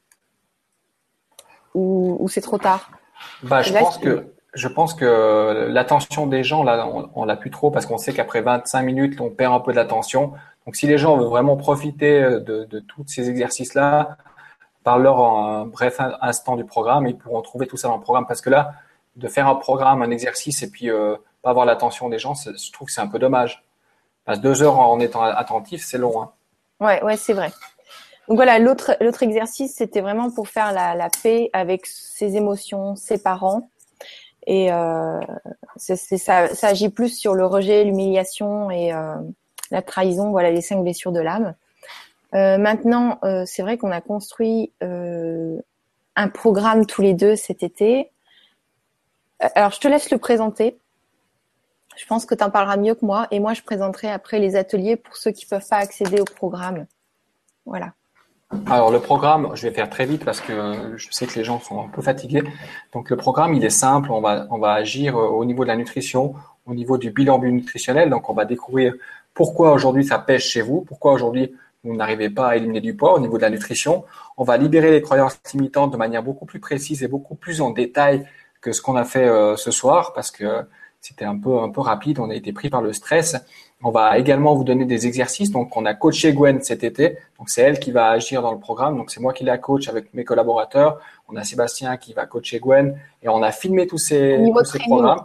ou, ou c'est trop tard? Bah, je Là, pense que je pense que l'attention des gens là, on, on l'a plus trop parce qu'on sait qu'après vingt-cinq minutes, on perd un peu de l'attention. Donc, si les gens veulent vraiment profiter de, de tous ces exercices-là, par leur un bref instant du programme, ils pourront trouver tout ça dans le programme. Parce que là, de faire un programme, un exercice et puis euh, pas avoir l'attention des gens, je trouve que c'est un peu dommage. Parce que deux heures en étant attentif, c'est long. Hein. Ouais, ouais, c'est vrai. Donc voilà, l'autre l'autre exercice, c'était vraiment pour faire la, la paix avec ses émotions, ses parents. Et euh, c'est, c'est, ça, ça agit plus sur le rejet, l'humiliation et euh, la trahison. Voilà les cinq blessures de l'âme. Euh, maintenant, euh, c'est vrai qu'on a construit euh, un programme tous les deux cet été. Alors, je te laisse le présenter. Je pense que tu en parleras mieux que moi. Et moi, je présenterai après les ateliers pour ceux qui peuvent pas accéder au programme. Voilà. Alors le programme, je vais faire très vite parce que je sais que les gens sont un peu fatigués. Donc le programme, il est simple. On va on va agir au niveau de la nutrition, au niveau du bilan nutritionnel. Donc on va découvrir pourquoi aujourd'hui ça pêche chez vous, pourquoi aujourd'hui vous n'arrivez pas à éliminer du poids au niveau de la nutrition. On va libérer les croyances limitantes de manière beaucoup plus précise et beaucoup plus en détail que ce qu'on a fait euh, ce soir parce que c'était un peu un peu rapide. On a été pris par le stress. On va également vous donner des exercices. Donc, on a coaché Gwen cet été. Donc, c'est elle qui va agir dans le programme. Donc, c'est moi qui la coach avec mes collaborateurs. On a Sébastien qui va coacher Gwen et on a filmé tous Au ces niveau tous de ces training. programmes.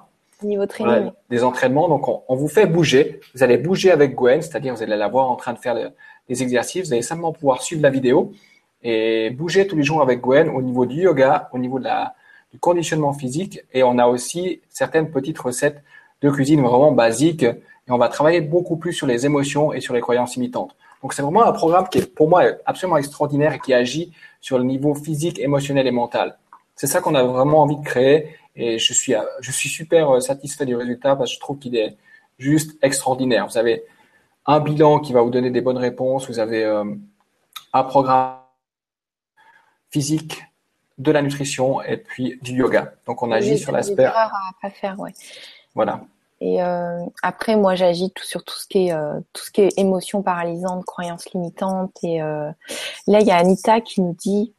niveau voilà, training. des entraînements. Donc, on, on vous fait bouger. Vous allez bouger avec Gwen, c'est-à-dire vous allez la voir en train de faire le- des exercices. Vous allez simplement pouvoir suivre la vidéo et bouger tous les jours avec Gwen au niveau du yoga, au niveau de la, du conditionnement physique. Et on a aussi certaines petites recettes de cuisine vraiment basiques. Et on va travailler beaucoup plus sur les émotions et sur les croyances limitantes. Donc, c'est vraiment un programme qui est pour moi absolument extraordinaire et qui agit sur le niveau physique, émotionnel et mental. C'est ça qu'on a vraiment envie de créer et je suis, je suis super satisfait du résultat parce que je trouve qu'il est juste extraordinaire. Vous avez un bilan qui va vous donner des bonnes réponses, vous avez euh, un programme physique, de la nutrition et puis du yoga. Donc on agit Des, sur des l'aspect. erreurs à pas faire, ouais. Voilà. Et euh, après, moi, j'agis tout, sur tout ce qui est euh, tout ce qui est émotions paralysantes, croyances limitantes. Et euh, là, il y a Anita qui nous dit,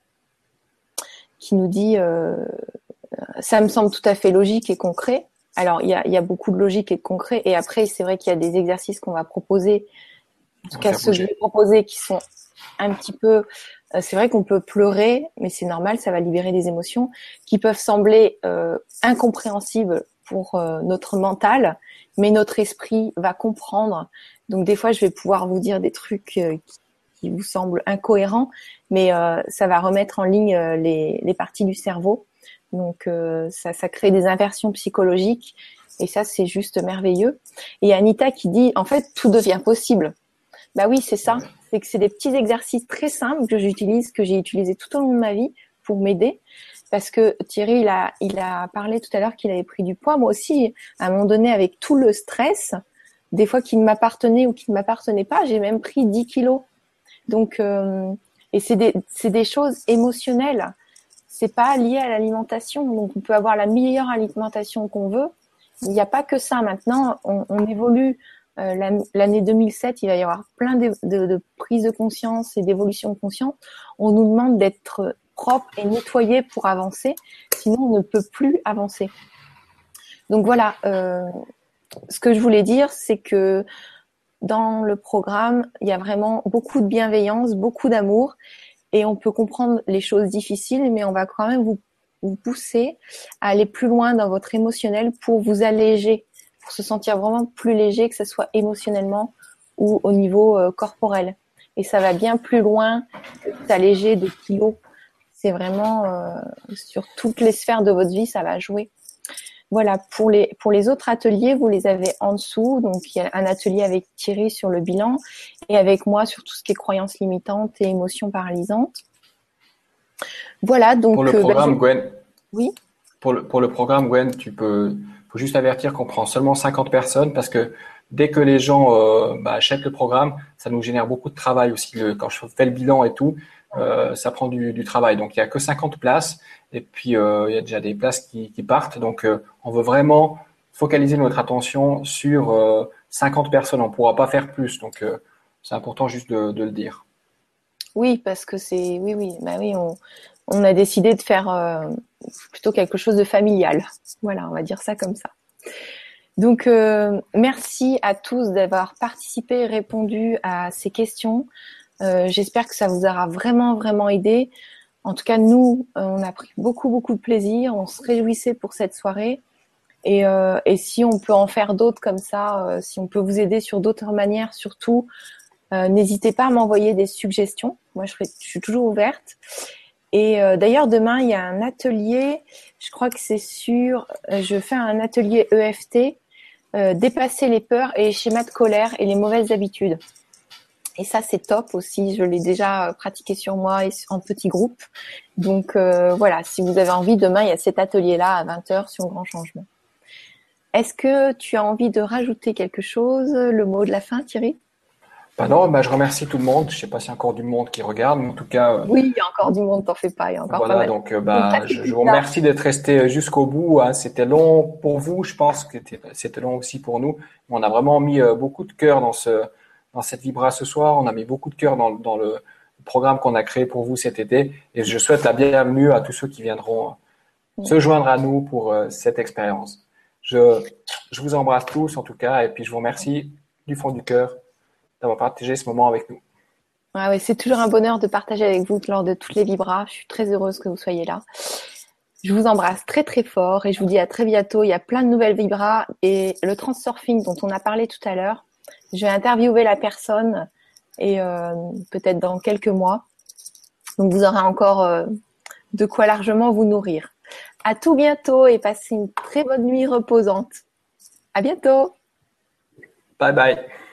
qui nous dit, euh, ça me semble tout à fait logique et concret. Alors, il y a, il y a beaucoup de logique et de concret. Et après, c'est vrai qu'il y a des exercices qu'on va proposer, en tout cas ceux que je vais proposer, qui sont un petit peu. Euh, c'est vrai qu'on peut pleurer, mais c'est normal, ça va libérer des émotions qui peuvent sembler euh, incompréhensibles pour euh, notre mental, mais notre esprit va comprendre. Donc des fois, je vais pouvoir vous dire des trucs euh, qui, qui vous semblent incohérents, mais euh, ça va remettre en ligne euh, les, les parties du cerveau. Donc euh, ça, ça crée des inversions psychologiques et ça, c'est juste merveilleux. Et Anita qui dit, en fait, tout devient possible. Bah oui, c'est ça. C'est que c'est des petits exercices très simples que j'utilise, que j'ai utilisés tout au long de ma vie pour m'aider. Parce que Thierry, il a, il a parlé tout à l'heure qu'il avait pris du poids. Moi aussi, à un moment donné, avec tout le stress, des fois qui ne m'appartenait ou qui ne m'appartenait pas, j'ai même pris dix kilos. Donc, euh, et c'est des, c'est des choses émotionnelles. C'est pas lié à l'alimentation. Donc, on peut avoir la meilleure alimentation qu'on veut. Il n'y a pas que ça. Maintenant, on, on évolue. Euh, l'année deux mille sept, il va y avoir plein de, de, de prises de conscience et d'évolution de conscience. On nous demande d'être propre et nettoyé pour avancer, sinon on ne peut plus avancer. Donc voilà, euh, ce que je voulais dire, c'est que dans le programme, il y a vraiment beaucoup de bienveillance, beaucoup d'amour, et on peut comprendre les choses difficiles, mais on va quand même vous, vous pousser à aller plus loin dans votre émotionnel pour vous alléger, pour se sentir vraiment plus léger, que ce soit émotionnellement ou au niveau euh, corporel. Et ça va bien plus loin que s'alléger de kilos. C'est vraiment euh, sur toutes les sphères de votre vie, ça va jouer. Voilà, pour les pour les autres ateliers, vous les avez en dessous. Donc il y a un atelier avec Thierry sur le bilan et avec moi sur tout ce qui est croyances limitantes et émotions paralysantes. Voilà, donc pour le programme, euh, bah, je... Gwen. Oui. Pour le pour le programme, Gwen, tu peux faut juste avertir qu'on prend seulement cinquante personnes parce que dès que les gens euh, bah, achètent le programme, ça nous génère beaucoup de travail aussi. Le, quand je fais le bilan et tout, euh, ça prend du, du travail. Donc il y a que cinquante places et puis euh, il y a déjà des places qui, qui partent. Donc euh, on veut vraiment focaliser notre attention sur euh, cinquante personnes. On ne pourra pas faire plus. Donc euh, c'est important juste de, de le dire. Oui, parce que c'est oui, oui, bah oui, on, on a décidé de faire euh, plutôt quelque chose de familial. Voilà, on va dire ça comme ça. Donc, euh, merci à tous d'avoir participé et répondu à ces questions. Euh, j'espère que ça vous aura vraiment, vraiment aidé. En tout cas, nous, euh, on a pris beaucoup, beaucoup de plaisir. On se réjouissait pour cette soirée. Et, euh, et si on peut en faire d'autres comme ça, euh, si on peut vous aider sur d'autres manières, surtout, euh, n'hésitez pas à m'envoyer des suggestions. Moi, je, serai, je suis toujours ouverte. Et euh, d'ailleurs, demain, il y a un atelier. Je crois que c'est sur... Euh, je fais un atelier E F T. Euh, dépasser les peurs et les schémas de colère et les mauvaises habitudes. Et ça, c'est top aussi. Je l'ai déjà pratiqué sur moi et en petit groupe. Donc euh, voilà, si vous avez envie, demain, il y a cet atelier-là à vingt heures sur Grand Changement. Est-ce que tu as envie de rajouter quelque chose? Le mot de la fin, Thierry? Bah non, bah je remercie tout le monde. Je sais pas s'il y a encore du monde qui regarde, mais en tout cas. Euh, Oui, il y a encore du monde, t'en fais pas, il y a encore Voilà, pas mal. donc euh, bah, je, je vous remercie d'être resté jusqu'au bout. Hein. C'était long pour vous, je pense que c'était long aussi pour nous. On a vraiment mis euh, beaucoup de cœur dans ce dans cette Vibra ce soir. On a mis beaucoup de cœur dans, dans le programme qu'on a créé pour vous cet été. Et je souhaite la bienvenue à tous ceux qui viendront euh, se joindre à nous pour euh, cette expérience. Je, je vous embrasse tous en tout cas, et puis je vous remercie du fond du cœur d'avoir partagé ce moment avec nous. Ah oui, c'est toujours un bonheur de partager avec vous lors de toutes les Vibras. Je suis très heureuse que vous soyez là. Je vous embrasse très très fort et je vous dis à très bientôt. Il y a plein de nouvelles vibras et le transurfing dont on a parlé tout à l'heure, je vais interviewer la personne et euh, peut-être dans quelques mois. Donc vous aurez encore euh, de quoi largement vous nourrir. À tout bientôt et passez une très bonne nuit reposante. À bientôt. Bye bye.